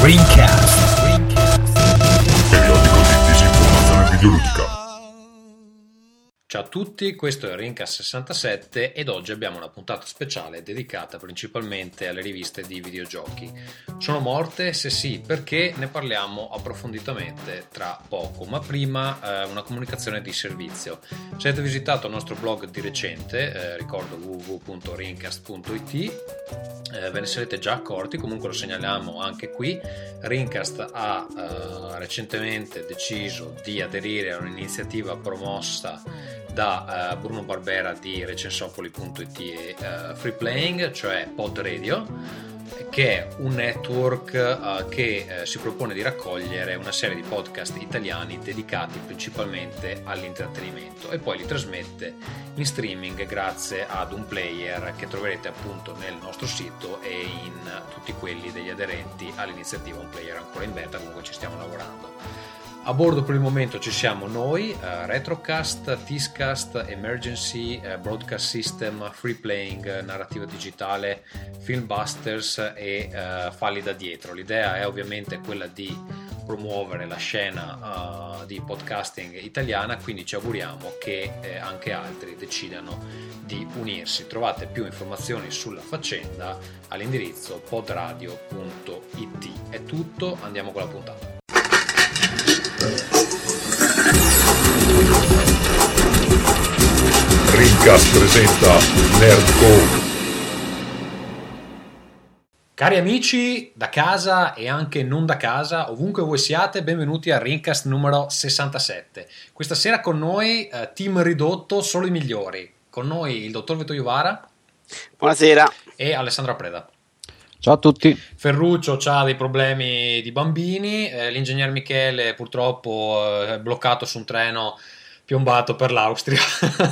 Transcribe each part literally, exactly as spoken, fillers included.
Rincast. Periodico di disinformazione videoludica. Ciao a tutti, questo è Rincast sessantasette ed oggi abbiamo una puntata speciale dedicata principalmente alle riviste di videogiochi. Sono morte? Se sì, perché? Ne parliamo approfonditamente tra poco, ma prima eh, una comunicazione di servizio. Se avete visitato il nostro blog di recente, eh, ricordo w w w punto rincast punto i t, eh, ve ne sarete già accorti, comunque lo segnaliamo anche qui. Rincast ha eh, recentemente deciso di aderire a un'iniziativa promossa da uh, Bruno Barbera di recensopoli punto it e uh, Free Playing, cioè Pod Radio, che è un network uh, che uh, si propone di raccogliere una serie di podcast italiani dedicati principalmente all'intrattenimento e poi li trasmette in streaming grazie ad un player che troverete appunto nel nostro sito e in uh, tutti quelli degli aderenti all'iniziativa, un player ancora in beta, comunque ci stiamo lavorando. A bordo per il momento ci siamo noi, uh, Retrocast, Tiscast, Emergency, uh, Broadcast System, Free Playing, Narrativa Digitale, Filmbusters e uh, Falli da Dietro. L'idea è ovviamente quella di promuovere la scena uh, di podcasting italiana, quindi ci auguriamo che eh, anche altri decidano di unirsi. Trovate più informazioni sulla faccenda all'indirizzo podradio punto it. È tutto, andiamo con la puntata. Rincast presenta Nerdcore. Cari amici da casa e anche non da casa, ovunque voi siate, benvenuti a Rincast numero sessantasette. Questa sera con noi eh, team ridotto, solo i migliori. Con noi il dottor Vito Iovara. Buonasera. E Alessandro Preda. Ciao a tutti. Ferruccio ha dei problemi di bambini, eh, l'ingegner Michele purtroppo è bloccato su un treno piombato per l'Austria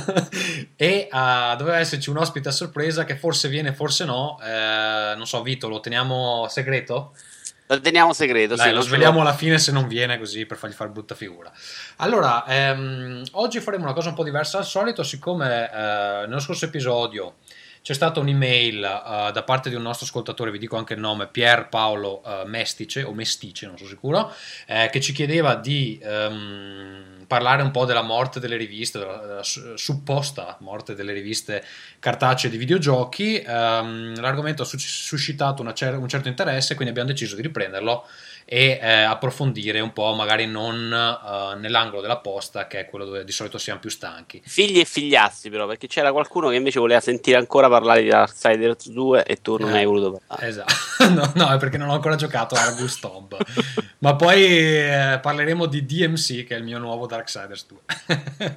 e uh, doveva esserci un ospite a sorpresa che forse viene, forse no, eh, non so Vito, lo teniamo segreto? Lo teniamo segreto, Dai, sì, lo sveliamo alla fine se non viene, così per fargli fare brutta figura. Allora, ehm, oggi faremo una cosa un po' diversa dal solito, siccome eh, nello scorso episodio c'è stata un'email uh, da parte di un nostro ascoltatore, vi dico anche il nome, Pier Paolo uh, Mestice, o Mestice, non sono sicuro, eh, che ci chiedeva di um, parlare un po' della morte delle riviste, della, della supposta morte delle riviste cartacee di videogiochi. Um, l'argomento ha suscitato una cer- un certo interesse, quindi abbiamo deciso di riprenderlo e eh, approfondire un po', magari non uh, nell'angolo della posta, che è quello dove di solito siamo più stanchi. Figli e figliassi, però, perché c'era qualcuno che invece voleva sentire ancora parlare di Darksiders due e tu non eh, hai voluto parlare. Esatto, no, no, è perché non ho ancora giocato a Argus Tomb. Ma poi eh, parleremo di D M C, che è il mio nuovo Darksiders due.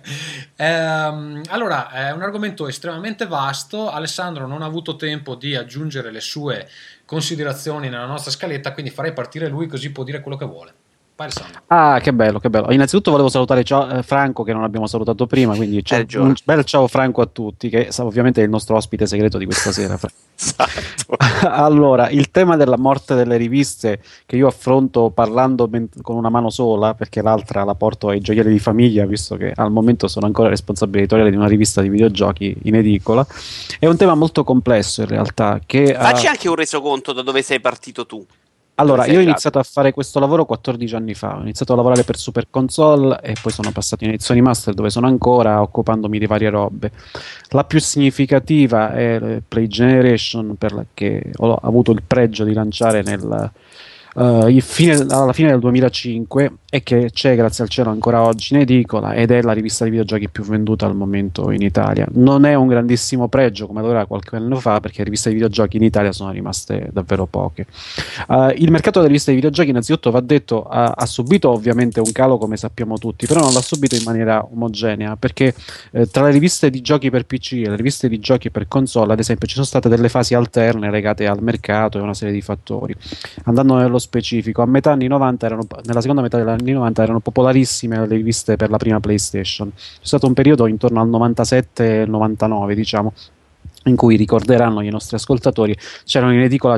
ehm, allora, è un argomento estremamente vasto. Alessandro non ha avuto tempo di aggiungere le sue considerazioni nella nostra scaletta, quindi farei partire lui così può dire quello che vuole. Vai Alessandro. Ah, che bello, che bello. Innanzitutto volevo salutare ciao, eh, Franco, che non abbiamo salutato prima, quindi ciao, un bel ciao Franco a tutti, che ovviamente è il nostro ospite segreto di questa sera. Esatto. Allora, il tema della morte delle riviste, che io affronto parlando con una mano sola, perché l'altra la porto ai gioielli di famiglia, visto che al momento sono ancora responsabile editoriale di una rivista di videogiochi in edicola, è un tema molto complesso in realtà. Che Facci uh, anche un resoconto da dove sei partito tu. Allora, io ho iniziato a fare questo lavoro quattordici anni fa, ho iniziato a lavorare per Super Console e poi sono passato in edizioni master, dove sono ancora, occupandomi di varie robe. La più significativa è Play Generation, per la che ho avuto il pregio di lanciare nel, uh, il fine, alla fine del duemilacinque, e che c'è grazie al cielo ancora oggi in edicola, ed è la rivista di videogiochi più venduta al momento in Italia. Non è un grandissimo pregio come lo era qualche anno fa, perché le riviste di videogiochi in Italia sono rimaste davvero poche. Uh, il mercato delle riviste di videogiochi, innanzitutto va detto, ha, ha subito ovviamente un calo, come sappiamo tutti, però non l'ha subito in maniera omogenea, perché eh, tra le riviste di giochi per P C e le riviste di giochi per console, ad esempio, ci sono state delle fasi alterne legate al mercato e una serie di fattori. Andando nello specifico, a metà anni novanta erano, nella seconda metà degli anni novanta erano popolarissime le riviste per la prima PlayStation. C'è stato un periodo intorno al novantasette novantanove, diciamo, in cui ricorderanno i nostri ascoltatori c'erano in edicola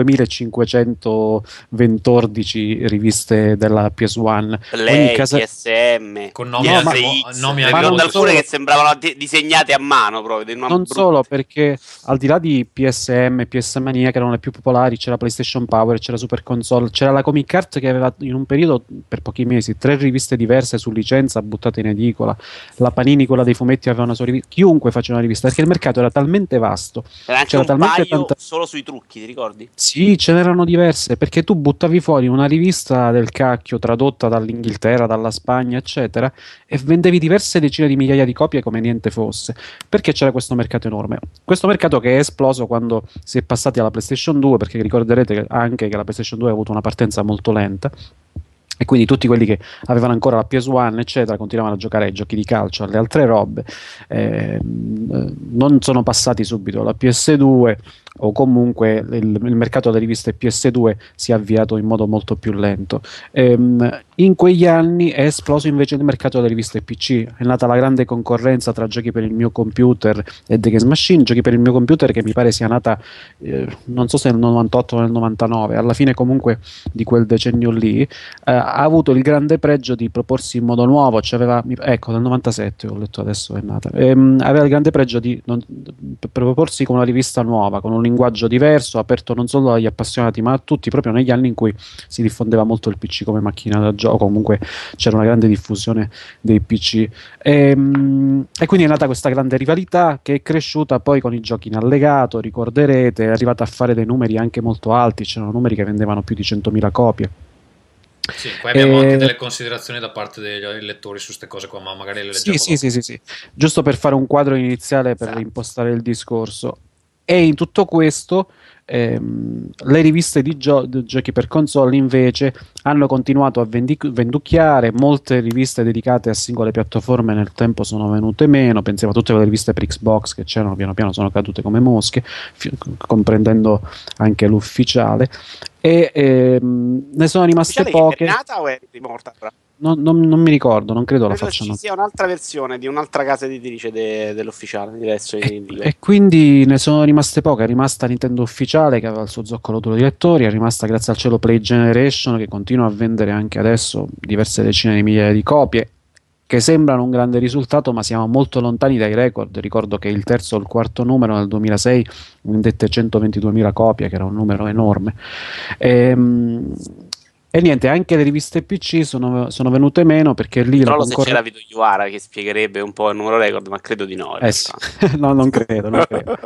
cinquemilacinquecentoventordici riviste della P S uno. Play, casa... P S M con nomi, no, ma, nomi ma non alcune solo... che sembravano di- disegnate a mano proprio, non brutta. Solo perché al di là di P S M e P S Mania, che erano le più popolari, c'era PlayStation Power, c'era Super Console, c'era la Comic Art che aveva in un periodo, per pochi mesi, tre riviste diverse su licenza buttate in edicola. La Panini, quella dei fumetti, aveva una sua rivista. Chiunque faceva una rivista, perché il mercato era talmente vasto. C'era anche un paio tanta... solo sui trucchi, ti ricordi? Sì, ce n'erano diverse, perché tu buttavi fuori una rivista del cacchio tradotta dall'Inghilterra, dalla Spagna, eccetera, e vendevi diverse decine di migliaia di copie come niente fosse, perché c'era questo mercato enorme. Questo mercato che è esploso quando si è passati alla PlayStation due, perché ricorderete anche che la PlayStation due ha avuto una partenza molto lenta, e quindi tutti quelli che avevano ancora la P S uno eccetera continuavano a giocare ai giochi di calcio, alle altre robe, eh, non sono passati subito alla P S due, o comunque il, il mercato delle riviste P S due si è avviato in modo molto più lento. Ehm, in quegli anni è esploso invece il mercato delle riviste P C, è nata la grande concorrenza tra giochi per il mio computer e The Games Machine. Giochi per il mio computer che mi pare sia nata eh, non so se nel novantotto o nel novantanove, alla fine comunque di quel decennio lì, eh, ha avuto il grande pregio di proporsi in modo nuovo, cioè aveva, ecco nel novantasette ho letto adesso è nata, ehm, aveva il grande pregio di non, proporsi con una rivista nuova, con un linguaggio diverso, aperto non solo agli appassionati ma a tutti, proprio negli anni in cui si diffondeva molto il P C come macchina da gioco, comunque c'era una grande diffusione dei P C, e, e quindi è nata questa grande rivalità che è cresciuta poi con i giochi in allegato. Ricorderete, è arrivata a fare dei numeri anche molto alti, c'erano numeri che vendevano più di centomila copie. Sì, poi abbiamo e... anche delle considerazioni da parte dei lettori su queste cose qua, ma magari le leggiamo. Sì, sì, sì, sì, sì, giusto per fare un quadro iniziale per esatto. impostare il discorso. E in tutto questo ehm, le riviste di, gio- di giochi per console invece hanno continuato a vendic- venducchiare, molte riviste dedicate a singole piattaforme nel tempo sono venute meno, pensiamo a tutte le riviste per Xbox che c'erano, piano piano sono cadute come mosche, fi- comprendendo anche l'ufficiale, e ehm, ne sono rimaste poche. È nata o è rimorta? Non, non, non mi ricordo, non credo, credo la facciano. Ci sia un'altra versione di un'altra casa editrice de, dell'ufficiale diverso e, e quindi ne sono rimaste poche. È rimasta Nintendo Ufficiale che aveva il suo zoccolo duro di lettori, è rimasta grazie al cielo Play Generation che continua a vendere anche adesso diverse decine di migliaia di copie, che sembrano un grande risultato ma siamo molto lontani dai record. Ricordo che il terzo o il quarto numero nel duemilasei vendette centoventiduemila copie, che era un numero enorme. ehm E niente, anche le riviste P C sono, sono venute meno perché lì... Però concorre... se c'era Vito Iuara che spiegherebbe un po' il numero record, ma credo di no. Eh sì. no, non credo, non credo.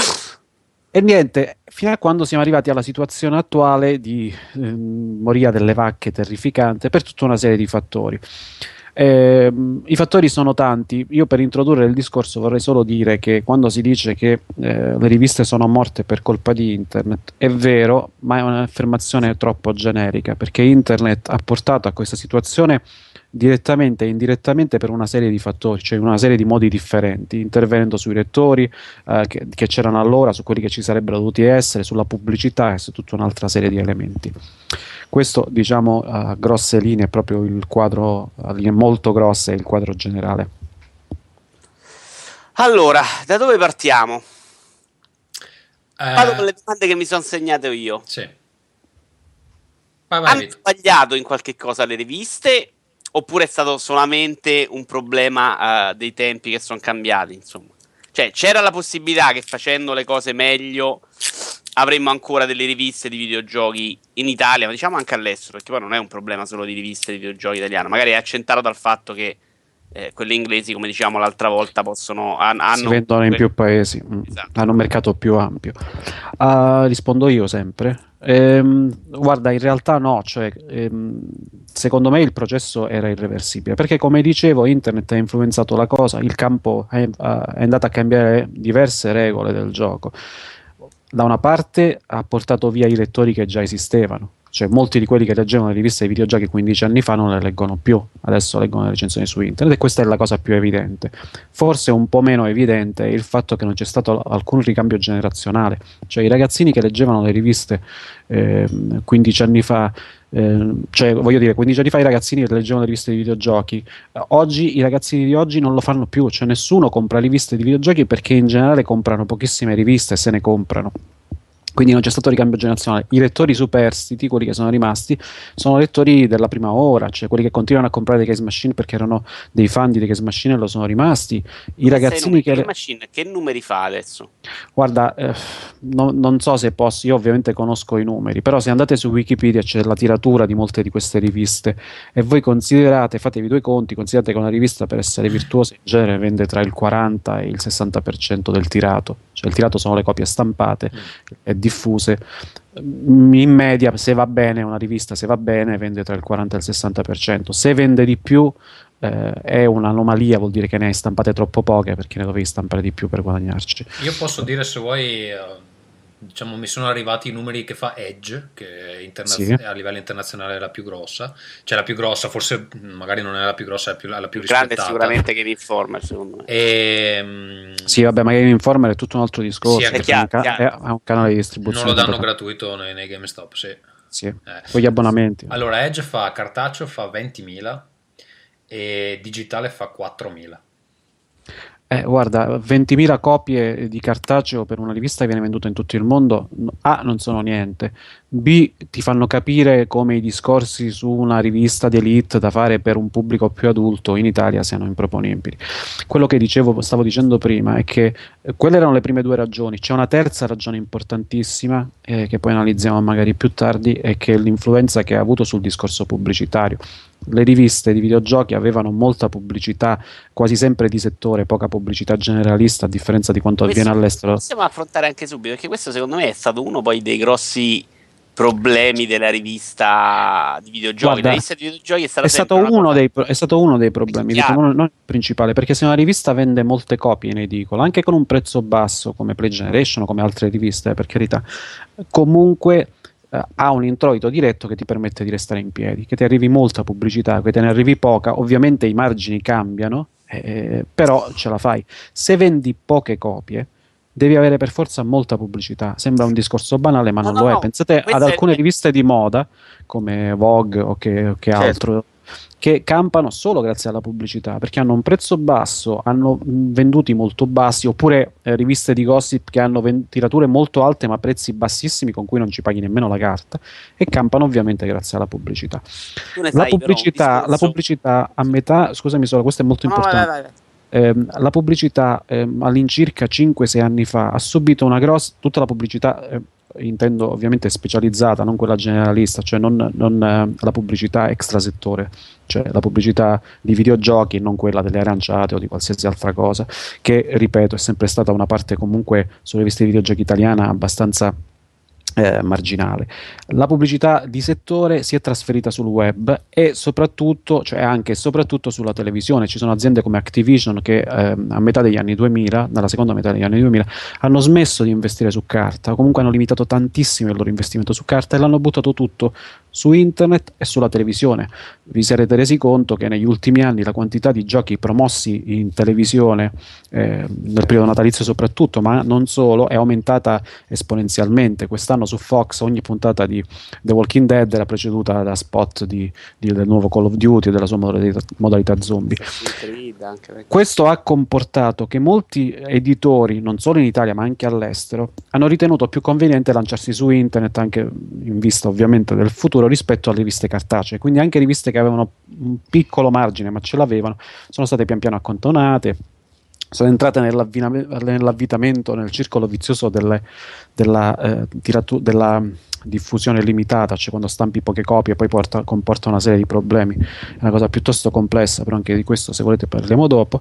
E niente, fino a quando siamo arrivati alla situazione attuale di eh, moria delle vacche terrificante per tutta una serie di fattori. Eh, I fattori sono tanti. Io per introdurre il discorso vorrei solo dire che quando si dice che eh, le riviste sono morte per colpa di internet è vero, ma è un'affermazione troppo generica, perché internet ha portato a questa situazione direttamente e indirettamente per una serie di fattori, cioè una serie di modi differenti, intervenendo sui lettori eh, che, che c'erano allora, su quelli che ci sarebbero dovuti essere, sulla pubblicità e su tutta un'altra serie di elementi. Questo, diciamo, a grosse linee è proprio il quadro, a linee molto grosse, è il quadro generale. Allora, da dove partiamo? Eh... Vado con le domande che mi sono segnate io. Sì. Vai, vai, Hanno sbagliato in qualche cosa le riviste? Oppure è stato solamente un problema uh, dei tempi che sono cambiati, insomma? Cioè, c'era la possibilità che facendo le cose meglio avremmo ancora delle riviste di videogiochi in Italia, ma diciamo anche all'estero, perché poi non è un problema solo di riviste di videogiochi italiane, magari è accentato dal fatto che eh, quelle inglesi, come dicevamo l'altra volta, possono han, hanno si vendono in più paesi, esatto. Hanno un mercato più ampio. Uh, rispondo io sempre. Ehm, guarda, in realtà no, cioè, ehm, secondo me il processo era irreversibile, perché come dicevo internet ha influenzato la cosa, il campo è, è andato a cambiare diverse regole del gioco. Da una parte ha portato via i lettori che già esistevano, cioè molti di quelli che leggevano le riviste di videogiochi quindici anni fa non le leggono più, adesso leggono le recensioni su internet, e questa è la cosa più evidente. Forse un po' meno evidente è il fatto che non c'è stato alcun ricambio generazionale, cioè i ragazzini che leggevano le riviste eh, quindici anni fa Eh, cioè, voglio dire, quindici anni fa i ragazzini leggevano le riviste di videogiochi. Eh, oggi i ragazzini di oggi non lo fanno più, cioè nessuno compra riviste di videogiochi perché in generale comprano pochissime riviste e se ne comprano. Quindi non c'è stato ricambio generazionale. I lettori superstiti, quelli che sono rimasti, sono lettori della prima ora, cioè quelli che continuano a comprare dei Case Machine perché erano dei fan di Case Machine e lo sono rimasti. I ragazzini che... Case Machine, che numeri fa adesso? Guarda, eh, no, non so se posso, io ovviamente conosco i numeri, però se andate su Wikipedia c'è la tiratura di molte di queste riviste e voi considerate, fatevi due conti, considerate che una rivista per essere virtuosa in genere vende tra il quaranta e il sessanta per cento del tirato, cioè il tirato sono le copie stampate e diffuse. In media, se va bene, una rivista se va bene vende tra il quaranta e il sessanta per cento. Se vende di più eh, è un'anomalia, vuol dire che ne hai stampate troppo poche perché ne dovevi stampare di più per guadagnarci. Io posso dire, se vuoi, uh, diciamo, mi sono arrivati i numeri che fa Edge, che internaz- Sì. a livello internazionale è la più grossa, cioè la più grossa, forse magari non è la più grossa, è la più, è la più Grande rispettata. sicuramente Game Informer, secondo me. E, um, Sì, vabbè, ma Game Informer è tutto un altro discorso, Sì, è perché chiaro, è un ca- chiaro. è un canale di distribuzione. non lo danno completamente- gratuito nei, nei GameStop, sì. Sì, Eh. con gli abbonamenti. Allora, Edge fa cartaceo fa ventimila e digitale fa quattromila. Eh, guarda, ventimila copie di cartaceo per una rivista che viene venduta in tutto il mondo, no- A, non sono niente, B, ti fanno capire come i discorsi su una rivista di elite da fare per un pubblico più adulto in Italia siano improponibili. Quello che dicevo, stavo dicendo prima è che eh, quelle erano le prime due ragioni. C'è una terza ragione importantissima, eh, che poi analizziamo magari più tardi, e che è l'influenza che ha avuto sul discorso pubblicitario. Le riviste di videogiochi avevano molta pubblicità, quasi sempre di settore, poca pubblicità generalista, a differenza di quanto Questo avviene all'estero. possiamo affrontare anche subito, perché questo secondo me è stato uno poi dei grossi problemi della rivista di videogiochi. Guarda, la rivista di videogiochi è stata È stato, sempre una uno cosa- dei, pro- è stato uno dei problemi, Chiaro. dico, non, non il principale, perché se una rivista vende molte copie in edicola, anche con un prezzo basso come Play Generation o come altre riviste, per carità, comunque eh, ha un introito diretto che ti permette di restare in piedi, che ti arrivi molta pubblicità, che te ne arrivi poca, ovviamente i margini cambiano, eh, però ce la fai. Se vendi poche copie, devi avere per forza molta pubblicità. Sembra un discorso banale, ma No, non no, lo è. no, Pensate questo ad è- alcune riviste di moda come Vogue o che, o che Certo. altro, che campano solo grazie alla pubblicità, perché hanno un prezzo basso, hanno mh, venduti molto bassi, oppure eh, riviste di gossip che hanno ven- tirature molto alte ma prezzi bassissimi con cui non ci paghi nemmeno la carta, e campano ovviamente grazie alla pubblicità. Tu ne La sai, però, un pubblicità, la discorso- pubblicità a metà, scusami solo, questo è molto No, no, vai, importante. vai, vai. Ehm, la pubblicità ehm, all'incirca cinque sei anni fa ha subito una grossa, tutta la pubblicità, eh, intendo ovviamente specializzata, non quella generalista, cioè non, non, eh, la pubblicità extrasettore, cioè la pubblicità di videogiochi, non quella delle aranciate o di qualsiasi altra cosa, che ripeto è sempre stata una parte comunque sulle riviste di videogiochi italiana abbastanza eh, marginale. La pubblicità di settore si è trasferita sul web e soprattutto, cioè anche e soprattutto sulla televisione. Ci sono aziende come Activision che ehm, a metà degli anni duemila, nella seconda metà degli anni duemila, hanno smesso di investire su carta, o comunque hanno limitato tantissimo il loro investimento su carta e l'hanno buttato tutto su internet e sulla televisione. Vi sarete resi conto che negli ultimi anni la quantità di giochi promossi in televisione, eh, nel periodo natalizio soprattutto, ma non solo, è aumentata esponenzialmente. Quest'anno su Fox ogni puntata di The Walking Dead era preceduta da spot di, di- del nuovo Call of Duty e della sua modalità, modalità zombie. Creed, anche perché- Questo ha comportato che molti editori, non solo in Italia ma anche all'estero, hanno ritenuto più conveniente lanciarsi su internet, anche in vista ovviamente del futuro, rispetto alle riviste cartacee. Quindi anche riviste che avevano un piccolo margine ma ce l'avevano, sono state pian piano accantonate, sono entrate nell'avvina- nell'avvitamento, nel circolo vizioso delle- della, eh, tiratu- della diffusione limitata, cioè quando stampi poche copie poi porta- comporta una serie di problemi. È una cosa piuttosto complessa, però anche di questo se volete parliamo dopo.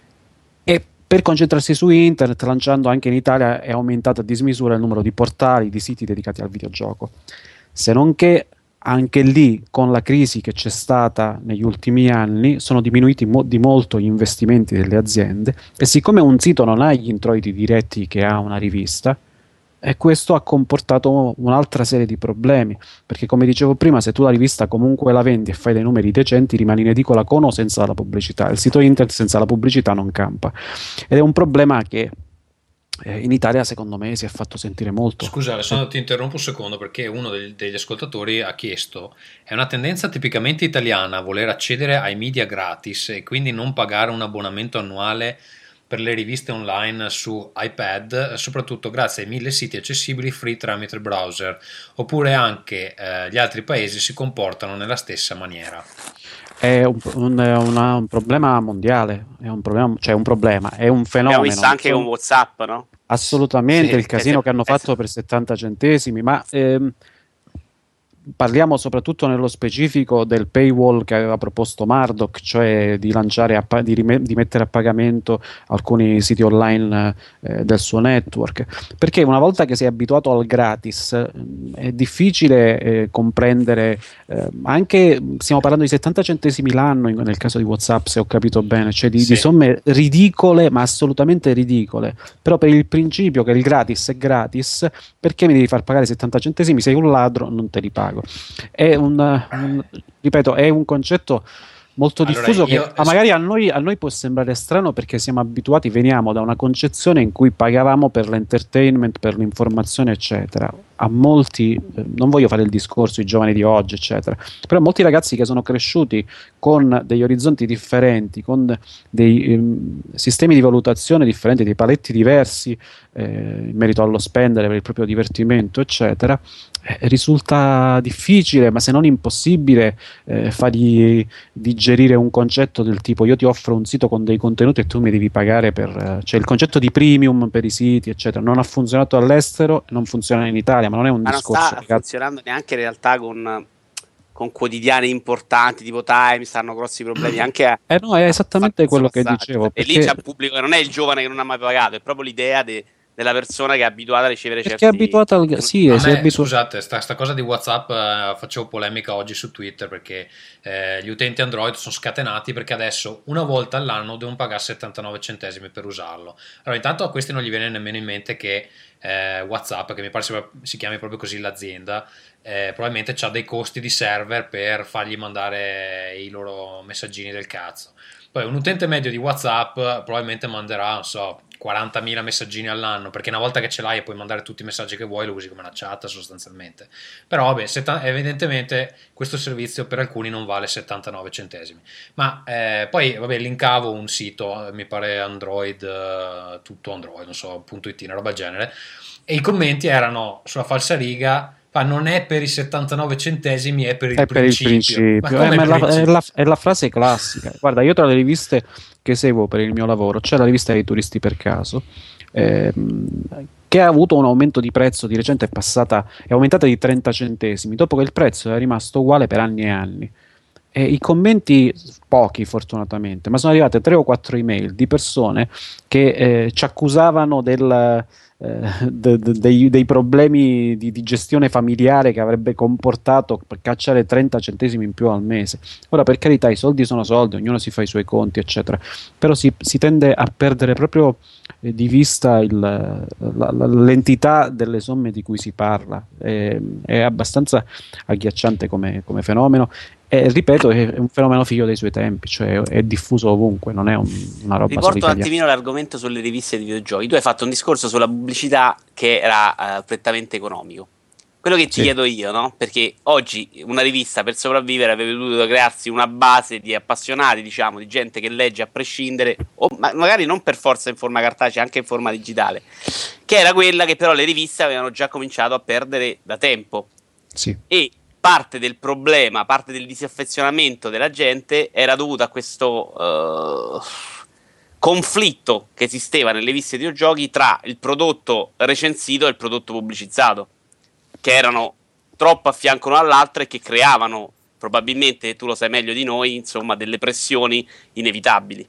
E per concentrarsi su internet, lanciando anche in Italia, è aumentato a dismisura il numero di portali, di siti dedicati al videogioco. Se non che anche lì, con la crisi che c'è stata negli ultimi anni, sono diminuiti mo- di molto gli investimenti delle aziende, e siccome un sito non ha gli introiti diretti che ha una rivista, e questo ha comportato un'altra serie di problemi, perché come dicevo prima, se tu la rivista comunque la vendi e fai dei numeri decenti, rimani in edicola con o senza la pubblicità. Il sito internet senza la pubblicità non campa, ed è un problema che eh, in Italia secondo me si è fatto sentire molto. Scusa Alessandro, ti interrompo un secondo perché uno degli, degli ascoltatori ha chiesto: è una tendenza tipicamente italiana voler accedere ai media gratis e quindi non pagare un abbonamento annuale per le riviste online su iPad, soprattutto grazie ai mille siti accessibili free tramite il browser, oppure anche eh, gli altri paesi si comportano nella stessa maniera? È un, un, una, un problema mondiale, è un problema, cioè un problema, è un fenomeno. Abbiamo visto anche con WhatsApp, no? Assolutamente, Sì, il casino esatto, che hanno fatto esatto. per settanta centesimi, ma ehm, parliamo soprattutto nello specifico del paywall che aveva proposto Murdoch, cioè di lanciare a pa- di, rime- di mettere a pagamento alcuni siti online eh, del suo network, perché una volta che sei abituato al gratis eh, è difficile eh, comprendere eh, anche, stiamo parlando di settanta centesimi l'anno in- nel caso di WhatsApp, se ho capito bene, cioè di, Sì. di somme ridicole, ma assolutamente ridicole, però per il principio che il gratis è gratis, perché mi devi far pagare settanta centesimi? Sei un ladro, non te li pago. È un, un ripeto, è un concetto molto Allora, diffuso io- che ma magari a noi, a noi può sembrare strano perché siamo abituati, veniamo da una concezione in cui pagavamo per l'entertainment, per l'informazione, eccetera. A molti, eh, non voglio fare il discorso i giovani di oggi, eccetera, però molti ragazzi che sono cresciuti con degli orizzonti differenti, con dei ehm, sistemi di valutazione differenti, dei paletti diversi eh, in merito allo spendere per il proprio divertimento, eccetera, eh, risulta difficile, ma se non impossibile, eh, fargli digerire un concetto del tipo: io ti offro un sito con dei contenuti e tu mi devi pagare per... eh, cioè il concetto di premium per i siti, eccetera. Non ha funzionato all'estero, non funziona in Italia, ma non è un Ma non discorso sta legato- funzionando neanche in realtà con, con quotidiani importanti tipo Times, hanno grossi problemi anche a, Eh no, è a esattamente fare questo quello che passaggio. dicevo, E lì c'è perché, un pubblico che non è il giovane che non ha mai pagato, è proprio l'idea de- della persona che è abituata a ricevere perché è certi abituato al... contenuti. Sì, A si è me, abituato... scusate, sta, sta cosa di WhatsApp, eh, facevo polemica oggi su Twitter perché eh, gli utenti Android sono scatenati perché adesso una volta all'anno devono pagare settantanove centesimi per usarlo. Allora, intanto a questi non gli viene nemmeno in mente che eh, WhatsApp, che mi pare si, si chiami proprio così l'azienda, eh, probabilmente ha dei costi di server per fargli mandare i loro messaggini del cazzo. Poi un utente medio di WhatsApp probabilmente manderà, non so, quarantamila messaggini all'anno, perché una volta che ce l'hai e puoi mandare tutti i messaggi che vuoi, lo usi come una chat sostanzialmente. Però vabbè, setta- evidentemente questo servizio per alcuni non vale settantanove centesimi. Ma eh, poi vabbè, linkavo un sito, mi pare Android, eh, tutto Android, non so, .it, una roba del genere, e i commenti erano sulla falsariga: ma non è per i settantanove centesimi, è per il È per il principio. Ma principio, come Eh, ma è il la, è principio? la- è la frase classica. Guarda, io tra le riviste che seguo per il mio lavoro c'è la rivista dei turisti per caso, ehm, che ha avuto un aumento di prezzo di recente, è passata, è aumentata di trenta centesimi, dopo che il prezzo era rimasto uguale per anni e anni. E i commenti, pochi fortunatamente, ma sono arrivate tre o quattro email di persone che eh, ci accusavano del, eh, de- de- dei, dei problemi di, di gestione familiare che avrebbe comportato per cacciare trenta centesimi in più al mese. Ora, per carità, i soldi sono soldi, ognuno si fa i suoi conti, eccetera, però si, si tende a perdere proprio eh, di vista il- la- la- l'entità delle somme di cui si parla. È, è abbastanza agghiacciante come, come fenomeno. E ripeto, è un fenomeno figlio dei suoi tempi, cioè è diffuso ovunque, non è un- una roba solo Riporto un italiana. attimino l'argomento sulle riviste di videogiochi. Tu hai fatto un discorso sulla pubblicità che era eh, prettamente economico. Quello che ti Sì. chiedo io, no? Perché oggi una rivista per sopravvivere avrebbe dovuto crearsi una base di appassionati, diciamo, di gente che legge a prescindere, o ma- magari non per forza in forma cartacea, anche in forma digitale, che era quella che però le riviste avevano già cominciato a perdere da tempo. Sì. E parte del problema, parte del disaffezionamento della gente era dovuta a questo eh, conflitto che esisteva nelle riviste di videogiochi tra il prodotto recensito e il prodotto pubblicizzato, che erano troppo a fianco l'uno all'altro e che creavano, probabilmente tu lo sai meglio di noi, insomma, delle pressioni inevitabili.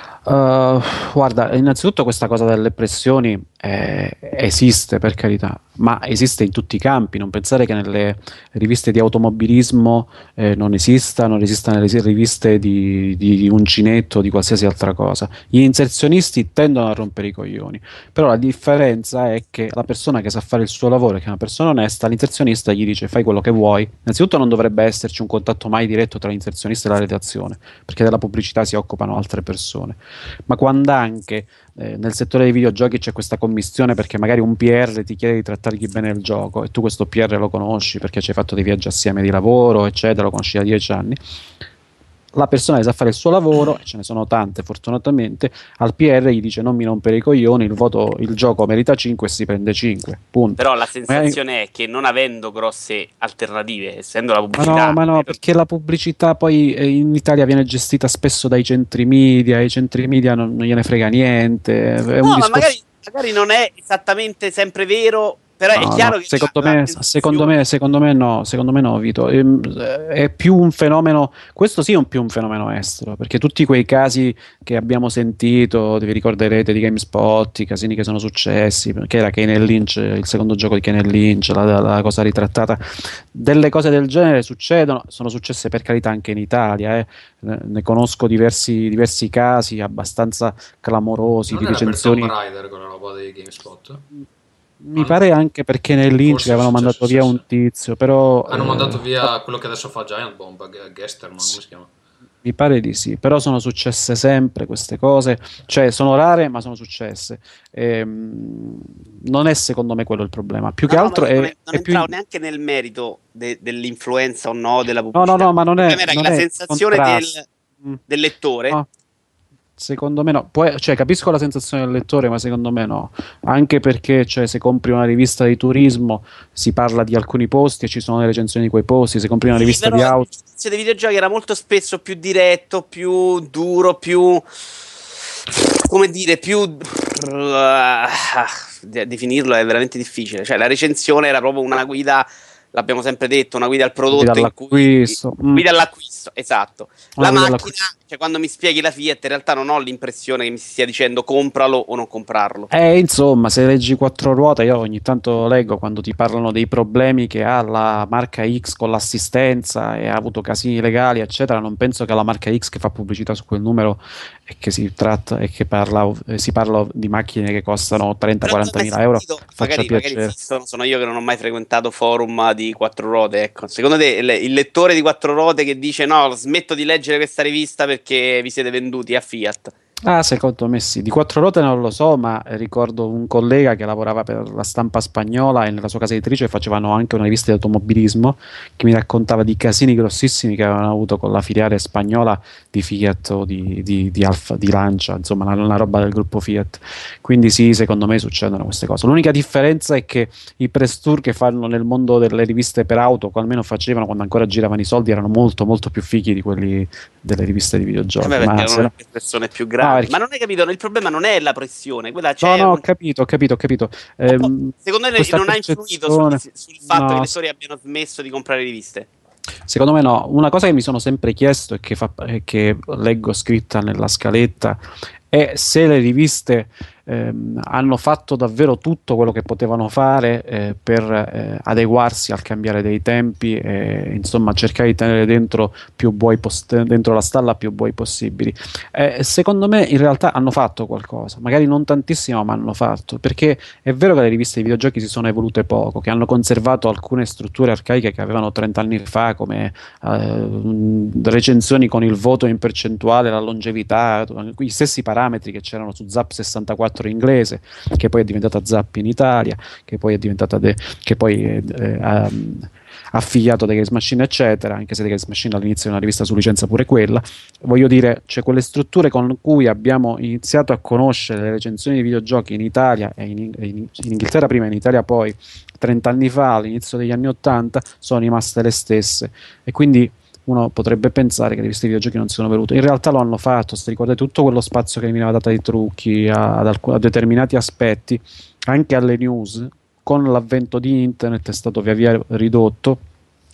Uh, guarda, innanzitutto questa cosa delle pressioni eh, esiste, per carità, ma esiste in tutti i campi. Non pensare che nelle riviste di automobilismo eh, non esista, non esista nelle riviste di, di uncinetto o di qualsiasi altra cosa. Gli inserzionisti tendono a rompere i coglioni, però la differenza è che la persona che sa fare il suo lavoro, che è una persona onesta, l'inserzionista gli dice fai quello che vuoi. Innanzitutto non dovrebbe esserci un contatto mai diretto tra l'inserzionista e la redazione, perché della pubblicità si occupano altre persone, ma quando anche eh, nel settore dei videogiochi c'è questa commistione perché magari un P R ti chiede di trattargli bene il gioco e tu questo P R lo conosci perché ci hai fatto dei viaggi assieme di lavoro eccetera, lo conosci da dieci anni, la persona che sa fare il suo lavoro, e ce ne sono tante fortunatamente, al P R gli dice non mi rompere i coglioni, il voto, il gioco merita cinque e si prende cinque, punto. Però la sensazione Magari... è che non avendo grosse alternative, essendo la pubblicità... Ma no, ma no, perché la pubblicità poi in Italia viene gestita spesso dai centri media, i centri media non, non gliene frega niente. È no, un ma discorso... magari, magari non è esattamente sempre vero. Però no, è chiaro no, che secondo la, me, la secondo me, secondo me no, secondo me no, Vito. È, è più un fenomeno, questo sì è un più un fenomeno estero, perché tutti quei casi che abbiamo sentito, vi ricorderete di GameSpot, i casini che sono successi, che era Kane e Lynch, il secondo gioco di Kane e Lynch, la, la cosa ritrattata, delle cose del genere succedono, sono successe per carità anche in Italia, eh. Ne conosco diversi, diversi casi abbastanza clamorosi non di era recensioni. Per Tomb Raider quella roba di GameSpot? Mi hanno, pare anche perché nel Lynch che avevano mandato via un tizio, però hanno eh, mandato via quello che adesso fa Giant Bomb, Gesterman, come si chiama? Mi pare di sì, però sono successe sempre queste cose, cioè sono rare ma sono successe. Ehm, non è secondo me quello il problema, più no, che no, altro non, è, non, è, non è più... entravo neanche nel merito de, dell'influenza o no della pubblicità. No, no, no, ma non è... Era non che la è sensazione del, del lettore... No. Secondo me no, Poi, cioè, capisco la sensazione del lettore, ma secondo me no, anche perché cioè, se compri una rivista di turismo si parla di alcuni posti e ci sono le recensioni di quei posti, se compri una sì, rivista però di auto... il giudizio dei videogiochi era molto spesso più diretto, più duro, più... come dire, più... Uh, definirlo è veramente difficile, cioè la recensione era proprio una guida... L'abbiamo sempre detto, una guida al prodotto, guida all'acquisto, in cui, mm. guida all'acquisto, esatto. Una la guida macchina, cioè quando mi spieghi la Fiat, in realtà non ho l'impressione che mi stia dicendo compralo o non comprarlo. Eh, insomma, se leggi quattro ruote, io ogni tanto leggo quando ti parlano dei problemi che ha la marca X con l'assistenza e ha avuto casini legali, eccetera. Non penso che la marca X che fa pubblicità su quel numero e che si tratta e che parla, eh, si parla di macchine che costano trenta quaranta mila euro. Magari, magari esistono, sono io che non ho mai frequentato forum di quattro ruote. Ecco. Secondo te il, il lettore di quattro ruote che dice no, smetto di leggere questa rivista perché vi siete venduti a Fiat? Ah, secondo me sì. Di quattro ruote non lo so, ma ricordo un collega che lavorava per la stampa spagnola e nella sua casa editrice facevano anche una rivista di automobilismo che mi raccontava di casini grossissimi che avevano avuto con la filiale spagnola di Fiat o di, di, di Alfa, di Lancia, insomma una, una roba del gruppo Fiat. Quindi sì, secondo me succedono queste cose. L'unica differenza è che i press tour che fanno nel mondo delle riviste per auto, o almeno facevano quando ancora giravano i soldi, erano molto molto più fighi di quelli delle riviste di videogiochi. Eh beh, ma erano le persone più gravi. Ah, ma non hai capito, il problema non è la pressione, quella c'è. No, no, un... ho capito, ho capito, ho capito. Eh, secondo me non ha influito sul, sul fatto no. che i lettori abbiano smesso di comprare riviste? Secondo me no. Una cosa che mi sono sempre chiesto e che, fa, che leggo scritta nella scaletta è se le riviste ehm, hanno fatto davvero tutto quello che potevano fare eh, per eh, adeguarsi al cambiare dei tempi e insomma cercare di tenere dentro più buoi post- dentro la stalla più buoi possibili. Eh, secondo me in realtà hanno fatto qualcosa, magari non tantissimo, ma hanno fatto, perché è vero che le riviste di videogiochi si sono evolute poco, che hanno conservato alcune strutture arcaiche che avevano trenta anni fa, come eh, recensioni con il voto in percentuale, la longevità, gli stessi parametri che c'erano su Zap sessantaquattro inglese, che poi è diventata Zap in Italia, che poi è diventata de- che poi è, eh, um, affiliato da Games Machine eccetera, anche se The Games Machine all'inizio è una rivista su licenza pure quella. Voglio dire, cioè quelle strutture con cui abbiamo iniziato a conoscere le recensioni di videogiochi in Italia e in, in, in Inghilterra prima e in Italia poi trenta anni fa, all'inizio degli anni ottanta, sono rimaste le stesse e quindi uno potrebbe pensare che le riviste di videogiochi non siano volute, in realtà lo hanno fatto. Se ricordate tutto quello spazio che veniva dato ai trucchi, a, ad alc- a determinati aspetti, anche alle news, con l'avvento di internet è stato via via ridotto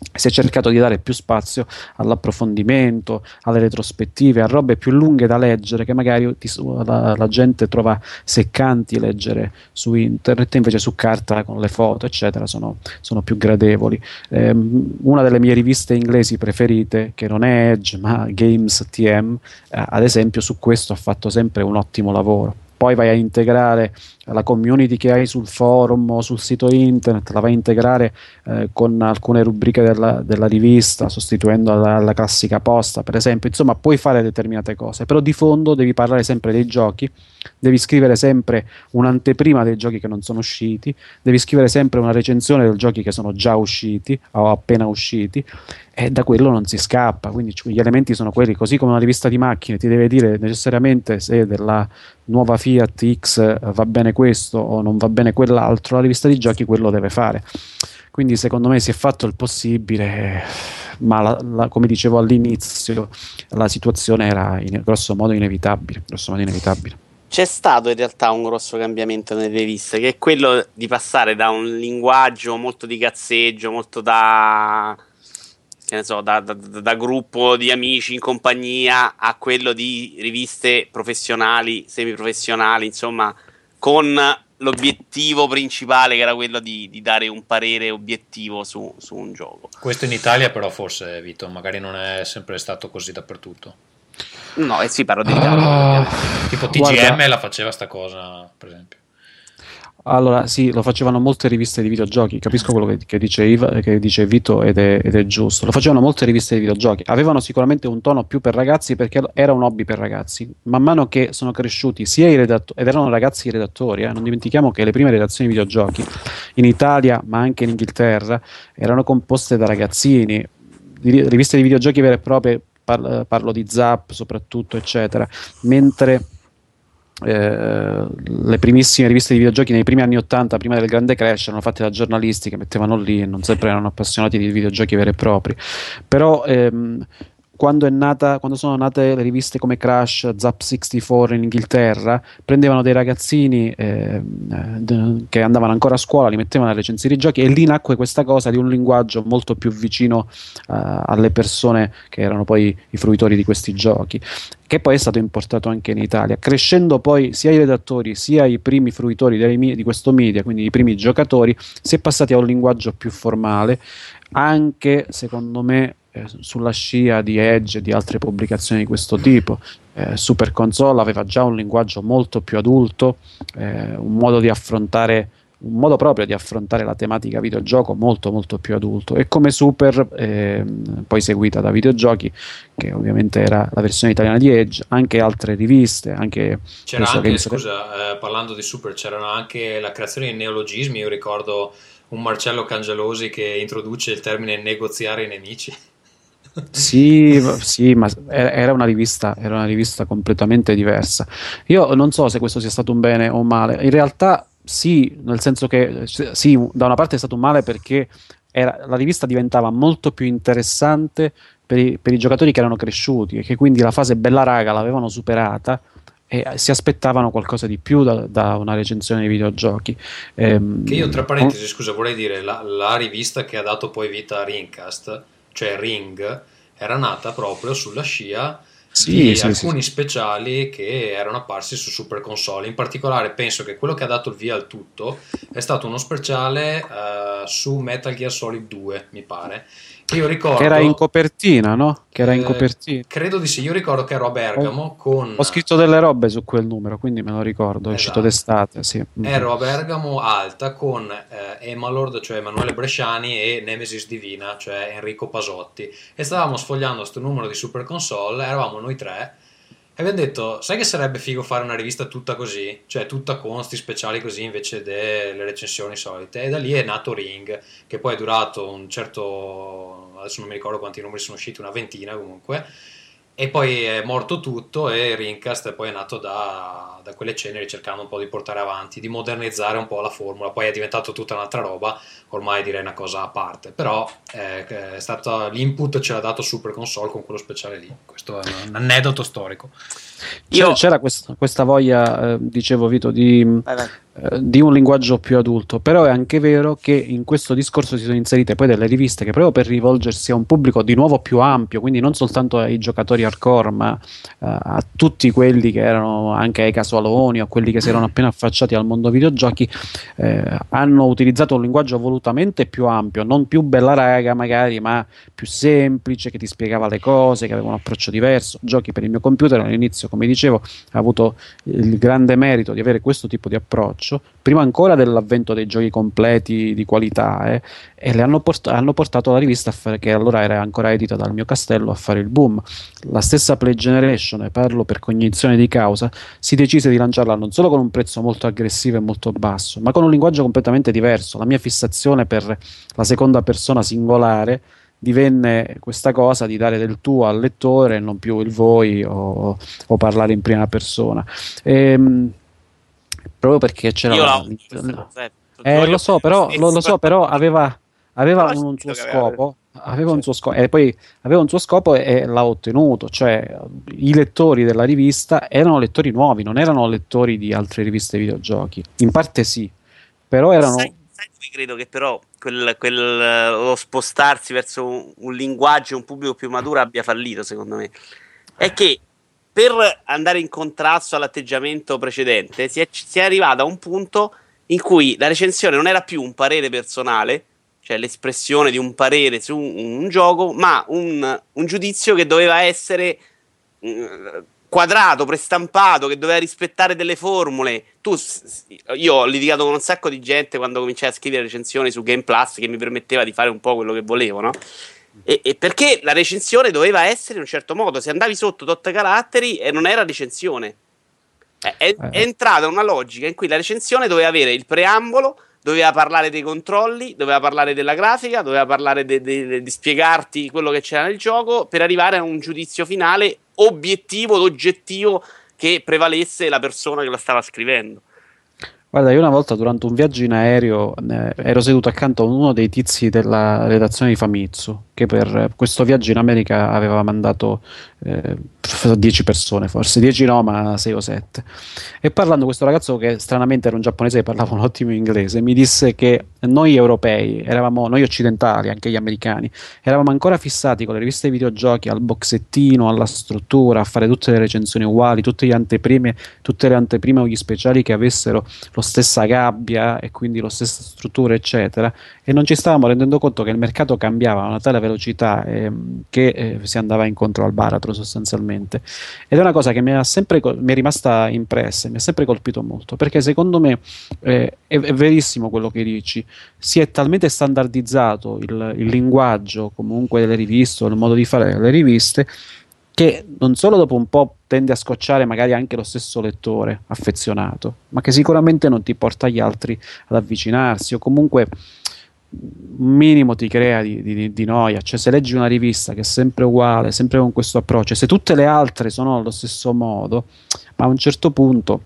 Si è cercato di dare più spazio all'approfondimento, alle retrospettive, a robe più lunghe da leggere che magari ti, la, la gente trova seccanti leggere su internet, invece su carta con le foto eccetera sono, sono più gradevoli. Eh, una delle mie riviste inglesi preferite, che non è Edge ma Games T M, eh, ad esempio su questo ha fatto sempre un ottimo lavoro. Poi vai a integrare la community che hai sul forum o sul sito internet, la vai a integrare eh, con alcune rubriche della, della rivista, sostituendo la, la classica posta, per esempio. Insomma, puoi fare determinate cose, però di fondo devi parlare sempre dei giochi, devi scrivere sempre un'anteprima dei giochi che non sono usciti, devi scrivere sempre una recensione dei giochi che sono già usciti o appena usciti, e da quello non si scappa. Quindi gli elementi sono quelli, così come una rivista di macchine ti deve dire necessariamente se della nuova Fiat X va bene questo o non va bene quell'altro, la rivista di giochi quello deve fare. Quindi secondo me si è fatto il possibile, ma la, la, come dicevo all'inizio, la situazione era in grosso modo inevitabile, grosso modo inevitabile. C'è stato in realtà un grosso cambiamento nelle riviste, che è quello di passare da un linguaggio molto di cazzeggio, molto da, che ne so, da, da, da gruppo di amici in compagnia, a quello di riviste professionali, semiprofessionali, insomma, con l'obiettivo principale che era quello di, di dare un parere obiettivo su, su un gioco. Questo in Italia però forse, Vito, magari non è sempre stato così dappertutto. No, e eh sì, parlo di Italia. Uh, tipo T G M guarda, la faceva sta cosa, per esempio. Allora, sì, lo facevano molte riviste di videogiochi, capisco quello che, che, dice, Iva, che dice Vito ed è, ed è giusto. Lo facevano molte riviste di videogiochi, avevano sicuramente un tono più per ragazzi perché era un hobby per ragazzi. Man mano che sono cresciuti sia i redattori, ed erano ragazzi i redattori, eh, non dimentichiamo che le prime redazioni di videogiochi in Italia, ma anche in Inghilterra, erano composte da ragazzini, di, riviste di videogiochi vere e proprie, parlo, parlo di Zap soprattutto, eccetera, mentre Eh, le primissime riviste di videogiochi nei primi anni ottanta, prima del grande crash, erano fatte da giornalisti che mettevano lì e non sempre erano appassionati di videogiochi veri e propri. Però ehm, quando, è nata, quando sono nate le riviste come Crash, Zap sessantaquattro in Inghilterra, prendevano dei ragazzini eh, d- che andavano ancora a scuola, li mettevano a recensire i giochi, e lì nacque questa cosa di un linguaggio molto più vicino uh, alle persone che erano poi i fruitori di questi giochi, che poi è stato importato anche in Italia, crescendo poi sia i redattori sia i primi fruitori dei, di questo media, quindi i primi giocatori, si è passati a un linguaggio più formale, anche secondo me eh, sulla scia di Edge e di altre pubblicazioni di questo tipo. eh, Super Console aveva già un linguaggio molto più adulto, eh, un modo di affrontare un modo proprio di affrontare la tematica videogioco molto molto più adulto, e come Super eh, poi seguita da Videogiochi, che ovviamente era la versione italiana di Edge, anche altre riviste, anche c'era anche, scusa, eh, parlando di Super, c'erano anche la creazione di neologismi. Io ricordo un Marcello Cangelosi che introduce il termine negoziare i nemici. Sì, sì, ma era una rivista, era una rivista completamente diversa. Io non so se questo sia stato un bene o un male. In realtà sì, nel senso che sì, da una parte è stato un male perché era, la rivista diventava molto più interessante per i, per i giocatori che erano cresciuti e che quindi la fase bella raga l'avevano superata e si aspettavano qualcosa di più da, da una recensione di videogiochi. Ehm, che io, tra parentesi, scusa, vorrei dire, la, la rivista che ha dato poi vita a Ringcast, cioè Ring, era nata proprio sulla scia sì, di sì, alcuni sì. speciali che erano apparsi su Super Console. In particolare penso che quello che ha dato il via al tutto è stato uno speciale uh, su Metal Gear Solid due, mi pare, che io ricordo che era in copertina, no? Che era in eh, copertina. Credo di sì. Io ricordo che ero a Bergamo ho, con ho scritto delle robe su quel numero, quindi me lo ricordo, è esatto. uscito d'estate, sì. Ero a Bergamo Alta con eh, Emalord, cioè Emanuele Bresciani, e Nemesis Divina, cioè Enrico Pasotti, e stavamo sfogliando questo numero di Super Console, eravamo noi tre e abbiamo detto: sai che sarebbe figo fare una rivista tutta così, cioè tutta con sti speciali così invece delle recensioni solite. E da lì è nato Ring, che poi è durato un certo, adesso non mi ricordo quanti numeri sono usciti, una ventina comunque, e poi è morto tutto e Ringcast poi è nato da, da quelle ceneri, cercando un po' di portare avanti, di modernizzare un po' la formula. Poi è diventato tutta un'altra roba, ormai direi una cosa a parte, però eh, è stato, l'input ce l'ha dato Super Console con quello speciale lì. Questo è un aneddoto storico. Io... C'era questa, questa voglia, eh, dicevo Vito, di, eh, di un linguaggio più adulto, però è anche vero che in questo discorso si sono inserite poi delle riviste che proprio per rivolgersi a un pubblico di nuovo più ampio, quindi non soltanto ai giocatori hardcore, ma uh, a tutti quelli che erano anche ai casualoni o quelli che si erano appena affacciati al mondo videogiochi, eh, hanno utilizzato un linguaggio volutamente più ampio, non più bella raga magari, ma più semplice, che ti spiegava le cose, che aveva un approccio diverso. Giochi per il mio computer all'inizio, come dicevo, ha avuto il grande merito di avere questo tipo di approccio, prima ancora dell'avvento dei giochi completi di qualità, eh, e le hanno, port- hanno portato la rivista a fare, che allora era ancora edita dal mio castello, a fare il boom. La stessa Play Generation, e parlo per cognizione di causa, si decise di lanciarla non solo con un prezzo molto aggressivo e molto basso, ma con un linguaggio completamente diverso. La mia fissazione per la seconda persona singolare divenne questa cosa di dare del tuo al lettore, non più il voi o, o parlare in prima persona. Ehm, proprio perché c'era Io la, la, eh, lo so, però, lo, lo so, però aveva, aveva un, un suo scopo. Aveva un suo scopo e poi aveva un suo scopo e, e l'ha ottenuto. Cioè, i lettori della rivista erano lettori nuovi, non erano lettori di altre riviste videogiochi. In parte sì, però erano. Sai, sai dove credo che però quel, quel, lo spostarsi verso un, un linguaggio, un pubblico più maturo abbia fallito, secondo me. È che per andare in contrasto all'atteggiamento precedente si è, si è arrivato a un punto in cui la recensione non era più un parere personale, cioè l'espressione di un parere su un, un gioco, ma un, un giudizio che doveva essere mh, quadrato, prestampato, che doveva rispettare delle formule. Tu, io ho litigato con un sacco di gente quando cominciai a scrivere recensioni su Game Plus, che mi permetteva di fare un po' quello che volevo, no? E, e perché la recensione doveva essere in un certo modo. Se andavi sotto tot caratteri e non era recensione, è, è, è entrata una logica in cui la recensione doveva avere il preambolo, doveva parlare dei controlli, doveva parlare della grafica, doveva parlare de, de, de, di spiegarti quello che c'era nel gioco, per arrivare a un giudizio finale obiettivo, oggettivo, che prevalesse la persona che lo stava scrivendo. Guarda, io una volta durante un viaggio in aereo eh, ero seduto accanto a uno dei tizi della redazione di Famitsu, che per questo viaggio in America aveva mandato dieci eh, persone, forse dieci no, ma sei o sette. E parlando questo ragazzo, che stranamente era un giapponese che parlava un ottimo inglese, mi disse che noi europei, eravamo noi occidentali, anche gli americani, eravamo ancora fissati con le riviste di videogiochi al boxettino, alla struttura, a fare tutte le recensioni uguali, tutte le anteprime, tutte le anteprime o gli speciali che avessero lo stessa gabbia e quindi la stessa struttura, eccetera, e non ci stavamo rendendo conto che il mercato cambiava a una tale velocità eh, che eh, si andava incontro al baratro sostanzialmente. Ed è una cosa che mi, ha sempre, mi è rimasta impressa, mi ha sempre colpito molto, perché secondo me eh, è, è verissimo quello che dici. Si è talmente standardizzato il, il linguaggio comunque delle riviste o il modo di fare delle riviste, che non solo dopo un po' tende a scocciare magari anche lo stesso lettore affezionato, ma che sicuramente non ti porta gli altri ad avvicinarsi, o comunque un minimo ti crea di, di, di noia. Cioè, se leggi una rivista che è sempre uguale, sempre con questo approccio, se tutte le altre sono allo stesso modo, ma a un certo punto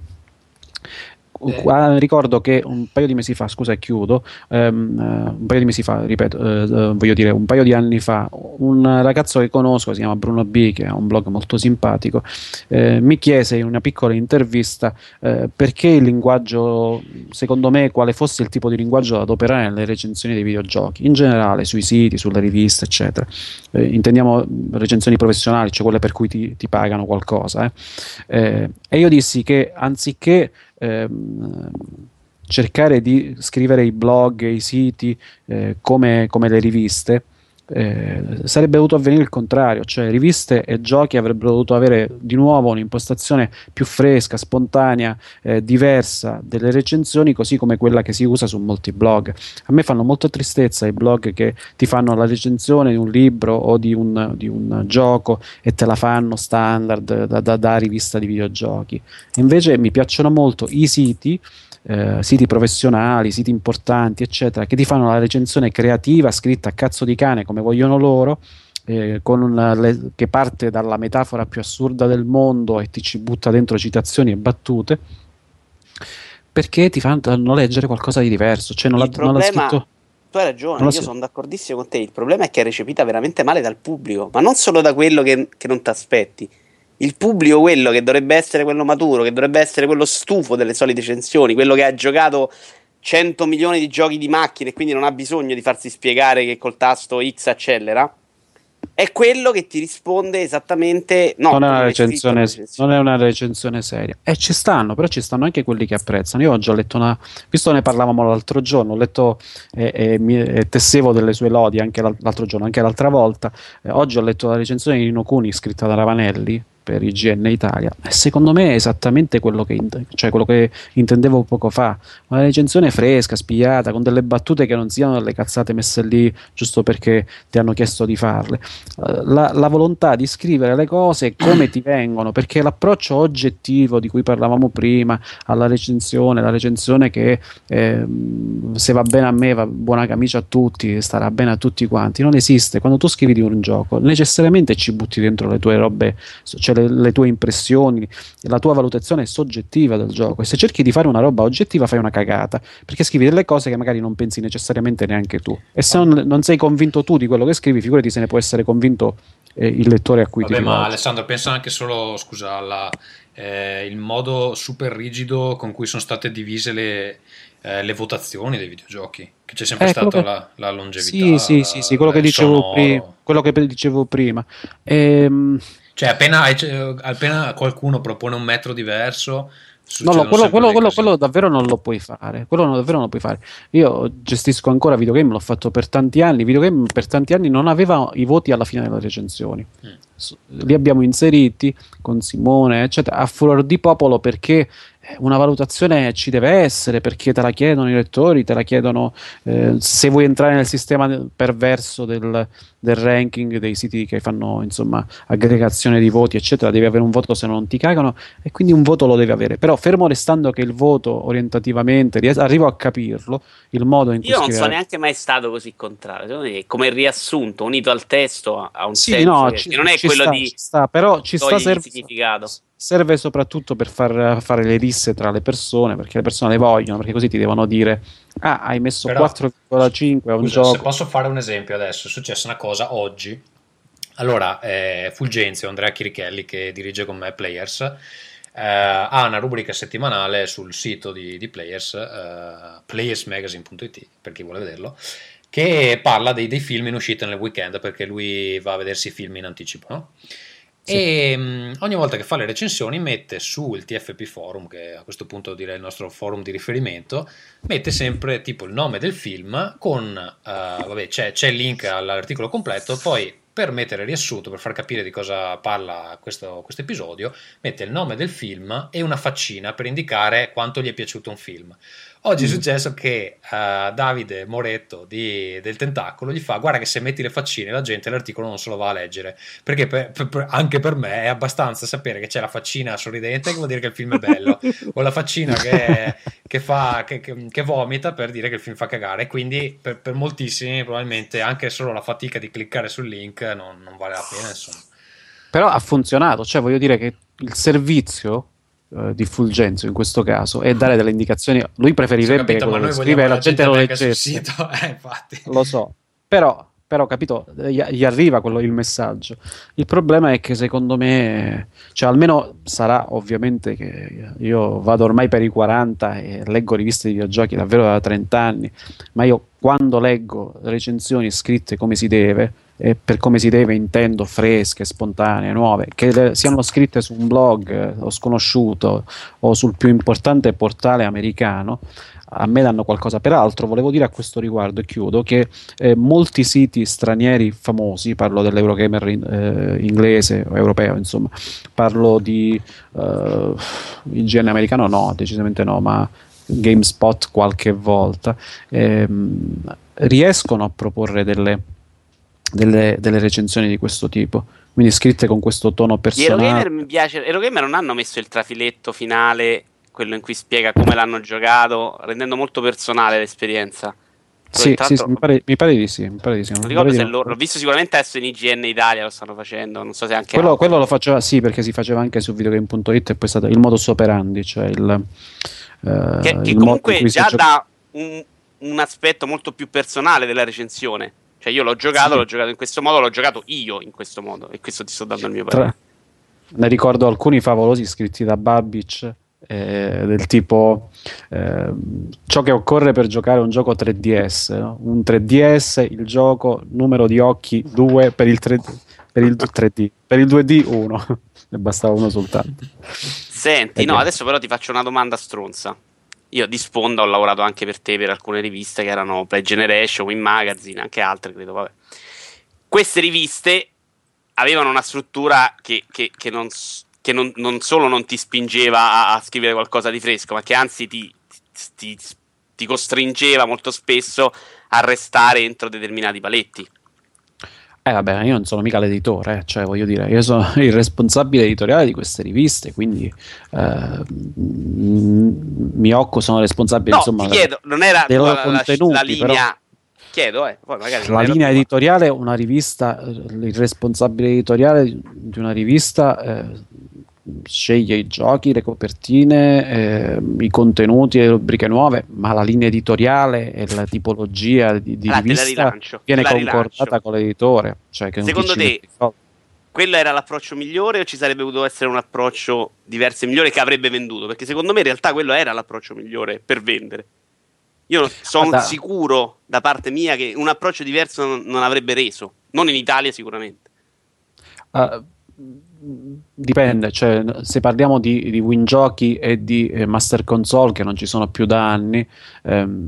eh. ricordo che un paio di mesi fa, scusa e chiudo, um, uh, un paio di mesi fa, ripeto, uh, voglio dire un paio di anni fa, un ragazzo che conosco, si chiama Bruno B, che ha un blog molto simpatico, eh, mi chiese in una piccola intervista eh, perché il linguaggio, secondo me, quale fosse il tipo di linguaggio da adoperare nelle recensioni dei videogiochi, in generale, sui siti, sulle riviste, eccetera. Eh, intendiamo recensioni professionali, cioè quelle per cui ti, ti pagano qualcosa. Eh. Eh, e io dissi che anziché Ehm, cercare di scrivere i blog e i siti eh, come, come le riviste, eh, sarebbe dovuto avvenire il contrario, cioè riviste e giochi avrebbero dovuto avere di nuovo un'impostazione più fresca, spontanea, eh, diversa delle recensioni, così come quella che si usa su molti blog. A me fanno molta tristezza i blog che ti fanno la recensione di un libro o di un, di un gioco e te la fanno standard da, da, da rivista di videogiochi. Invece mi piacciono molto i siti Eh, siti professionali, siti importanti, eccetera, che ti fanno la recensione creativa, scritta a cazzo di cane come vogliono loro, eh, con una, le, che parte dalla metafora più assurda del mondo e ti ci butta dentro citazioni e battute, perché ti fanno leggere qualcosa di diverso. Cioè non, Il l'ha, non l'ha problema, scritto. tu hai ragione, Non io l'ha scritto. sono d'accordissimo con te. Il problema è che è recepita veramente male dal pubblico, ma non solo da quello che, che non ti aspetti. Il pubblico, quello che dovrebbe essere quello maturo, che dovrebbe essere quello stufo delle solite recensioni, quello che ha giocato cento milioni di giochi di macchine e quindi non ha bisogno di farsi spiegare che col tasto X accelera, è quello che ti risponde esattamente no, Non è, una come è scritto nella recensione, recensione. non è una recensione seria. E ci stanno, però ci stanno anche quelli che apprezzano. Io oggi ho letto una. Visto ne parlavamo l'altro giorno, ho letto e, e, mi- e tessevo delle sue lodi anche l'al- l'altro giorno, anche l'altra volta. Eh, oggi ho letto la recensione di Nino Kuni scritta da Ravanelli per I G N Italia. E secondo me è esattamente quello che, int- cioè quello che intendevo poco fa. Una recensione fresca, spigliata, con delle battute che non siano delle cazzate messe lì giusto perché ti hanno chiesto di farle. Eh, La, la volontà di scrivere le cose come ti vengono, perché l'approccio oggettivo di cui parlavamo prima alla recensione, la recensione che ehm, se va bene a me va buona camicia a tutti, starà bene a tutti quanti, non esiste. Quando tu scrivi di un gioco necessariamente ci butti dentro le tue robe, cioè le, le tue impressioni, la tua valutazione soggettiva del gioco, e se cerchi di fare una roba oggettiva fai una cagata, perché scrivi delle cose che magari non pensi necessariamente neanche tu, e se non, non sei convinto tu di quello che scrivi, figurati se ne può essere convinto eh, il lettore a cui Vabbè, ti ma rivolgi. Alessandro, pensa anche solo, scusa, alla, eh, il modo super rigido con cui sono state divise le, eh, le votazioni dei videogiochi, che c'è sempre Eh, quello stata che... la, la Sì, longevità, sì, sì, sì, quello la- che il dicevo, pri- sonoro. quello che dicevo prima. Ehm, Cioè, appena, hai- appena qualcuno propone un metro diverso, No, no, succedono quello, sempre quello- dei quello- casini. quello davvero non lo puoi fare. Quello non- davvero non lo puoi fare. Io gestisco ancora videogame, l'ho fatto per tanti anni. Videogame per tanti anni non aveva i voti alla fine delle recensioni. Mm. S- Li abbiamo inseriti con Simone, eccetera, a furor di popolo, perché eh, una valutazione ci deve essere, perché te la chiedono i lettori, te la chiedono eh, se vuoi entrare nel sistema perverso del, del ranking dei siti che fanno insomma aggregazione di voti, eccetera, devi avere un voto, se no non ti cagano, e quindi un voto lo deve avere. Però fermo restando che il voto orientativamente ries- arrivo a capirlo, il modo in cui Io non sono scrivere. neanche mai stato così contrario. Secondo me, come riassunto unito al testo ha, ha un Sì, senso no, che, ci, che non è ci quello sta, di ci sta, però ci sta, togliergli serve, significato. serve soprattutto per far fare le risse tra le persone, perché le persone le vogliono, perché così ti devono dire, ah, hai messo Però, quattro virgola cinque a un scusa, se gioco. posso fare un esempio adesso, è successa una cosa oggi. Allora, eh, Fulgenzio, Andrea Chirichelli, che dirige con me Players, eh, ha una rubrica settimanale sul sito di, di Players, eh, playersmagazine punto it, per chi vuole vederlo, che parla dei, dei film in uscita nel weekend, perché lui va a vedersi i film in anticipo, no? Sì. E mh, ogni volta che fa le recensioni mette sul T F P Forum, che a questo punto direi il nostro forum di riferimento, mette sempre tipo il nome del film con, eh, vabbè, c'è, c'è il link all'articolo completo, poi per mettere riassunto, per far capire di cosa parla questo, questo episodio, mette il nome del film e una faccina per indicare quanto gli è piaciuto un film. Oggi è successo che uh, Davide Moretto di, del Tentacolo gli fa: guarda che se metti le faccine la gente l'articolo non se lo va a leggere, perché per, per, per, anche per me è abbastanza sapere che c'è la faccina sorridente che vuol dire che il film è bello, o la faccina che, che, fa, che, che, che vomita per dire che il film fa cagare. Quindi per, per moltissimi probabilmente anche solo la fatica di cliccare sul link non, non vale la pena, insomma. Però ha funzionato, cioè voglio dire che il servizio eh, di Fulgenzio in questo caso è dare delle indicazioni. Lui preferirebbe capito, che quello ma noi che scrive vogliamo la gente lo venga sul leggesse. sito, eh, infatti. Lo so, però, però capito, gli, gli arriva quello, il messaggio. Il problema è che secondo me, cioè almeno sarà ovviamente che io vado ormai per i quaranta e leggo riviste di videogiochi davvero da trenta anni, ma io quando leggo recensioni scritte come si deve, e per come si deve intendo fresche, spontanee, nuove, che le, siano scritte su un blog eh, o sconosciuto o sul più importante portale americano, a me danno qualcosa. Peraltro volevo dire a questo riguardo, e chiudo, che eh, molti siti stranieri famosi, parlo dell'Eurogamer in, eh, inglese o europeo, insomma, parlo di eh, I G N americano, no, decisamente no, ma GameSpot qualche volta, ehm, riescono a proporre delle Delle, delle recensioni di questo tipo, quindi scritte con questo tono Di personale. Eurogamer mi piace. Eurogamer non hanno messo il trafiletto finale, quello in cui spiega come l'hanno giocato, rendendo molto personale l'esperienza. Sì, sì, sì, mi, pare, mi pare di sì. Mi pare di sì. Non ricordo se lo, l'ho visto sicuramente adesso in I G N Italia lo stanno facendo, non so se anche quello, quello lo faceva, sì, perché si faceva anche su videogame punto it e poi è stato il modus operandi, cioè il, eh, che, che il comunque già gioca... dà un, un aspetto molto più personale della recensione. Cioè io l'ho giocato, sì. l'ho giocato in questo modo, l'ho giocato io in questo modo e questo ti sto dando il mio parere. Tra... Ne ricordo alcuni favolosi scritti da Babic. Eh, del tipo eh, ciò che occorre per giocare un gioco tre D S, no? Un tre D S, il gioco, numero di occhi due per il tre D, per il tre D, per il due D uno, ne bastava uno soltanto. Senti, e no, bene. Adesso però ti faccio una domanda stronza. Io di sponda ho lavorato anche per te per alcune riviste che erano Play Generation, Win Magazine, anche altre credo, vabbè. Queste riviste avevano una struttura che, che, che non che non, non solo non ti spingeva a, a scrivere qualcosa di fresco, ma che anzi ti, ti, ti costringeva molto spesso a restare entro determinati paletti. Eh vabbè, io non sono mica l'editore, eh. Cioè voglio dire, io sono il responsabile editoriale di queste riviste, quindi eh, mi occupo, sono responsabile, no, insomma, ti chiedo, non era dei loro la, contenuti, la linea... però... Chiedo, eh, poi magari la linea editoriale, una rivista, il responsabile editoriale di una rivista eh, sceglie i giochi, le copertine, eh, i contenuti, le rubriche nuove, ma la linea editoriale e la tipologia di, di ah, rivista rilancio, viene concordata rilancio. con l'editore. Cioè che secondo te quello era l'approccio migliore o ci sarebbe potuto essere un approccio diverso e migliore che avrebbe venduto? Perché secondo me in realtà quello era l'approccio migliore per vendere. Io sono da... sicuro da parte mia che un approccio diverso non, non avrebbe reso, non in Italia sicuramente. Uh, dipende, cioè se parliamo di, di Win Giochi e di eh, Master Console che non ci sono più da anni, ehm,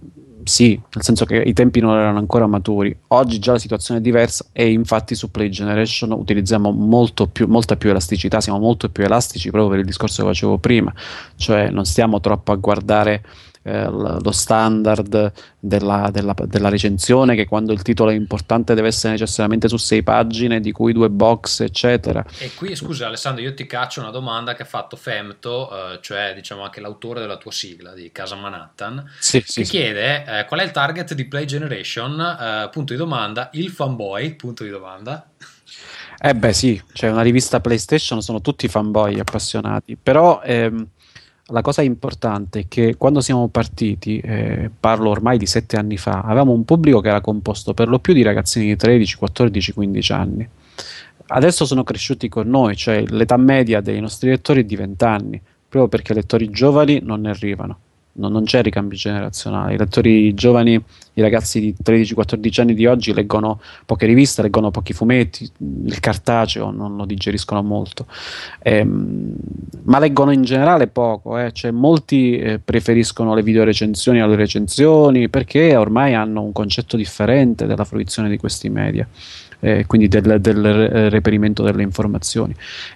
sì, nel senso che i tempi non erano ancora maturi. Oggi già la situazione è diversa e infatti su Play Generation utilizziamo molto più, molta più elasticità, siamo molto più elastici proprio per il discorso che facevo prima, cioè non stiamo troppo a guardare lo standard della, della, della recensione, che quando il titolo è importante deve essere necessariamente su sei pagine, di cui due box, eccetera. E qui scusa Alessandro, io ti caccio una domanda che ha fatto Femto, eh, cioè diciamo anche l'autore della tua sigla di Casa Manhattan, sì, che sì, chiede eh, qual è il target di Play Generation, eh, punto di domanda, il fanboy, punto di domanda. Eh beh sì, cioè una rivista PlayStation sono tutti fanboy appassionati, però ehm, la cosa importante è che quando siamo partiti, eh, parlo ormai di sette anni fa, avevamo un pubblico che era composto per lo più di ragazzini di tredici, quattordici, quindici anni. Adesso sono cresciuti con noi, cioè l'età media dei nostri lettori è di venti anni, proprio perché lettori giovani non ne arrivano. Non, non c'è ricambio generazionale. I lettori giovani, i ragazzi di tredici quattordici anni di oggi leggono poche riviste, leggono pochi fumetti, il cartaceo non lo digeriscono molto, ehm, ma leggono in generale poco, eh. Cioè, molti eh, preferiscono le videorecensioni alle recensioni perché ormai hanno un concetto differente della fruizione di questi media, eh, quindi del, del reperimento delle informazioni.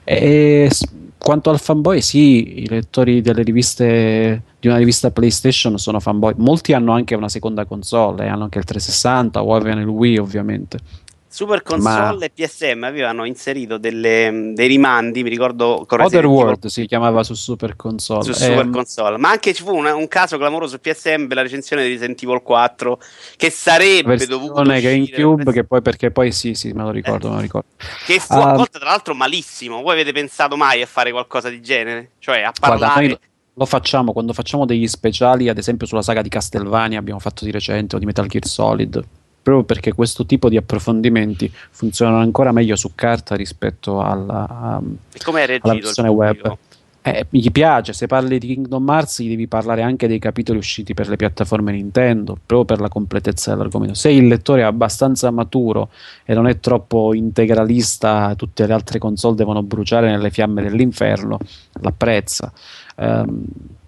E quanto al fanboy, sì, i lettori delle riviste, di una rivista PlayStation sono fanboy. Molti hanno anche una seconda console, eh, hanno anche il trecentosessanta o avevano il Wii, ovviamente. Super Console Ma... e P S M avevano inserito delle, dei rimandi, mi ricordo Otherworld si chiamava su Super Console. Su Super ehm... Console. Ma anche ci fu una, un caso clamoroso su P S M per la recensione di Resident Evil quattro che sarebbe dovuto uscire GameCube, per... che poi perché poi sì, sì, me lo ricordo, eh. me lo ricordo. Che fu uh... accolta tra l'altro malissimo. Voi avete pensato mai a fare qualcosa di genere? Cioè a parlare Guarda, lo facciamo quando facciamo degli speciali, ad esempio sulla saga di Castlevania abbiamo fatto di recente, o di Metal Gear Solid, proprio perché questo tipo di approfondimenti funzionano ancora meglio su carta rispetto alla, alla versione web. Eh, gli piace, se parli di Kingdom Hearts gli devi parlare anche dei capitoli usciti per le piattaforme Nintendo, proprio per la completezza dell'argomento. Se il lettore è abbastanza maturo e non è troppo integralista, tutte le altre console devono bruciare nelle fiamme dell'inferno, l'apprezza. Um,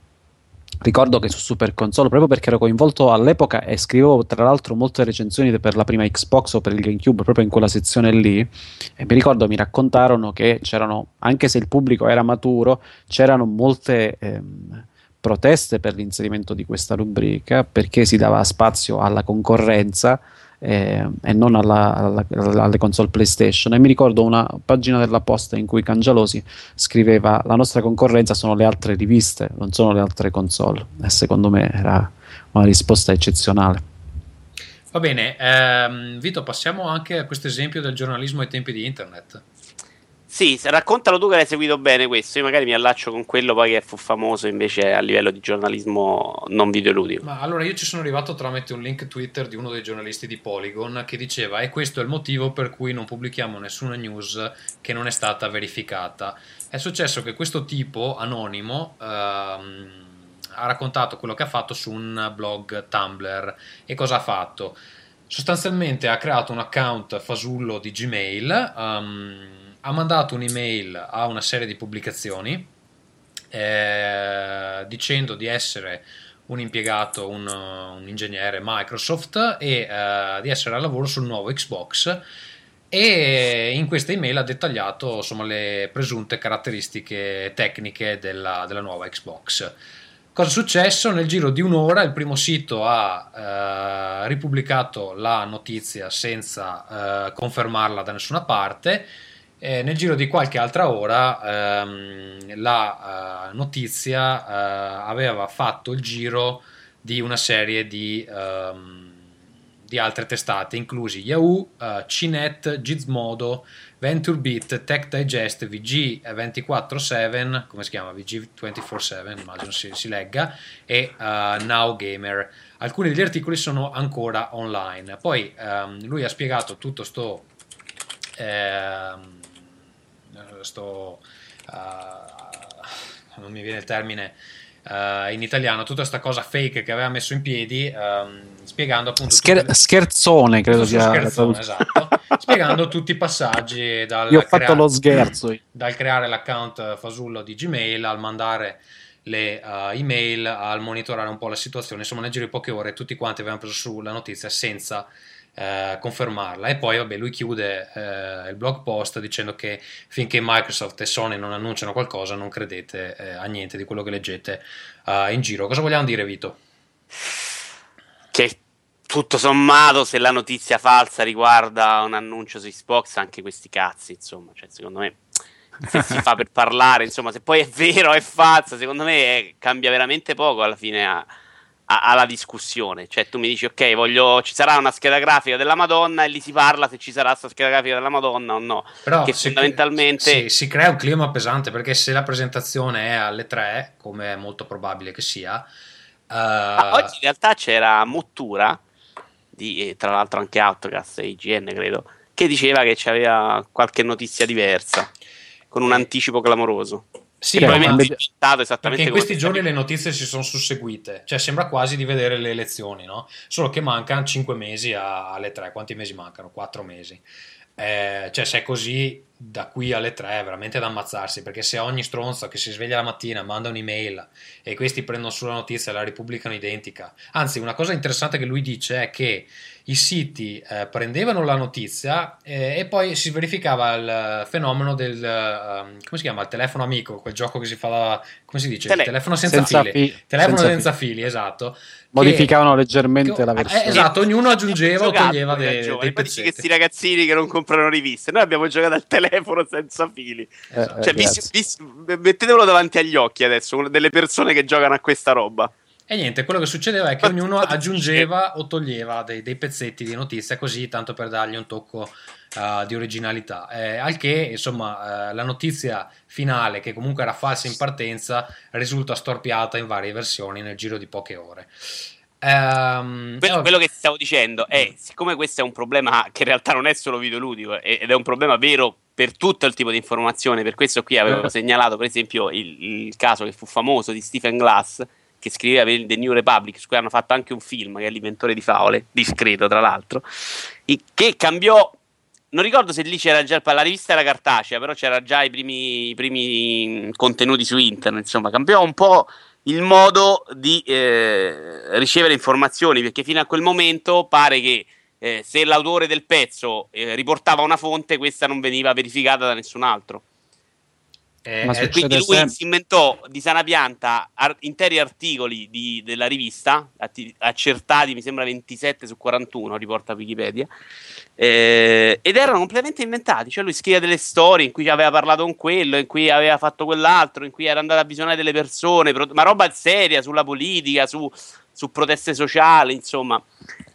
Ricordo che su Super Console, proprio perché ero coinvolto all'epoca e scrivevo tra l'altro molte recensioni per la prima Xbox o per il GameCube, proprio in quella sezione lì, e mi ricordo mi raccontarono che c'erano, anche se il pubblico era maturo, c'erano molte ehm, proteste per l'inserimento di questa rubrica, perché si dava spazio alla concorrenza eh, e non alla, alla, alle console PlayStation. E mi ricordo una pagina della Posta in cui Cangialosi scriveva: la nostra concorrenza sono le altre riviste, non sono le altre console, e secondo me era una risposta eccezionale. Va bene, ehm, Vito, passiamo anche a questo esempio del giornalismo ai tempi di internet. Sì, raccontalo tu che l'hai seguito bene questo, io magari mi allaccio con quello poi che fu famoso invece a livello di giornalismo non videoludico. Ma allora io ci sono arrivato tramite un link Twitter di uno dei giornalisti di Polygon che diceva e questo è il motivo per cui non pubblichiamo nessuna news che non è stata verificata. È successo che questo tipo anonimo ehm, ha raccontato quello che ha fatto su un blog Tumblr. E cosa ha fatto? Sostanzialmente ha creato un account fasullo di Gmail, um, ha mandato un'email a una serie di pubblicazioni eh, dicendo di essere un impiegato, un, un ingegnere Microsoft e eh, di essere al lavoro sul nuovo Xbox, e in questa email ha dettagliato insomma le presunte caratteristiche tecniche della, della nuova Xbox. Cosa è successo? Nel giro di un'ora il primo sito ha eh, ripubblicato la notizia senza eh, confermarla da nessuna parte. Eh, nel giro di qualche altra ora ehm, la uh, notizia uh, aveva fatto il giro di una serie di, um, di altre testate, inclusi Yahoo, uh, C net, Gizmodo, VentureBeat, Tech Digest, V G ventiquattro sette, come si chiama? V G ventiquattro sette, immagino si, si legga, e uh, Now Gamer. Alcuni degli articoli sono ancora online. Poi um, lui ha spiegato tutto sto... Eh, sto uh, non mi viene il termine uh, in italiano, tutta questa cosa fake che aveva messo in piedi, um, spiegando appunto Scher- le... scherzone credo sia scherzone, esatto, spiegando tutti i passaggi dal io ho fatto crea... lo scherzo dal creare l'account fasullo di Gmail al mandare le uh, email, al monitorare un po' la situazione. Insomma, nel giro di poche ore tutti quanti avevano preso su la notizia senza Eh, confermarla. E poi vabbè, lui chiude eh, il blog post dicendo che finché Microsoft e Sony non annunciano qualcosa non credete eh, a niente di quello che leggete uh, in giro. Cosa vogliamo dire, Vito? Che tutto sommato, se la notizia falsa riguarda un annuncio su Xbox, anche questi cazzi, insomma, cioè, secondo me se si fa per parlare, insomma, se poi è vero o è falsa, secondo me è, cambia veramente poco alla fine a alla discussione. Cioè tu mi dici ok, voglio, ci sarà una scheda grafica della Madonna e lì si parla se ci sarà questa scheda grafica della Madonna o no. Però che si, fondamentalmente si, si crea un clima pesante, perché se la presentazione è alle tre, come è molto probabile che sia, uh... ah, oggi in realtà c'era Mottura di, eh, tra l'altro anche Outcast e I G N credo, che diceva che c'aveva qualche notizia diversa con un eh. anticipo clamoroso. Sì, che ma probabilmente ma, è esattamente perché in questi giorni le notizie si sono susseguite, cioè sembra quasi di vedere le elezioni, no? Solo che mancano cinque mesi a, alle tre. Quanti mesi mancano? quattro mesi. Eh, cioè se è così da qui alle tre è veramente da ammazzarsi, perché se ogni stronzo che si sveglia la mattina manda un'email e questi prendono sulla notizia e la ripubblicano identica. Anzi, una cosa interessante che lui dice è che i siti eh, prendevano la notizia eh, e poi si verificava il fenomeno del um, come si chiama? Il telefono amico, quel gioco che si fa da, come si dice? Tele- il telefono senza, senza fili. Fi- telefono senza, senza fili. fili, esatto. Modificavano che, leggermente che, la versione. Eh, esatto, ognuno aggiungeva o toglieva dei, dei pezzetti. pezzetti. Questi ragazzini che non comprano riviste, noi abbiamo giocato al telefono senza fili. Eh, cioè, eh, vi, vi, mettetevelo davanti agli occhi adesso, delle persone che giocano a questa roba. E niente, quello che succedeva è che ognuno aggiungeva o toglieva dei, dei pezzetti di notizia, così tanto per dargli un tocco uh, di originalità. Eh, al che, insomma, uh, la notizia finale, che comunque era falsa in partenza, risulta storpiata in varie versioni nel giro di poche ore. Um, quello, quello che stavo dicendo è, siccome questo è un problema che in realtà non è solo videoludico ed è un problema vero per tutto il tipo di informazione, per questo qui avevo segnalato per esempio il, il caso che fu famoso di Stephen Glass, che scriveva per The New Republic, su cui hanno fatto anche un film, che è L'Inventore di favole, discreto tra l'altro, che cambiò, non ricordo se lì c'era già, la rivista era cartacea, però c'era già i primi, i primi contenuti su internet, insomma, cambiò un po' il modo di eh, ricevere informazioni, perché fino a quel momento pare che eh, se l'autore del pezzo eh, riportava una fonte, questa non veniva verificata da nessun altro. Eh, Ma quindi lui sempre... si inventò di sana pianta ar- interi articoli di, della rivista, atti- accertati mi sembra ventisette su quarantuno, riporta Wikipedia, eh, ed erano completamente inventati. Cioè lui scrive delle storie in cui aveva parlato con quello, in cui aveva fatto quell'altro, in cui era andato a visionare delle persone, pro- ma roba seria sulla politica, su, su proteste sociali, insomma.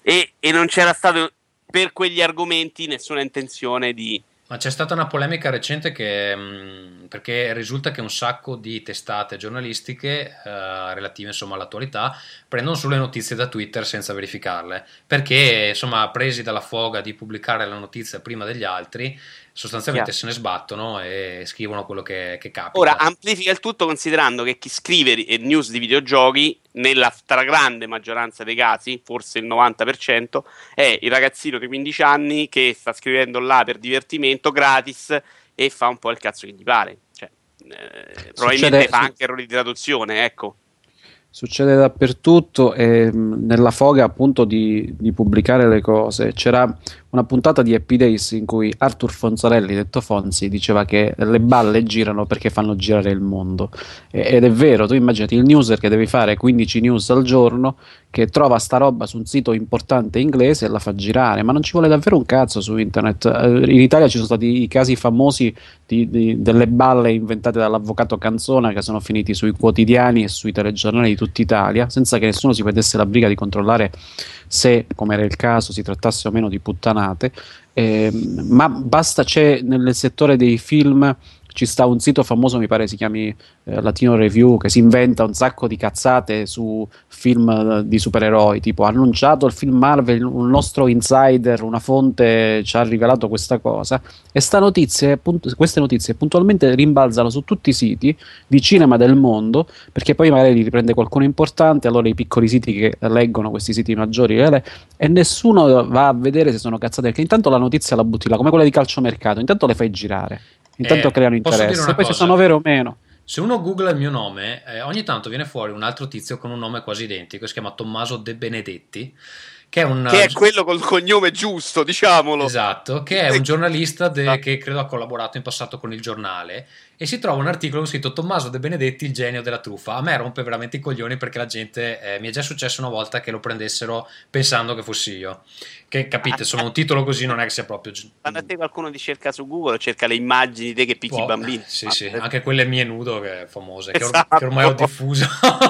e, e non c'era stato per quegli argomenti nessuna intenzione di... Ma c'è stata una polemica recente che, mh, perché risulta che un sacco di testate giornalistiche eh, relative insomma all'attualità prendono sulle notizie da Twitter senza verificarle, perché insomma presi dalla foga di pubblicare la notizia prima degli altri sostanzialmente Chiaro. se ne sbattono e scrivono quello che, che capita. Ora amplifica il tutto considerando che chi scrive ri- news di videogiochi nella stragrande maggioranza dei casi, forse il novanta per cento, è il ragazzino di quindici anni che sta scrivendo là per divertimento gratis e fa un po' il cazzo che gli pare, cioè, eh, probabilmente Succede- fa anche errori di traduzione, ecco. Succede dappertutto e mh, nella foga appunto di, di pubblicare le cose c'era una puntata di Happy Days in cui Arthur Fonzarelli, detto Fonzi, diceva che le balle girano perché fanno girare il mondo. E- ed è vero, tu immaginati il newser che devi fare quindici news al giorno, che trova sta roba su un sito importante inglese e la fa girare, ma non ci vuole davvero un cazzo su internet. Eh, in Italia ci sono stati i casi famosi di- di- delle balle inventate dall'avvocato Canzona che sono finiti sui quotidiani e sui telegiornali di tutta Italia senza che nessuno si prendesse la briga di controllare se, come era il caso, si trattasse o meno di puttanate. Eh, ma basta, c'è nel settore dei film, ci sta un sito famoso, mi pare si chiami eh, Latino Review, che si inventa un sacco di cazzate su film eh, di supereroi, tipo ha annunciato il film Marvel, un nostro insider, una fonte ci ha rivelato questa cosa, e sta notizie, punt- queste notizie puntualmente rimbalzano su tutti i siti di cinema del mondo, perché poi magari li riprende qualcuno importante, allora i piccoli siti che leggono questi siti maggiori eh, le- e nessuno va a vedere se sono cazzate, perché intanto la notizia la butti là, come quella di calciomercato, intanto le fai girare. Intanto Eh, creano posso dire interesse, una poi se cosa? sono vere o meno. Se uno googla il mio nome, eh, ogni tanto viene fuori un altro tizio con un nome quasi identico, si chiama Tommaso De Benedetti, che è un... Che è quello col cognome giusto, diciamolo. Esatto, che è un giornalista de- che credo ha collaborato in passato con il Giornale, e si trova un articolo scritto Tommaso De Benedetti, il genio della truffa. A me rompe veramente i coglioni perché la gente, eh, mi è già successo una volta che lo prendessero pensando che fossi io, che capite, insomma un titolo così non è che sia proprio gi- Quando a te qualcuno ti cerca su Google, cerca le immagini di te che picchi i Può- bambini. Sì, Ma- sì, anche quelle mie nudo che famose, che, or- Esatto. che ormai ho diffuso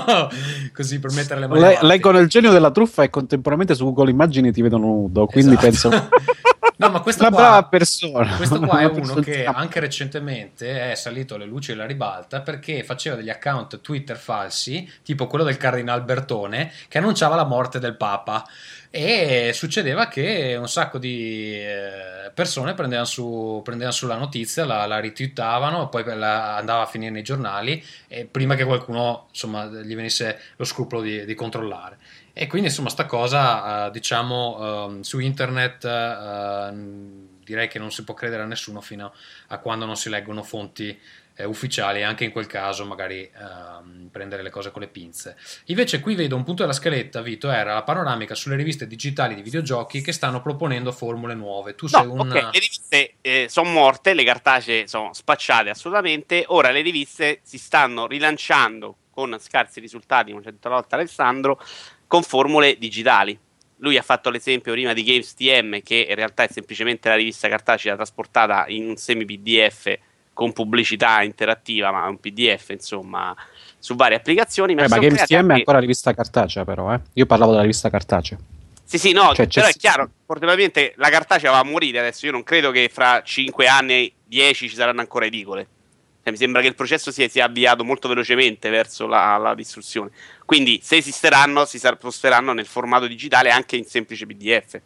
così per mettere le mani Le- avanti. leggono il genio della truffa e contemporaneamente su Google Immagini ti vedono nudo, quindi Esatto. penso No, ma questo una qua, brava persona. questo qua è Una uno persona- che anche recentemente è salito alle luci della ribalta perché faceva degli account Twitter falsi, tipo quello del Cardinal Bertone, che annunciava la morte del Papa. E succedeva che un sacco di eh, persone prendevano su, prendevano sulla notizia, la, la ritwittavano, poi la- andava a finire nei giornali, e prima che qualcuno insomma gli venisse lo scrupolo di, di controllare. E quindi insomma sta cosa, eh, diciamo, ehm, su internet, eh, direi che non si può credere a nessuno fino a quando non si leggono fonti eh, ufficiali, e anche in quel caso magari ehm, prendere le cose con le pinze. Invece qui vedo un punto della scaletta, Vito, era la panoramica sulle riviste digitali di videogiochi che stanno proponendo formule nuove. Tu sei No, un... ok, le riviste eh, sono morte, le cartacee sono spacciate assolutamente. Ora le riviste si stanno rilanciando con scarsi risultati, come c'è detto l'altra volta Alessandro, con formule digitali. Lui ha fatto l'esempio prima di Games T M, che in realtà è semplicemente la rivista cartacea trasportata in un semi P D F con pubblicità interattiva, ma un P D F insomma su varie applicazioni. Eh, ma sono Games T creati M è anche- ancora rivista cartacea, però, eh. Io parlavo della rivista cartacea. Sì, sì, no, Cioè, c'è- però è chiaro, fortunatamente la cartacea va a morire adesso. Io non credo che fra cinque anni, dieci ci saranno ancora edicole. Cioè, mi sembra che il processo si sia avviato molto velocemente verso la, la distruzione. Quindi, se esisteranno, si sposteranno nel formato digitale anche in semplice P D F.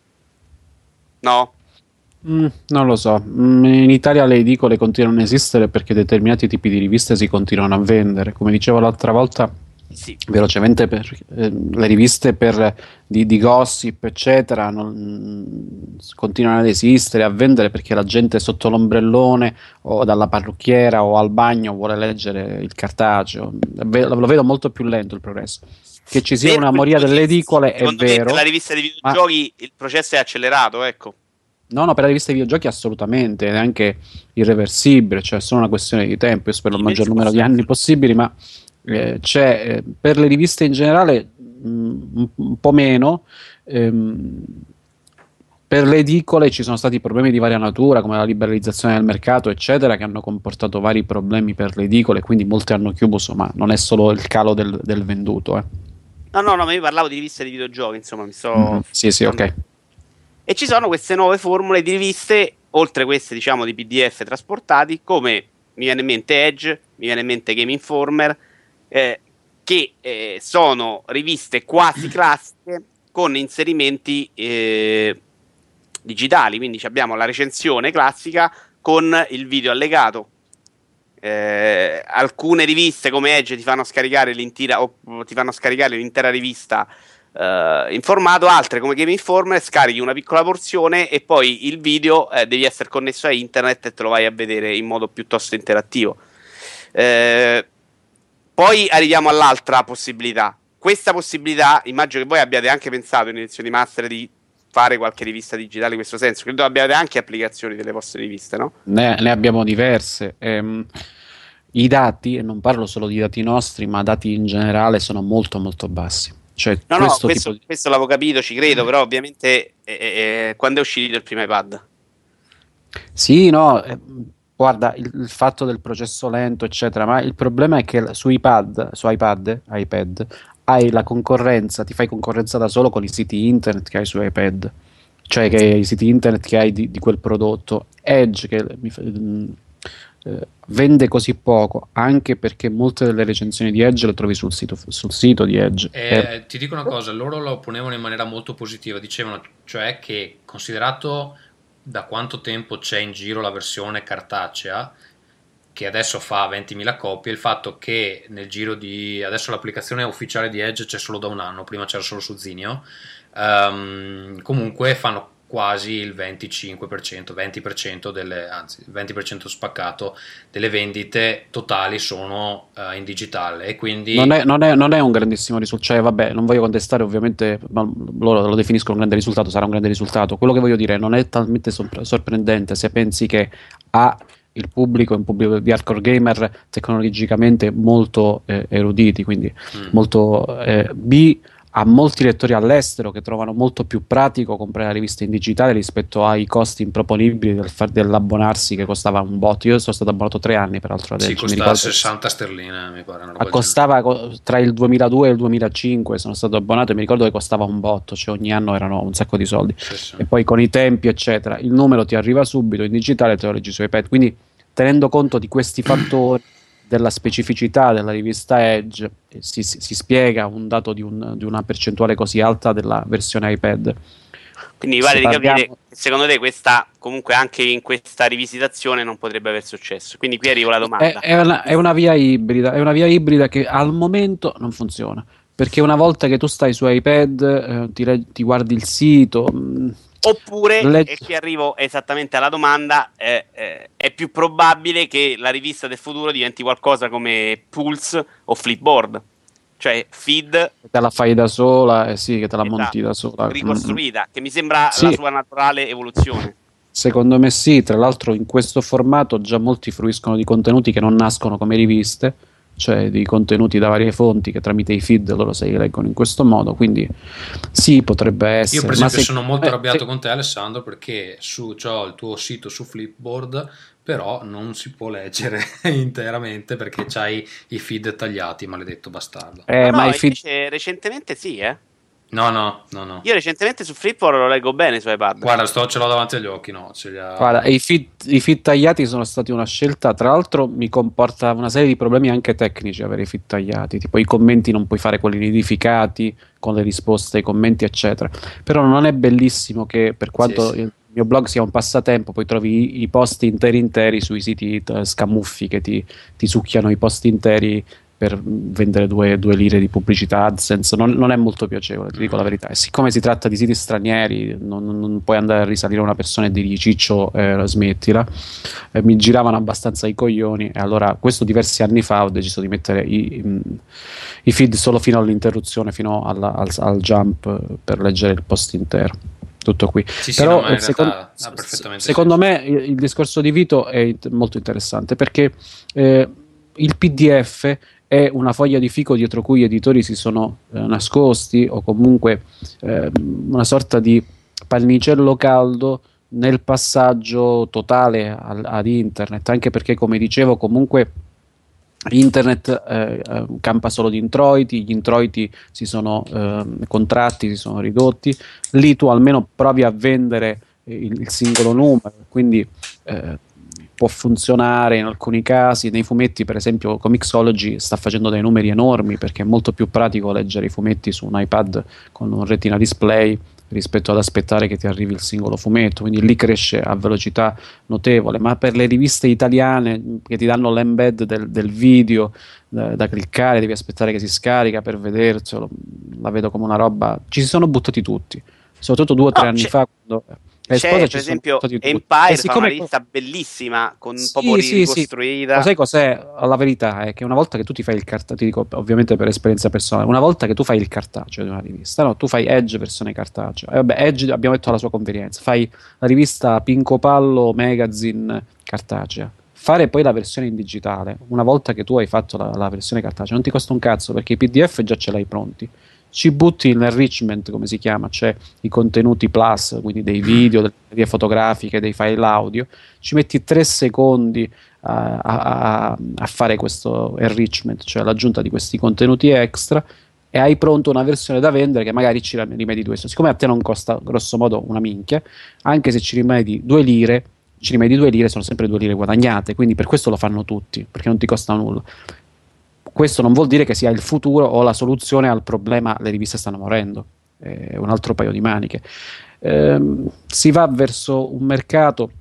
No? Mm, non lo so. Mm, in Italia le edicole continuano a esistere perché determinati tipi di riviste si continuano a vendere. Come dicevo l'altra volta, Sì. velocemente, per, eh, le riviste per, di, di gossip, eccetera, non, mm, continuano ad esistere, a vendere perché la gente sotto l'ombrellone o dalla parrucchiera o al bagno vuole leggere il cartaceo. Ve- Lo vedo molto più lento il progresso. Che ci sia Per una quel moria delle motivo, edicole è secondo me, vero. per la rivista di ma- videogiochi il processo è accelerato, ecco. No, no, per la rivista di videogiochi assolutamente, è anche irreversibile, cioè è solo una questione di tempo. Io spero il maggior numero di anni possibili, ma eh, c'è eh, per le riviste in generale mh, un, un po' meno. ehm, per le edicole ci sono stati problemi di varia natura, come la liberalizzazione del mercato, eccetera, che hanno comportato vari problemi per le edicole, quindi molte hanno chiuso, ma non è solo il calo del, del venduto. Eh. No, no, no, ma io parlavo di riviste di videogiochi, insomma, mi sto... Mm-hmm. Sì, sì, ok. E ci sono queste nuove formule di riviste, oltre queste, diciamo, di P D F trasportati, come mi viene in mente Edge, mi viene in mente Game Informer, eh, che eh, sono riviste quasi classiche con inserimenti eh, digitali, quindi abbiamo la recensione classica con il video allegato. Eh, alcune riviste come Edge ti fanno scaricare l'intera o ti fanno scaricare l'intera rivista eh, in formato, altre come Game Informer scarichi una piccola porzione e poi il video eh, devi essere connesso a internet e te lo vai a vedere in modo piuttosto interattivo. Eh, poi arriviamo all'altra possibilità. Questa possibilità, immagino che voi abbiate anche pensato in edizioni master di fare qualche rivista digitale in questo senso. Credo abbiate anche applicazioni delle vostre riviste, no? Ne, ne abbiamo diverse. Ehm, I dati, e non parlo solo di dati nostri, ma dati in generale, sono molto molto bassi. Cioè, no, questo, no, questo, tipo... questo l'avevo capito, ci credo, però ovviamente eh, eh, quando è uscito il primo iPad? Sì, no, eh, guarda, il, il fatto del processo lento, eccetera, ma il problema è che su iPad, su iPad, iPad, hai la concorrenza, ti fai concorrenza da solo con i siti internet che hai su iPad, cioè che i siti internet che hai di, di quel prodotto. Edge che mi fa, mh, eh, vende così poco anche perché molte delle recensioni di Edge le trovi sul sito, sul sito di Edge. E eh, ti dico una cosa, loro lo ponevano in maniera molto positiva, dicevano cioè che considerato da quanto tempo c'è in giro la versione cartacea, che adesso fa ventimila copie, il fatto che nel giro di... adesso l'applicazione ufficiale di Edge c'è solo da un anno, prima c'era solo su Zinio, um, comunque fanno quasi il venticinque per cento, venti per cento delle, anzi venti per cento spaccato delle vendite totali sono uh, in digitale, e quindi non è, non, è, non è un grandissimo risultato, cioè vabbè, non voglio contestare ovviamente, ma loro lo definiscono un grande risultato, sarà un grande risultato. Quello che voglio dire non è talmente sor- sorprendente se pensi che A, il pubblico è un pubblico di hardcore gamer tecnologicamente molto eh, eruditi, quindi mm. molto eh, B, ha molti lettori all'estero che trovano molto più pratico comprare la rivista in digitale rispetto ai costi improponibili del far, dell'abbonarsi, che costava un botto. Io sono stato abbonato tre anni peraltro ad sì, Edge, costa mi ricordo, sessanta sterline mi pare, una roba costava co- tra il duemiladue e il duemilacinque sono stato abbonato e mi ricordo che costava un botto, cioè ogni anno erano un sacco di soldi, sì, sì. E poi con i tempi eccetera il numero ti arriva subito in digitale e te lo leggi su iPad, quindi tenendo conto di questi fattori della specificità della rivista Edge si, si, si spiega un dato di, un, di una percentuale così alta della versione iPad. Quindi mi pare di parliamo... capire che secondo te questa, comunque anche in questa rivisitazione non potrebbe aver successo. Quindi qui arrivo alla domanda. È, è, una, è una via ibrida, è una via ibrida che al momento non funziona, perché una volta che tu stai su iPad eh, ti, ti guardi il sito... Mh, Oppure, le... e qui arrivo esattamente alla domanda, eh, eh, è più probabile che la rivista del futuro diventi qualcosa come Pulse o Flipboard, cioè feed te la fai da sola, eh sì, che te la esatto, monti da sola, ricostruita, mm-hmm. che mi sembra sì. la sua naturale evoluzione. Secondo me sì, tra l'altro in questo formato già molti fruiscono di contenuti che non nascono come riviste, cioè di contenuti da varie fonti che tramite i feed loro si leggono in questo modo, quindi sì, potrebbe essere. Io per esempio ma se... sono molto eh, arrabbiato se... con te, Alessandro, perché su c'ho il tuo sito su Flipboard, però non si può leggere interamente perché c'hai i feed tagliati, maledetto bastardo. no, eh, no, ma i invece feed... recentemente sì, eh. No, no, no, no. Io recentemente su Flipboard lo leggo bene su iPad. Guarda, sto, ce l'ho davanti agli occhi, no? Ce li ha... Guarda, i feed, i feed tagliati sono stati una scelta, tra l'altro mi comporta una serie di problemi anche tecnici avere i feed tagliati, tipo i commenti non puoi fare quelli nidificati con le risposte ai commenti eccetera, però non è bellissimo che per quanto Sì, sì. il mio blog sia un passatempo poi trovi i, i post interi interi sui siti t- scamuffi che ti, ti succhiano i post interi per vendere due, due lire di pubblicità AdSense. Non, non è molto piacevole, ti dico la verità. E siccome si tratta di siti stranieri, non, non puoi andare a risalire a una persona e dirgli ciccio, eh, smettila. Eh, mi giravano abbastanza i coglioni, e allora questo diversi anni fa ho deciso di mettere i, i, i feed solo fino all'interruzione, fino alla, al, al jump, per leggere il post intero. Tutto qui. Sì, Però sì, no, ma in secondo, realtà ha perfettamente secondo senso. me il, il discorso di Vito è int- molto interessante, perché eh, il P D F è una foglia di fico dietro cui gli editori si sono eh, nascosti, o comunque eh, una sorta di pannicello caldo nel passaggio totale al, ad internet, anche perché, come dicevo, comunque Internet eh, campa solo di introiti, gli introiti si sono eh, contratti, si sono ridotti, lì tu almeno provi a vendere il, il singolo numero, quindi eh, può funzionare in alcuni casi. Nei fumetti, per esempio, Comixology sta facendo dei numeri enormi perché è molto più pratico leggere i fumetti su un iPad con un retina display rispetto ad aspettare che ti arrivi il singolo fumetto, quindi lì cresce a velocità notevole. Ma per le riviste italiane che ti danno l'embed del, del video da, da cliccare, devi aspettare che si scarica per vederselo, la vedo come una roba, ci si sono buttati tutti, soprattutto due o tre No, anni c'è- fa quando C'è per esempio Empire, fa una lista bellissima, con un po' sì, sì, sì. ricostruita. Ma sai cos'è? La verità è che una volta che tu ti fai il cartaceo, ti dico ovviamente per esperienza personale, una volta che tu fai il cartaceo di una rivista, no, tu fai Edge versione cartaceo, e vabbè, Edge abbiamo detto alla sua convenienza, fai la rivista Pinco Pallo Magazine cartacea. Fare poi la versione in digitale, una volta che tu hai fatto la, la versione cartacea, non ti costa un cazzo perché i P D F già ce l'hai pronti. Ci butti l'enrichment, come si chiama, cioè i contenuti plus, quindi dei video, delle serie fotografiche, dei file audio, ci metti tre secondi a, a, a fare questo enrichment, cioè l'aggiunta di questi contenuti extra, e hai pronto una versione da vendere che magari ci rimedi due. Siccome a te non costa grosso modo una minchia, anche se ci rimedi due lire, ci rimedi due lire, sono sempre due lire guadagnate, quindi per questo lo fanno tutti, perché non ti costa nulla. Questo non vuol dire che sia il futuro o la soluzione al problema le riviste stanno morendo, è un altro paio di maniche. Ehm, si va verso un mercato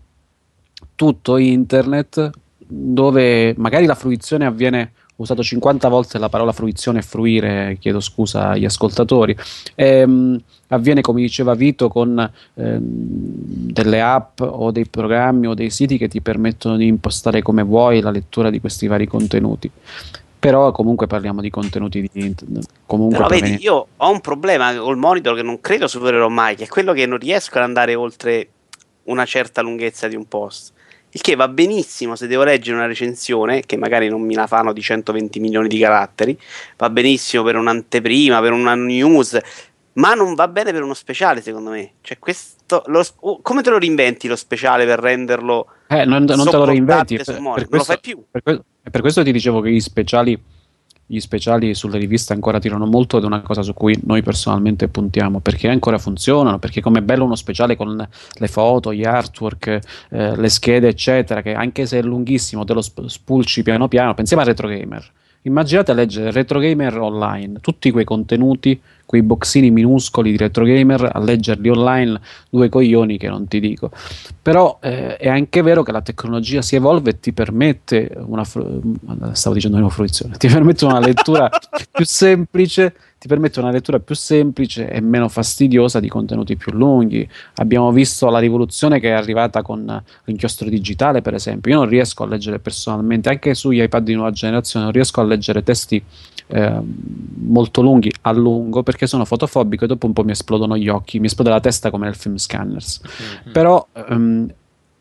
tutto internet dove magari la fruizione avviene, ho usato cinquanta volte la parola fruizione e fruire, chiedo scusa agli ascoltatori, ehm, avviene, come diceva Vito, con ehm, delle app o dei programmi o dei siti che ti permettono di impostare come vuoi la lettura di questi vari contenuti. Però comunque parliamo di contenuti di internet. Comunque Però vedi, provenienti- io ho un problema col monitor che non credo supererò mai, che è quello che non riesco ad andare oltre una certa lunghezza di un post. Il che va benissimo se devo leggere una recensione, che magari non me la fanno di centoventi milioni di caratteri, va benissimo per un'anteprima, per una news, ma non va bene per uno speciale, secondo me. Cioè, questo, lo, oh, come te lo reinventi lo speciale per renderlo Eh, non, non te lo sopportabile reinventi. sul Per, monitor? per Non lo questo, fai più. per, que- per questo ti dicevo che gli speciali, gli speciali sulle riviste ancora tirano molto, ed è una cosa su cui noi personalmente puntiamo, perché ancora funzionano, perché come è bello uno speciale con le foto, gli artwork, eh, le schede, eccetera, che anche se è lunghissimo te lo sp- spulci piano piano. Pensiamo a Retro Gamer. Immaginate a leggere Retro Gamer online, tutti quei contenuti, quei boxini minuscoli di Retro Gamer, a leggerli online, due coglioni che non ti dico. Però eh, è anche vero che la tecnologia si evolve e ti permette una fru- stavo dicendo una fruizione, ti permette una lettura più semplice, ti permette una lettura più semplice e meno fastidiosa di contenuti più lunghi. Abbiamo visto la rivoluzione che è arrivata con l'inchiostro digitale, per esempio. Io non riesco a leggere personalmente, anche sugli iPad di nuova generazione, non riesco a leggere testi eh, molto lunghi a lungo perché sono fotofobico e dopo un po' mi esplodono gli occhi, mi esplode la testa come nel film Scanners. Mm-hmm. Però ehm,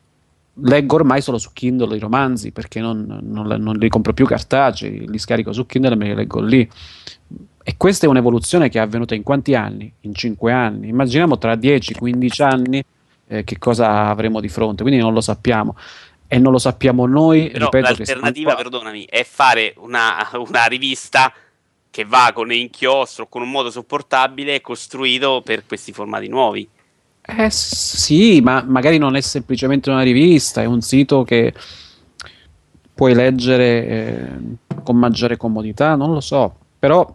leggo ormai solo su Kindle i romanzi perché non, non, non li compro più cartacei, li scarico su Kindle e me li leggo lì. E questa è un'evoluzione che è avvenuta in quanti anni? In cinque anni. Immaginiamo tra dieci quindici anni eh, che cosa avremo di fronte, quindi non lo sappiamo. E non lo sappiamo noi, Però ripeto, che l'alternativa, siamo- perdonami, è fare una, una rivista che va con inchiostro, con un modo sopportabile e costruito per questi formati nuovi. Eh sì, ma magari non è semplicemente una rivista, è un sito che puoi leggere eh, con maggiore comodità, non lo so, però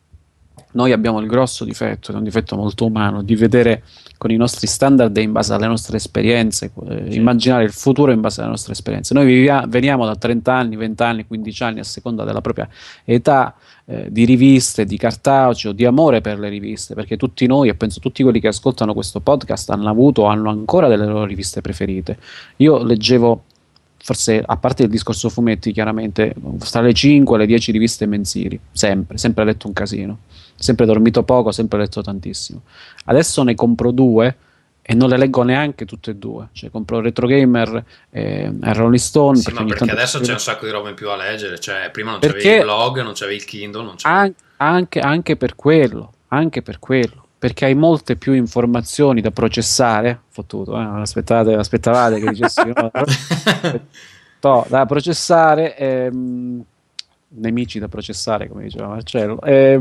noi abbiamo il grosso difetto, ed è un difetto molto umano, di vedere con i nostri standard e in base alle nostre esperienze, eh, immaginare il futuro in base alle nostre esperienze. Noi vivia- veniamo da trenta anni, venti anni, quindici anni, a seconda della propria età, eh, di riviste, di cartaceo, di amore per le riviste, perché tutti noi, e penso tutti quelli che ascoltano questo podcast, hanno avuto o hanno ancora delle loro riviste preferite. Io leggevo, forse a parte il discorso fumetti, chiaramente, tra le cinque e le dieci riviste mensili, sempre, sempre letto un casino, sempre dormito poco, sempre letto tantissimo. Adesso ne compro due e non le leggo neanche tutte e due, cioè compro Retro Gamer e Rolling Stone. Sì, perché ma ogni perché tanto adesso scrivo- c'è un sacco di roba in più a leggere, cioè prima non Perché- c'avevi il blog, non c'avevi il Kindle, non c'avevi... An- anche, anche per quello, anche per quello, perché hai molte più informazioni da processare. Fottuto, eh? Aspettate, aspettavate che dicessi no, no, da processare, ehm, nemici da processare, come diceva Marcello. E,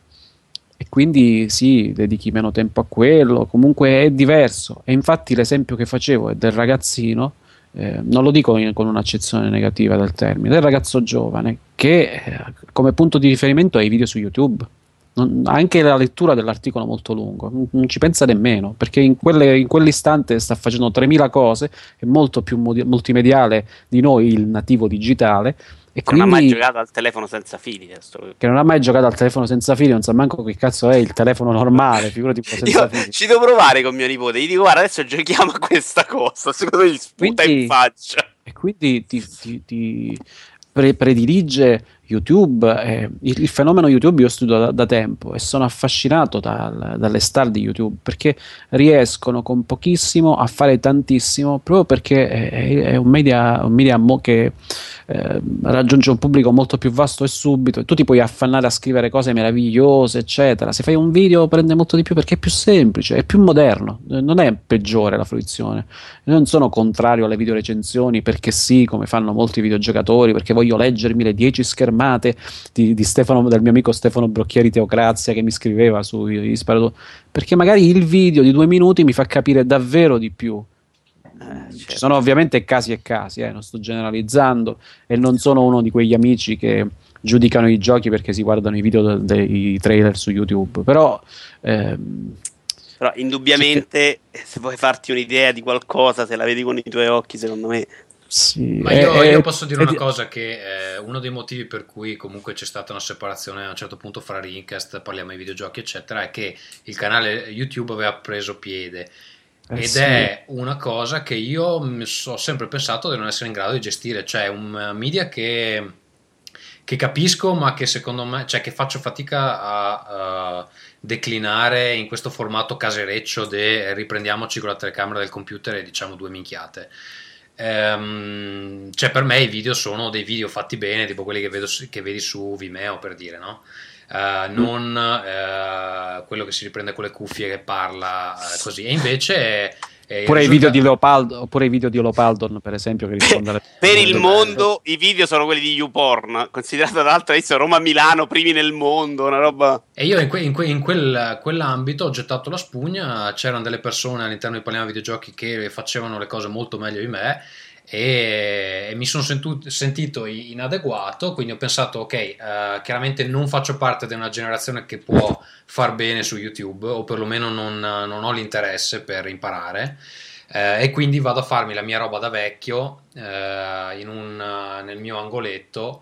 e quindi sì, dedichi meno tempo a quello, comunque è diverso. E infatti l'esempio che facevo è del ragazzino, eh, non lo dico in, con un'accezione negativa del termine, del ragazzo giovane che eh, come punto di riferimento ha i video su YouTube. Non- anche la lettura dell'articolo molto lungo, non, non ci pensa nemmeno, perché in, quelle- in quell'istante sta facendo tremila cose, è molto più modi- multimediale di noi, il nativo digitale, e Che non ha mai quindi giocato al telefono senza fili. Questo. che non ha mai giocato al telefono senza fili, non sa manco che cazzo è il telefono normale, figurati quello senza Io fili. ci devo provare con mio nipote. Gli dico, guarda, adesso giochiamo a questa cosa. Secondo me gli sputa in Quindi, faccia. e quindi ti, ti- ti pre- predilige YouTube. Eh, il, il fenomeno YouTube io studio da, da tempo e sono affascinato dal- dalle star di YouTube perché riescono con pochissimo a fare tantissimo proprio perché è, è- è un media, un media mo- che eh, raggiunge un pubblico molto più vasto e subito e tu ti puoi affannare a scrivere cose meravigliose eccetera. Se fai un video prende molto di più perché è più semplice, è più moderno, eh, non è peggiore la fruizione. Io non sono contrario alle videorecensioni perché sì, come fanno molti videogiocatori, perché voglio leggermi le dieci schermate di, di Stefano, del mio amico Stefano Brocchieri Teocrazia che mi scriveva su Isparato, perché magari il video di due minuti mi fa capire davvero di più. Eh, Ci certo. sono ovviamente casi e casi, eh, non sto generalizzando e non sono uno di quegli amici che giudicano i giochi perché si guardano i video de- dei trailer su YouTube, però ehm, Però indubbiamente, se vuoi farti un'idea di qualcosa, se la vedi con i tuoi occhi, secondo me. sì, Ma è- io, è- io posso dire è una di- cosa, che eh, uno dei motivi per cui comunque c'è stata una separazione a un certo punto fra Rincast, parliamo di videogiochi eccetera, è che il canale YouTube aveva preso piede eh ed sì. è una cosa che io mi so- ho sempre pensato di non essere in grado di gestire, cioè un media che, che capisco ma che secondo me, cioè che faccio fatica a, a declinare in questo formato casereccio de riprendiamoci con la telecamera del computer e diciamo due minchiate. Ehm, cioè per me i video sono dei video fatti bene, tipo quelli che, vedo, su- che vedi su Vimeo, per dire, no? Eh, non eh, quello che si riprende con le cuffie che parla eh, così. E invece eh, il Oppure i video risulta- di Leopoldo, oppure i video di Leopoldon, per esempio, che risponde alle Per domande il del- mondo, i video sono quelli di YouPorn. Considerato tra l'altro adesso Roma-Milano, primi nel mondo, una roba. E io in, que- in que- in quel- quell'ambito ho gettato la spugna, c'erano delle persone all'interno di Parliamo Videogiochi che facevano le cose molto meglio di me e, e mi sono sentu- sentito i- inadeguato, quindi ho pensato ok, eh, chiaramente non faccio parte di una generazione che può far bene su YouTube o perlomeno non, non ho l'interesse per imparare. Eh, e quindi vado a farmi la mia roba da vecchio eh, in un, nel mio angoletto,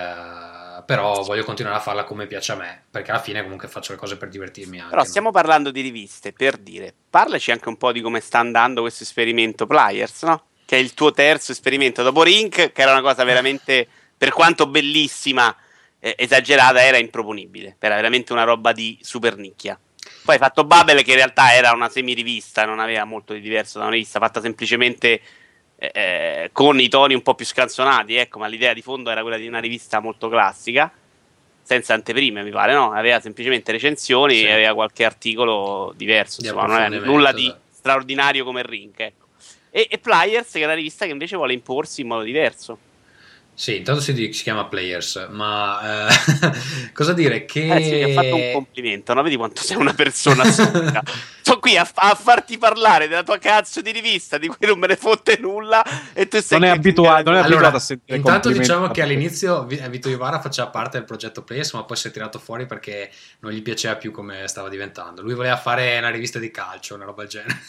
eh, però voglio continuare a farla come piace a me, perché alla fine comunque faccio le cose per divertirmi anche. Però no? stiamo parlando di riviste, per dire. Parlaci anche un po' di come sta andando questo esperimento Pliers, no? Che è il tuo terzo esperimento dopo Rink, che era una cosa veramente, per quanto bellissima, eh, esagerata, era improponibile. Era veramente una roba di super nicchia. Poi hai fatto Babel, che in realtà era una semirivista, non aveva molto di diverso da una rivista, fatta semplicemente eh, eh, con i toni un po' più scanzonati, ecco, ma l'idea di fondo era quella di una rivista molto classica, senza anteprime, mi pare, no? Aveva semplicemente recensioni Sì. e aveva qualche articolo diverso, Di insomma, non era approfondimento, nulla di esatto. straordinario come Rink, ecco. E, e Pliers, che è una rivista che invece vuole imporsi in modo diverso. Sì, intanto si, di- si chiama Players, ma eh, cosa dire che... Eh sì, mi ha fatto un complimento, no? Vedi quanto sei una persona stupida. Sto qui a, a farti parlare della tua cazzo di rivista, di cui non me ne fotte nulla, e tu sei Non è qui a abituato, non è criticare- abituato Allora, a sentire intanto complimenti. diciamo che all'inizio Vi- Vito Iovara faceva parte del progetto Players, ma poi si è tirato fuori perché non gli piaceva più come stava diventando. Lui voleva fare una rivista di calcio, una roba del genere.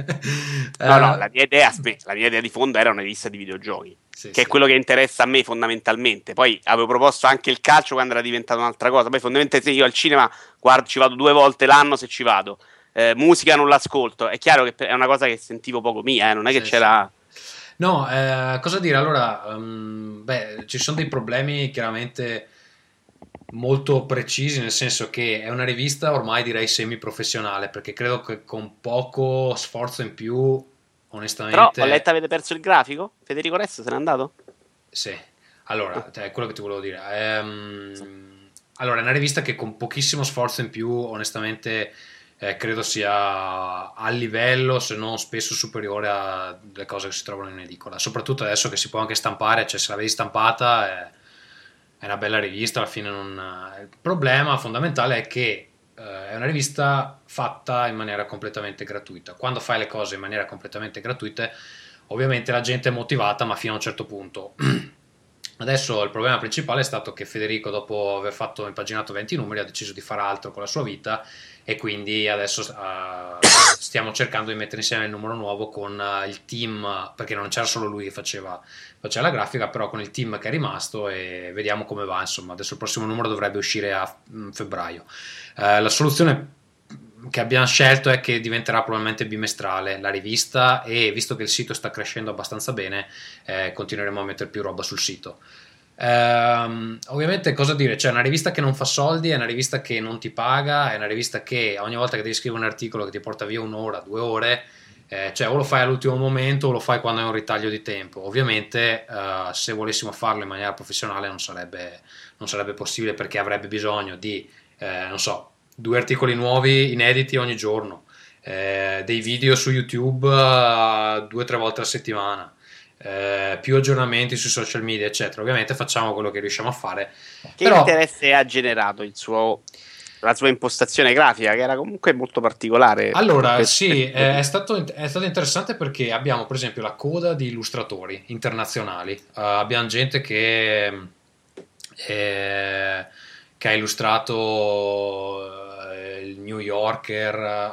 No, no, Eh, la mia idea, aspetta, la mia idea di fondo era una rivista di videogiochi, sì, che è sì. quello che interessa a me fondamentalmente. Poi avevo proposto anche il calcio quando era diventato un'altra cosa. Poi fondamentalmente io al cinema guardo, ci vado due volte l'anno se ci vado. Eh, musica non l'ascolto. È chiaro che è una cosa che sentivo poco mia, eh, non è che Sì, c'era... No, eh, cosa dire? Allora, um, beh, ci sono dei problemi chiaramente molto precisi, nel senso che è una rivista ormai direi semi-professionale, perché credo che con poco sforzo in più, Però onestamente... ho letto avete perso il grafico? Federico Resto se n'è andato? Sì, allora, cioè, è quello che ti volevo dire. Ehm, allora, è una rivista che con pochissimo sforzo in più, onestamente, eh, credo sia a livello, se non spesso superiore alle cose che si trovano in edicola. Soprattutto adesso che si può anche stampare, cioè se la vedi stampata, eh, è una bella rivista, alla fine non... il problema fondamentale è che eh, è una rivista fatta in maniera completamente gratuita. Quando fai le cose in maniera completamente gratuita, ovviamente la gente è motivata, ma fino a un certo punto. Adesso il problema principale è stato che Federico, dopo aver fatto impaginato venti numeri, ha deciso di fare altro con la sua vita, e quindi adesso uh, stiamo cercando di mettere insieme il numero nuovo con uh, il team, perché non c'era solo lui che faceva, faceva la grafica, però con il team che è rimasto, e vediamo come va. Insomma, adesso il prossimo numero dovrebbe uscire a um, febbraio. Uh, la soluzione che abbiamo scelto è che diventerà probabilmente bimestrale la rivista, e visto che il sito sta crescendo abbastanza bene, eh, continueremo a mettere più roba sul sito. Um, ovviamente, cosa dire, c'è una rivista che non fa soldi, è una rivista che non ti paga, è una rivista che ogni volta che devi scrivere un articolo che ti porta via un'ora, due ore, eh, cioè o lo fai all'ultimo momento o lo fai quando hai un ritaglio di tempo. Ovviamente uh, se volessimo farlo in maniera professionale non sarebbe, non sarebbe possibile, perché avrebbe bisogno di eh, non so, due articoli nuovi inediti ogni giorno, eh, dei video su YouTube uh, due o tre volte a settimana, eh, più aggiornamenti sui social media, eccetera. Ovviamente facciamo quello che riusciamo a fare. Che però... interesse ha generato il suo, la sua impostazione grafica, che era comunque molto particolare? Allora, sì, è stato, è stato interessante, perché abbiamo per esempio la coda di illustratori internazionali. Uh, abbiamo gente che, eh, che ha illustrato il New Yorker,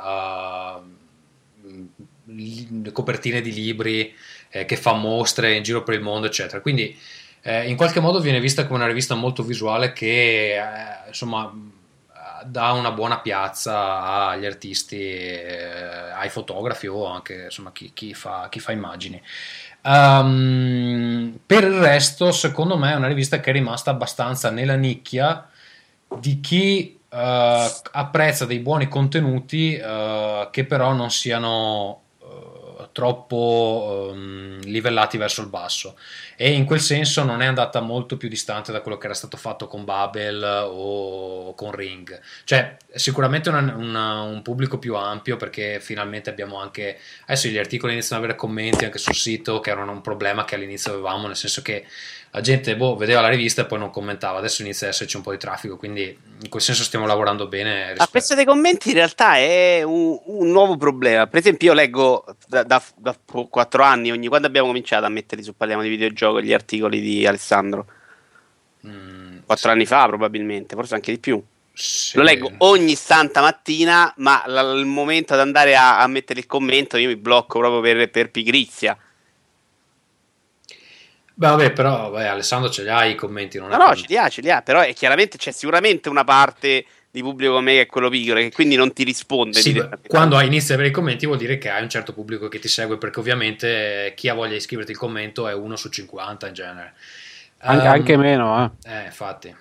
uh, copertine di libri, eh, che fa mostre in giro per il mondo, eccetera. Quindi eh, in qualche modo viene vista come una rivista molto visuale che eh, insomma dà una buona piazza agli artisti, eh, ai fotografi, o anche insomma chi, chi, fa, chi fa immagini. Um, per il resto, secondo me è una rivista che è rimasta abbastanza nella nicchia di chi Uh, apprezza dei buoni contenuti, uh, che però non siano uh, troppo um, livellati verso il basso, e in quel senso non è andata molto più distante da quello che era stato fatto con Babel o con Ring. Cioè sicuramente una, una, un pubblico più ampio, perché finalmente abbiamo anche, adesso gli articoli iniziano ad avere commenti anche sul sito, che erano un problema che all'inizio avevamo, nel senso che la gente boh, vedeva la rivista e poi non commentava. Adesso inizia ad esserci un po' di traffico, quindi in quel senso stiamo lavorando bene. Rispetto... A questo dei commenti in realtà è un, un nuovo problema. Per esempio io leggo da, da, da quattro anni, ogni quando abbiamo cominciato a mettere su Parliamo di Videogioco gli articoli di Alessandro, mm, quattro sì. anni fa probabilmente, forse anche di più. Sì. Lo leggo ogni santa mattina, ma l- il momento di andare a, a mettere il commento io mi blocco proprio per, per pigrizia. Beh, vabbè, però beh, Alessandro ce li ha i commenti, non no, no, ce li ha, ce li ha, però è chiaramente c'è sicuramente una parte di pubblico come me che è quello piccolo, che quindi non ti risponde. Sì, quando inizi a avere i commenti vuol dire che hai un certo pubblico che ti segue, perché ovviamente chi ha voglia di iscriverti il commento è uno su cinquanta in genere. Anche, um, anche meno, eh. Eh, infatti.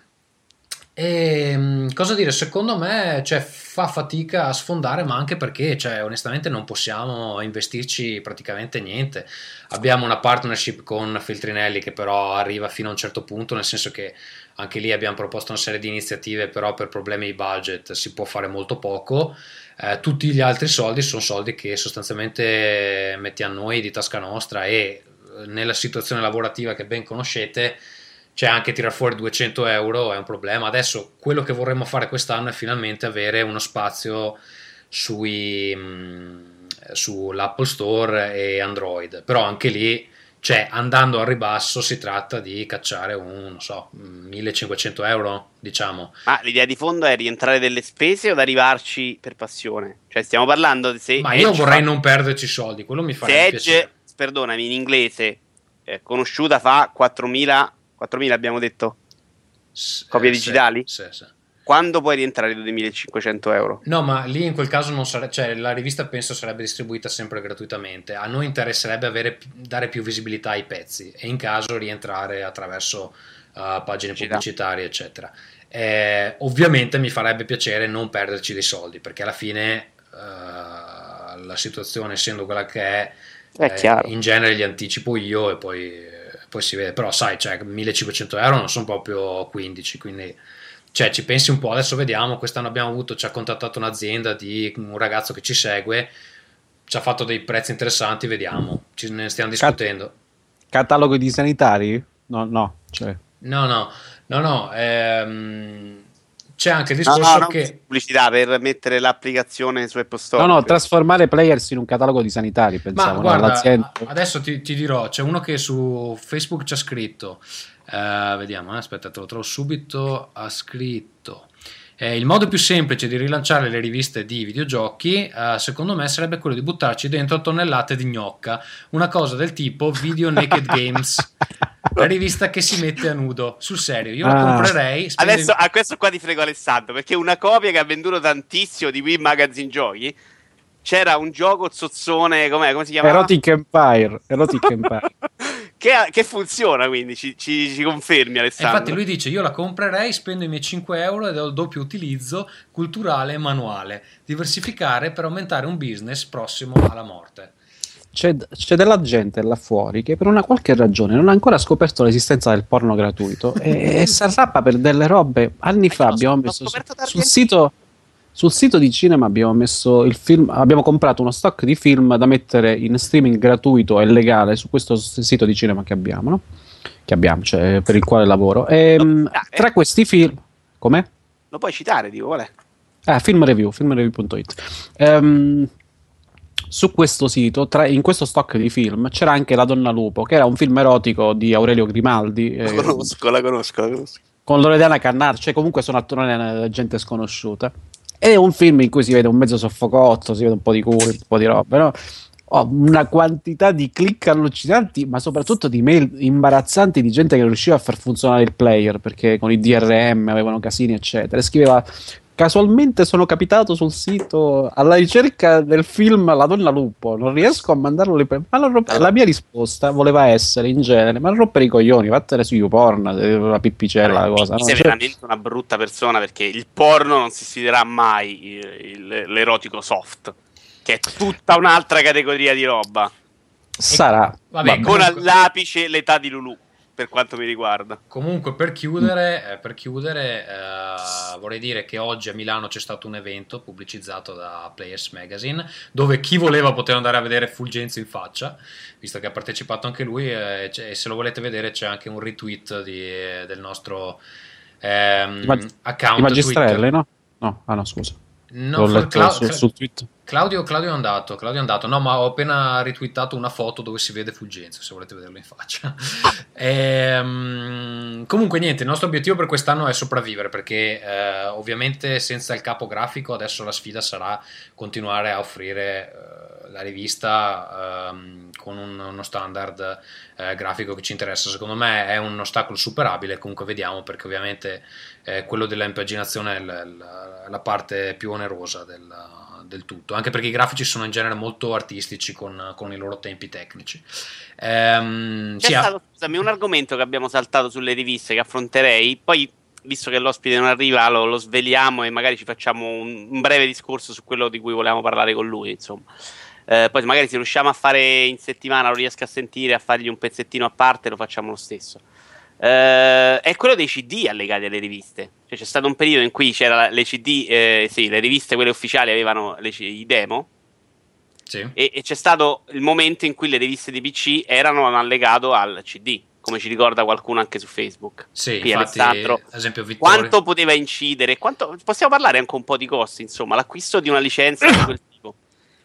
E cosa dire, secondo me cioè, fa fatica a sfondare, ma anche perché cioè, onestamente non possiamo investirci praticamente niente. Abbiamo una partnership con Feltrinelli che però arriva fino a un certo punto, nel senso che anche lì abbiamo proposto una serie di iniziative, però per problemi di budget si può fare molto poco. Eh, tutti gli altri soldi sono soldi che sostanzialmente mettiamo noi di tasca nostra, e nella situazione lavorativa che ben conoscete c'è anche tirar fuori duecento euro è un problema. Adesso quello che vorremmo fare quest'anno è finalmente avere uno spazio sui, mh, sull'Apple Store e Android, però anche lì cioè, andando al ribasso si tratta di cacciare un non so millecinquecento euro, diciamo. Ma l'idea di fondo è rientrare delle spese o ad arrivarci per passione? Cioè stiamo parlando di se ma io Edge vorrei fa... non perderci soldi, quello mi fa piacere. Perdonami, in inglese eh, conosciuta fa quattromila quattromila abbiamo detto copie eh, digitali? Sì, sì, sì. Quando puoi rientrare dei millecinquecento euro? No, ma lì in quel caso non sarebbe, cioè la rivista penso sarebbe distribuita sempre gratuitamente. A noi interesserebbe avere, dare più visibilità ai pezzi e in caso rientrare attraverso uh, pagine pubblicitarie, eccetera. Eh, ovviamente mi farebbe piacere non perderci dei soldi, perché alla fine uh, la situazione essendo quella che è, è eh, chiaro. In genere li anticipo io e poi poi si vede, però sai, cioè millecinquecento euro non sono proprio quindici, quindi cioè ci pensi un po'. Adesso vediamo, quest'anno abbiamo avuto, ci ha contattato un'azienda di un ragazzo che ci segue, ci ha fatto dei prezzi interessanti, vediamo, ci ne stiamo discutendo. Cat- catalogo di sanitari? No, no, cioè. no, no, No, no, ehm, c'è anche il No, discorso no, non che... pubblicità per mettere l'applicazione su Apple Store. No, no, trasformare Players in un catalogo di sanitari, Ma pensavo, no? guarda, L'azienda. a- adesso ti, ti dirò, c'è uno che su Facebook ci ha scritto, eh, vediamo, eh, aspetta, te lo trovo subito, ha scritto... Eh, il modo più semplice di rilanciare le riviste di videogiochi, eh, secondo me, sarebbe quello di buttarci dentro tonnellate di gnocca, una cosa del tipo Video Naked Games, la rivista che si mette a nudo. Sul serio, io la Ah. comprerei. spendo- Adesso a questo qua ti frego Alessandro, perché una copia che ha venduto tantissimo di Wii Magazine Giochi, c'era un gioco zozzone, com'è, come si chiamava? Erotic Empire, Erotic Empire. che, che funziona, quindi ci, ci, ci confermi E Alessandro? infatti lui dice: io la comprerei, spendo i miei cinque euro ed ho il doppio utilizzo culturale e manuale. Diversificare per aumentare un business prossimo alla morte. C'è, c'è della gente là fuori che per una qualche ragione non ha ancora scoperto l'esistenza del porno gratuito e, e si arrabba per delle robe. Anni fa io l'ho- abbiamo l'ho messo su- scoperto da sul Argentina. sito, sul sito di cinema abbiamo messo il film, abbiamo comprato uno stock di film da mettere in streaming gratuito e legale su questo s- sito di cinema che abbiamo, no? Che abbiamo, cioè per il quale lavoro. E, Lo puoi mh, citare? tra questi film, com'è? Lo puoi citare, dico, qual è? Ah, film review, filmreview punto it. Ehm, su questo sito, tra- in questo stock di film, c'era anche La Donna Lupo, che era un film erotico di Aurelio Grimaldi, La eh, conosco, la conosco, la conosco. con Loredana Cannardi, cioè comunque sono attori eh, gente sconosciuta. È un film in cui si vede un mezzo soffocotto, si vede un po' di culo, un po' di roba, no? Ho una quantità di click allucinanti, ma soprattutto di mail imbarazzanti di gente che non riusciva a far funzionare il player perché con i D R M avevano casini, eccetera. E scriveva: casualmente sono capitato sul sito alla ricerca del film La Donna Lupo, non riesco a mandarlo lì per... ma non romp- la mia risposta voleva essere in genere: ma non rompere i coglioni, vattene su YouPorn, eh, la pippicella, la cosa, no? Sei Cioè, veramente una brutta persona, perché il porno non si sfiderà mai il- il- l'erotico soft, che è tutta un'altra categoria di roba. sarà. Vabbè, Vabbè. Con comunque- all'apice l'età di Lulu, per quanto mi riguarda. Comunque, per chiudere, eh, per chiudere eh, vorrei dire che oggi a Milano c'è stato un evento pubblicizzato da Players Magazine, dove chi voleva poteva andare a vedere Fulgencio in faccia, visto che ha partecipato anche lui, eh, c'è- e se lo volete vedere c'è anche un retweet di- del nostro ehm, I mag- account I magistrelli, Twitter. no? No, ah no, scusa. No, L'ho fu- letto Cla- su- Cla- sul tweet. Claudio, Claudio è andato, Claudio è andato. No, ma ho appena ritwittato una foto dove si vede Fulgencio, se volete vederlo in faccia. Ehm, comunque niente, il nostro obiettivo per quest'anno è sopravvivere, perché eh, ovviamente senza il capo grafico adesso la sfida sarà continuare a offrire eh, la rivista ehm, con un- uno standard eh, grafico che ci interessa. Secondo me è un ostacolo superabile, comunque vediamo, perché ovviamente eh, quello della impaginazione è la, la- la parte più onerosa del, del tutto, anche perché i grafici sono in genere molto artistici con, con i loro tempi tecnici. Ehm, C'è sì, ah, stato, scusami, un argomento che abbiamo saltato sulle riviste che affronterei, poi visto che l'ospite non arriva lo, lo sveliamo e magari ci facciamo un, un breve discorso su quello di cui volevamo parlare con lui, insomma. Eh, poi magari se riusciamo a fare in settimana, lo riesco a sentire, a fargli un pezzettino a parte, lo facciamo lo stesso. Eh, è quello dei C D allegati alle riviste. Cioè, c'è stato un periodo in cui c'era le C D, eh, sì, le riviste, quelle ufficiali, avevano le, i demo. sì. E, e c'è stato il momento in cui le riviste di P C erano un allegato al C D, come ci ricorda qualcuno anche su Facebook. Sì, Qui, infatti, Alessandro, ad esempio Vittorio, quanto poteva incidere? Quanto, possiamo parlare anche un po' di costi, insomma, l'acquisto di una licenza di quel tipo.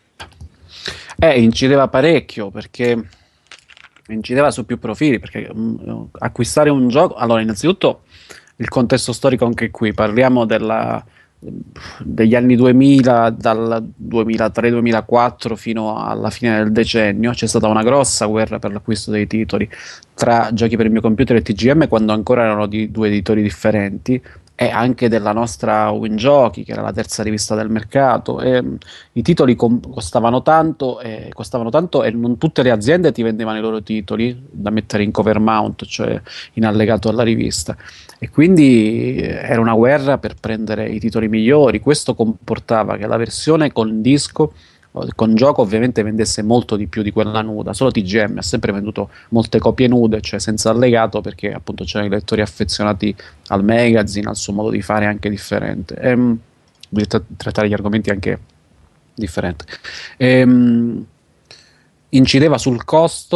Eh, incideva parecchio perché incideva su più profili, perché mm, acquistare un gioco, allora innanzitutto il contesto storico anche qui, parliamo della, degli anni duemila, dal duemilatré duemilaquattro fino alla fine del decennio, c'è stata una grossa guerra per l'acquisto dei titoli tra Giochi per il mio computer e T G M, quando ancora erano di due editori differenti, e anche della nostra WinGiochi, che era la terza rivista del mercato. E, mh, i titoli com- costavano tanto e costavano tanto e non tutte le aziende ti vendevano i loro titoli da mettere in cover mount, cioè in allegato alla rivista, e quindi eh, era una guerra per prendere i titoli migliori. Questo comportava che la versione con disco o con gioco ovviamente vendesse molto di più di quella nuda. Solo T G M ha sempre venduto molte copie nude, cioè senza allegato, perché appunto c'erano i lettori affezionati al magazine, al suo modo di fare anche differente, e, mh, di tra- trattare gli argomenti anche differente. E, mh, incideva sul costo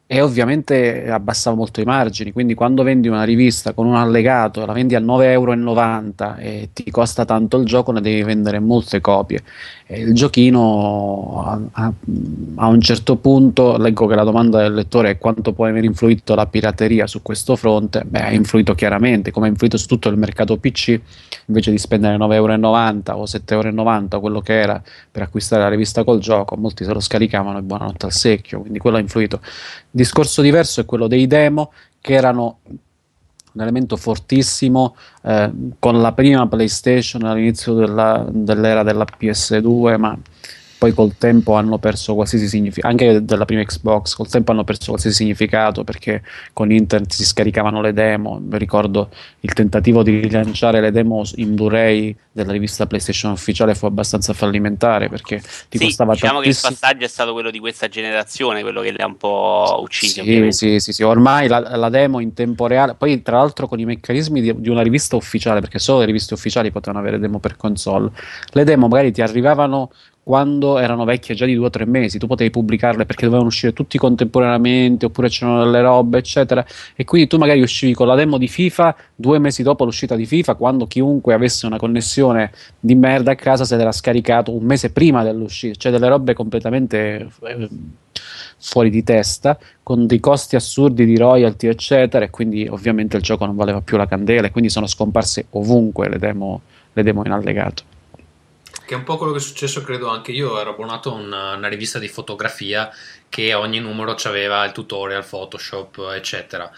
e ovviamente abbassava molto i margini, quindi quando vendi una rivista con un allegato, la vendi a nove e novanta euro e ti costa tanto il gioco, ne devi vendere molte copie. E il giochino a, a- a un certo punto, leggo che la domanda del lettore è quanto può aver influito la pirateria su questo fronte. Beh, ha influito chiaramente, come ha influito su tutto il mercato P C, invece di spendere nove e novanta euro o sette e novanta euro, quello che era per acquistare la rivista col gioco, molti se lo scaricavano e buonanotte al secchio, quindi quello ha influito. Discorso diverso è quello dei demo, che erano un elemento fortissimo eh, con la prima PlayStation all'inizio della- dell'era della P S due, ma poi col tempo hanno perso qualsiasi significato, anche della prima Xbox, col tempo hanno perso qualsiasi significato perché con internet si scaricavano le demo. Mi ricordo il tentativo di rilanciare le demo in Blu-ray della rivista PlayStation ufficiale fu abbastanza fallimentare perché ti Sì, costava diciamo che il tantissimo. passaggio è stato quello di questa generazione, quello che le ha un po' uccisi, Sì, ovviamente. sì, sì, sì, ormai la, la demo in tempo reale, poi tra l'altro con i meccanismi di, di una rivista ufficiale, perché solo le riviste ufficiali potevano avere demo per console, le demo magari ti arrivavano quando erano vecchie già di due o tre mesi, tu potevi pubblicarle perché dovevano uscire tutti contemporaneamente, oppure c'erano delle robe, eccetera, e quindi tu magari uscivi con la demo di FIFA due mesi dopo l'uscita di FIFA, quando chiunque avesse una connessione di merda a casa se l'era scaricato un mese prima dell'uscita, cioè delle robe completamente eh, fuori di testa, con dei costi assurdi di royalty, eccetera, e quindi ovviamente il gioco non valeva più la candela, e quindi sono scomparse ovunque le demo, le demo in allegato. Che è un po' quello che è successo, credo anche io. Ero abbonato a una, una rivista di fotografia che ogni numero aveva il tutorial, Photoshop, eccetera.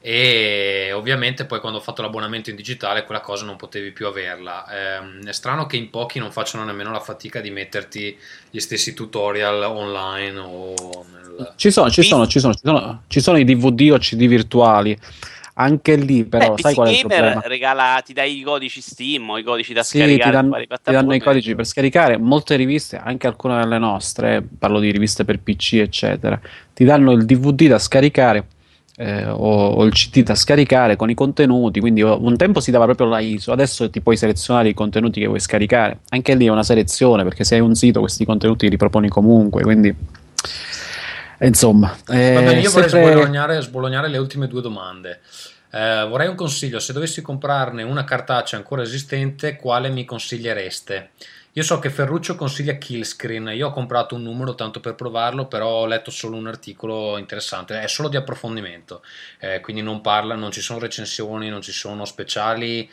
E ovviamente poi quando ho fatto l'abbonamento in digitale quella cosa non potevi più averla. Ehm, è strano che in pochi non facciano nemmeno la fatica di metterti gli stessi tutorial online o nel... Ci sono, ci Vis- sono, ci sono, ci sono, ci sono i D V D o C D virtuali, anche lì Beh, però sai P C qual è il Gamer problema? regala, ti dai i codici Steam o i codici da Sì, ti scaricare su danno, varie ti danno i piattaforme. codici per scaricare. Molte riviste, anche alcune delle nostre, parlo di riviste per P C, eccetera, ti danno il D V D da scaricare eh, o, o il C D da scaricare con i contenuti. Quindi oh, un tempo si dava proprio la I S O, adesso ti puoi selezionare i contenuti che vuoi scaricare. Anche lì è una selezione, perché se hai un sito questi contenuti li riproponi comunque. Quindi, eh, insomma, Va bene, eh, io vorrei sempre. sbolognare, sbolognare le ultime due domande. Eh, vorrei un consiglio: se dovessi comprarne una cartacea ancora esistente, quale mi consigliereste? Io so che Ferruccio consiglia Killscreen, io ho comprato un numero tanto per provarlo, però ho letto solo un articolo interessante, è solo di approfondimento, eh, quindi non parla, non ci sono recensioni, non ci sono speciali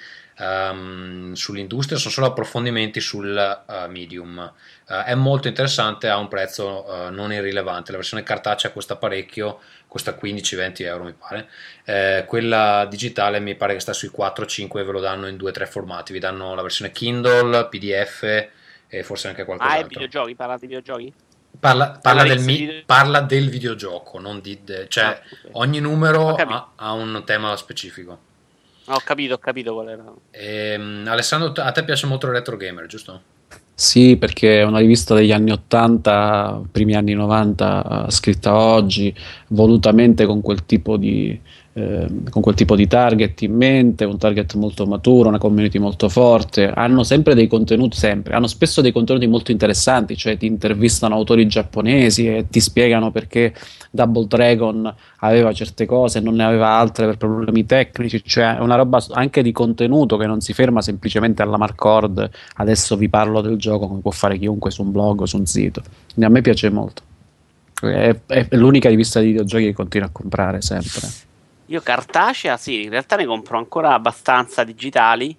ehm, sull'industria, sono solo approfondimenti sul eh, medium. Eh, è molto interessante, ha un prezzo eh, non irrilevante, la versione cartacea costa parecchio, costa quindici venti euro mi pare. Eh, quella digitale mi pare che sta sui quattro cinque e ve lo danno in due tre formati, vi danno la versione Kindle, P D F e forse anche Ah, è qualcos'altro. videogiochi? Parla di videogiochi? Parla, È una parla del, rivista di mi- videogiochi? parla del videogioco, non di, de- Ah, cioè ok. ogni Ho numero capito, ha, ha un tema specifico. ho capito, ho capito qual era. Ehm, Alessandro, a te piace molto il retro gamer, giusto? Sì, perché è una rivista degli anni ottanta, primi anni novanta, eh, scritta oggi, volutamente con quel tipo di, eh, con quel tipo di target in mente, un target molto maturo, una community molto forte. Hanno sempre dei contenuti, sempre, hanno spesso dei contenuti molto interessanti, cioè ti intervistano autori giapponesi e ti spiegano perché Double Dragon aveva certe cose e non ne aveva altre per problemi tecnici, cioè è una roba anche di contenuto che non si ferma semplicemente alla Marcord. Adesso vi parlo del gioco come può fare chiunque su un blog o su un sito. Quindi a me piace molto. È, è l'unica rivista di videogiochi che continuo a comprare sempre. Io cartacea, sì, in realtà ne compro ancora abbastanza digitali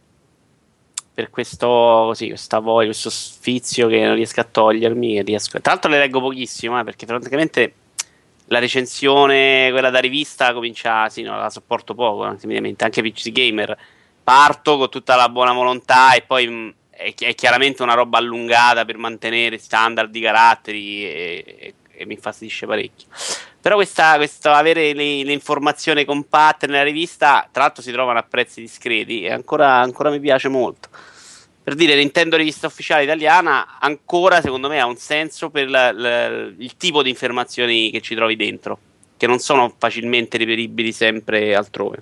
per questo, così, questa voglia, questo sfizio che non riesco a togliermi. E riesco... Tra l'altro le leggo pochissimo, eh, perché praticamente la recensione, quella da rivista, comincia, sì, no, la sopporto poco, anche mediamente, anche P C Gamer. Parto con tutta la buona volontà e poi mh, è, è chiaramente una roba allungata per mantenere standard di caratteri e, e, e mi infastidisce parecchio. Però questa, questo avere le, le informazioni compatte nella rivista, tra l'altro si trovano a prezzi discreti e ancora, ancora mi piace molto. Per dire, Nintendo Rivista Ufficiale Italiana ancora secondo me ha un senso per la, la, il tipo di informazioni che ci trovi dentro, che non sono facilmente reperibili sempre altrove.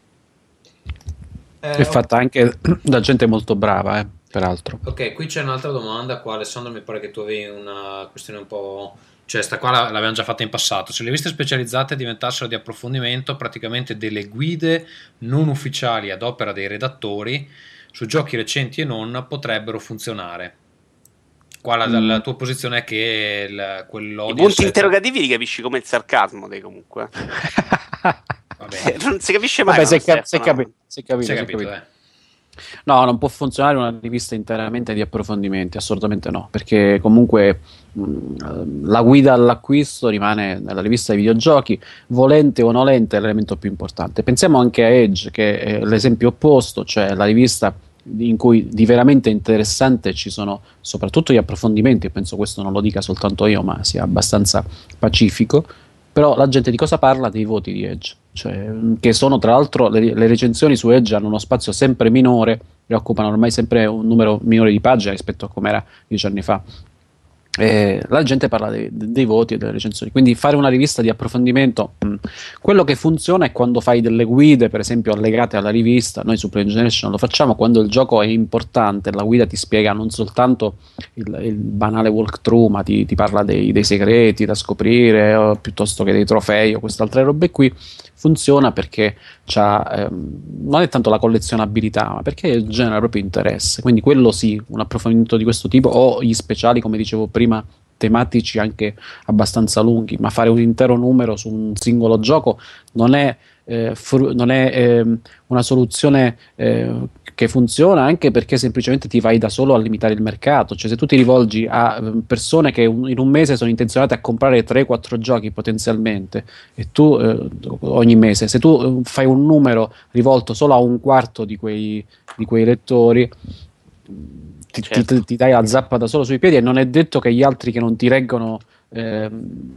Eh, È fatta anche da gente molto brava, eh, peraltro. Ok, qui c'è un'altra domanda qua, Alessandro, mi pare che tu avevi una questione un po' Cioè, sta qua l'avevamo già fatta in passato. Se le riviste specializzate diventassero di approfondimento, praticamente delle guide non ufficiali ad opera dei redattori su giochi recenti e non potrebbero funzionare. Qua la, mm. la tua posizione è che il, quell'odio... I punti interrogativi li capisci come il sarcasmo dei comunque. Vabbè. Non si capisce mai. Vabbè, si è cap- no? capito. Si è capito, si è capito, capito. Eh. No, non può funzionare una rivista interamente di approfondimenti, assolutamente no, perché comunque mh, la guida all'acquisto rimane nella rivista dei videogiochi, volente o nolente è l'elemento più importante. Pensiamo anche a Edge, che è l'esempio opposto, cioè la rivista in cui di veramente interessante ci sono soprattutto gli approfondimenti, penso questo non lo dica soltanto io, ma sia abbastanza pacifico. Però la gente di cosa parla? Dei voti di Edge, cioè, che sono tra l'altro le, le recensioni su Edge hanno uno spazio sempre minore e occupano ormai sempre un numero minore di pagine rispetto a come era dieci anni fa. E la gente parla dei, dei voti e delle recensioni, quindi fare una rivista di approfondimento, mh, quello che funziona è quando fai delle guide per esempio allegate alla rivista. Noi su Play Generation lo facciamo quando il gioco è importante, la guida ti spiega non soltanto il, il banale walkthrough, ma ti, ti parla dei, dei segreti da scoprire o, piuttosto che dei trofei o queste altre robe qui. Funziona perché c'ha, ehm, non è tanto la collezionabilità, ma perché genera proprio interesse. Quindi quello sì, un approfondimento di questo tipo, o gli speciali, come dicevo prima, tematici anche abbastanza lunghi, ma fare un intero numero su un singolo gioco non è, eh, fru- non è eh, una soluzione eh, che funziona, anche perché semplicemente ti vai da solo a limitare il mercato. Cioè, se tu ti rivolgi a persone che un, in un mese sono intenzionate a comprare tre quattro giochi potenzialmente, e tu eh, ogni mese, se tu fai un numero rivolto solo a un quarto di quei, di quei lettori, ti, certo. ti, ti dai la zappa da solo sui piedi, e non è detto che gli altri che non ti reggono eh,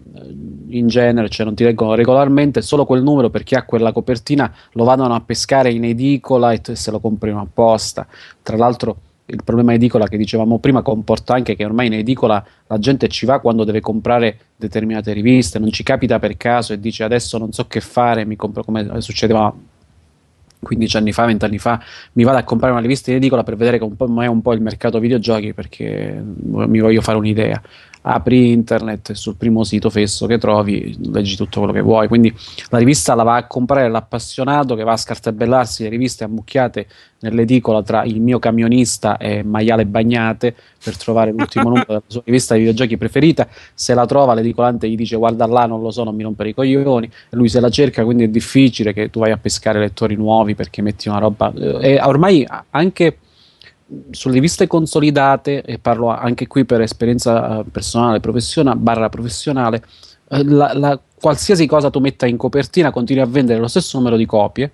in genere, cioè non ti reggono regolarmente, solo quel numero perché ha quella copertina lo vadano a pescare in edicola e se lo comprino apposta. Tra l'altro il problema edicola che dicevamo prima comporta anche che ormai in edicola la gente ci va quando deve comprare determinate riviste, non ci capita per caso e dice adesso non so che fare, mi compro, come succedeva quindici anni fa, venti anni fa, mi vado a comprare una rivista in edicola per vedere come è un po' il mercato videogiochi, perché mi voglio fare un'idea. Apri internet e sul primo sito fesso che trovi leggi tutto quello che vuoi. Quindi la rivista la va a comprare l'appassionato che va a scartabellarsi le riviste ammucchiate nell'edicola tra Il Mio Camionista e Maiale Bagnate per trovare l'ultimo numero della sua rivista di videogiochi preferita. Se la trova, l'edicolante gli dice guarda là, non lo so, non mi rompere i coglioni, e lui se la cerca, quindi è difficile che tu vai a pescare lettori nuovi perché metti una roba e ormai anche sulle riviste consolidate, e parlo anche qui per esperienza personale, professionale, barra professionale, la, la, qualsiasi cosa tu metta in copertina continui a vendere lo stesso numero di copie,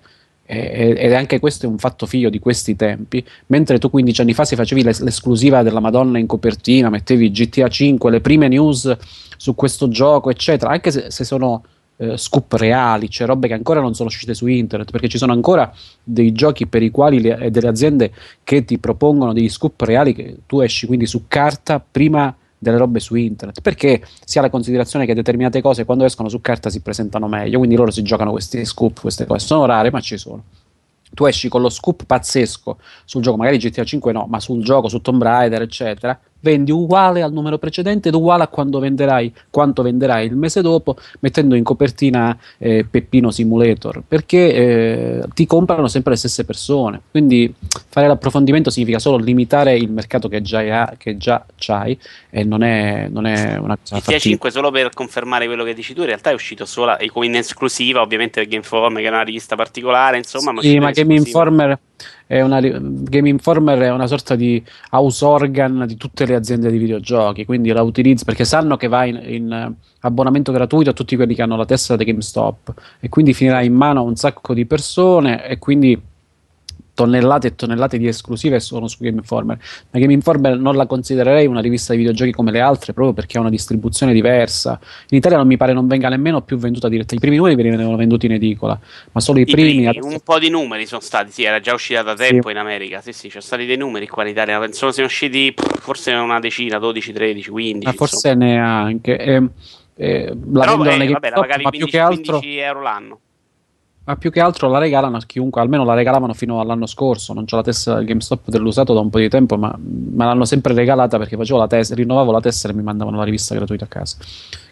e, ed anche questo è un fatto figlio di questi tempi. Mentre tu quindici anni fa si facevi l'es- l'esclusiva della Madonna in copertina, mettevi G T A cinque, le prime news su questo gioco eccetera, anche se, se sono Uh, scoop reali, cioè robe che ancora non sono uscite su internet, perché ci sono ancora dei giochi per i quali le, e delle aziende che ti propongono degli scoop reali che tu esci quindi su carta prima delle robe su internet, perché si ha la considerazione che determinate cose quando escono su carta si presentano meglio, quindi loro si giocano questi scoop, queste cose sono rare ma ci sono. Tu esci con lo scoop pazzesco sul gioco, magari G T A cinque no, ma sul gioco, su Tomb Raider eccetera, vendi uguale al numero precedente ed uguale a quando venderai, quanto venderai il mese dopo, mettendo in copertina eh, Peppino Simulator, perché eh, ti comprano sempre le stesse persone. Quindi fare l'approfondimento significa solo limitare il mercato che già, ha, che già c'hai, e non è, non è una cosa G T A cinque, solo per confermare quello che dici tu, in realtà è uscito solo in esclusiva, ovviamente per Game Informer, che è una rivista particolare, insomma. Sì, ma, ma Game Informer è una, Game Informer è una sorta di house organ di tutte le aziende di videogiochi, quindi la utilizzi perché sanno che va in, in abbonamento gratuito a tutti quelli che hanno la tessera di GameStop, e quindi finirà in mano a un sacco di persone, e quindi tonnellate e tonnellate di esclusive sono su Game Informer. Ma Game Informer non la considererei una rivista di videogiochi come le altre, proprio perché ha una distribuzione diversa. In Italia non mi pare non venga nemmeno più venduta direttamente. I primi numeri venivano venduti in edicola, ma solo i, I primi, primi un po' di numeri sono stati, sì, era già uscita da tempo, sì. In America, sì sì, ci sono stati dei numeri qua in Italia, penso siano usciti forse una decina, dodici, tredici, quindici, ma forse neanche eh, eh, la però vendono eh, vabbè, la pagavi ma quindici, più che altro quindici euro l'anno. Ma più che altro la regalano a chiunque, almeno la regalavano fino all'anno scorso. Non c'ho la tessera del GameStop dell'usato da un po' di tempo, ma me l'hanno sempre regalata perché facevo la tessera, rinnovavo la tessera e mi mandavano la rivista gratuita a casa.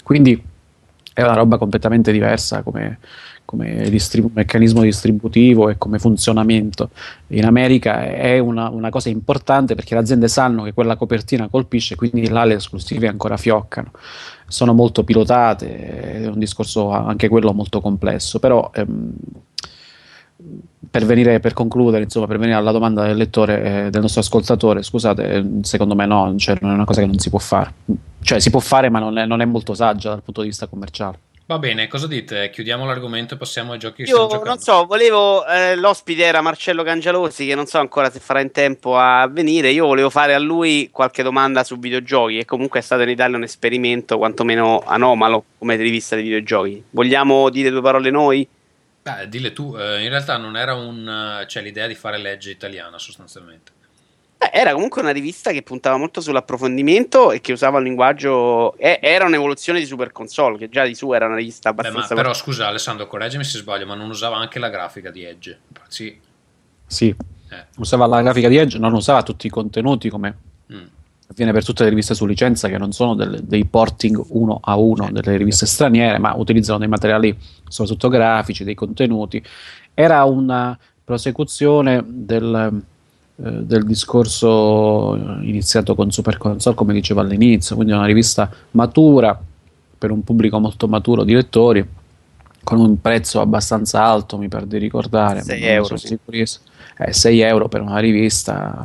Quindi è una roba completamente diversa come, come distribu- meccanismo distributivo e come funzionamento. In America è una, una cosa importante perché le aziende sanno che quella copertina colpisce, quindi là le esclusive ancora fioccano. Sono molto pilotate, è un discorso anche quello molto complesso, però ehm, per venire, per concludere, insomma, per venire alla domanda del lettore, eh, del nostro ascoltatore, scusate, eh, secondo me no, cioè, non è una cosa che non si può fare. Cioè si può fare, ma non è, non è molto saggia dal punto di vista commerciale. Va bene, cosa dite? Chiudiamo l'argomento e passiamo ai giochi che Io stiamo giocando. non so, volevo. Eh, l'ospite era Marcello Cangialosi, che non so ancora se farà in tempo a venire. Io volevo fare a lui qualche domanda su videogiochi, e comunque è stato in Italia un esperimento quantomeno anomalo come rivista di videogiochi. Vogliamo dire due parole noi? Beh, dille tu, eh, in realtà non era un... c'è l'idea di fare legge italiana sostanzialmente. Beh, era comunque una rivista che puntava molto sull'approfondimento e che usava un linguaggio. eh, era un'evoluzione di Super Console, che già di su era una rivista Beh, ma abbastanza. però scusa Alessandro, correggimi se sbaglio, ma non usava anche la grafica di Edge? Sì. Sì, Eh. usava la grafica di Edge, non usava tutti i contenuti come Mm. avviene per tutte le riviste su licenza, che non sono del- dei porting uno a uno delle riviste straniere, ma utilizzano dei materiali soprattutto grafici, dei contenuti. Era una prosecuzione del, eh, del discorso iniziato con Super Console, come dicevo all'inizio, quindi una rivista matura per un pubblico molto maturo di lettori, con un prezzo abbastanza alto, mi pare di ricordare, sei ma non ne euro, sono sì. sicurissimo. Eh, sei euro per una rivista.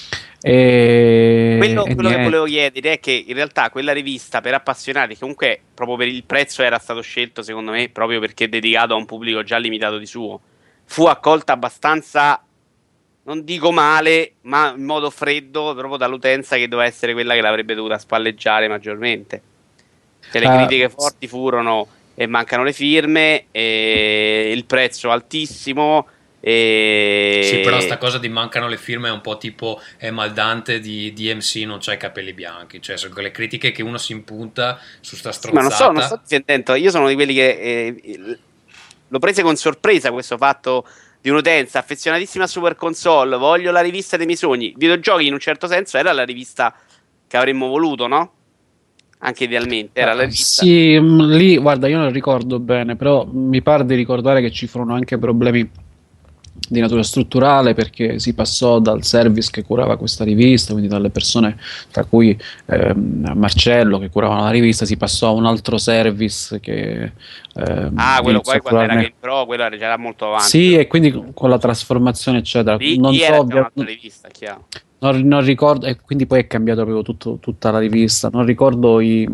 E, Quello, e quello che niente. volevo chiedere è che in realtà quella rivista per appassionati, comunque proprio per il prezzo era stato scelto secondo me proprio perché è dedicato a un pubblico già limitato di suo, fu accolta abbastanza, non dico male, ma in modo freddo proprio dall'utenza che doveva essere quella che l'avrebbe dovuta spalleggiare maggiormente. Cioè, le Ah, critiche forti furono e mancano le firme, e il prezzo altissimo. E... Sì, però sta cosa di mancano le firme è un po' tipo è Maldante di D M C non c'ha i capelli bianchi, cioè sono quelle critiche che uno si impunta su sta Sì, ma non so, non sto strozzata. difendendo, io sono di quelli che eh, l'ho prese con sorpresa questo fatto di un'utenza affezionatissima a Super Console, voglio la rivista dei miei sogni. Videogiochi in un certo senso era la rivista che avremmo voluto, no? Anche idealmente, era la ah, rivista. sì, mh, lì guarda, io non ricordo bene, però mi pare di ricordare che ci furono anche problemi di natura strutturale perché si passò dal service che curava questa rivista, quindi dalle persone tra cui ehm, Marcello che curavano la rivista, si passò a un altro service che ehm, Ah, quello iniziò poi a quando era curarne. Game Pro, quello era già molto avanti, Sì, però. e quindi con la trasformazione, eccetera. Lì, Non lì so, era già ovvia- un'altra rivista, chiaro. non, non ricordo, e quindi poi è cambiato proprio tutto- tutta la rivista. Non ricordo i,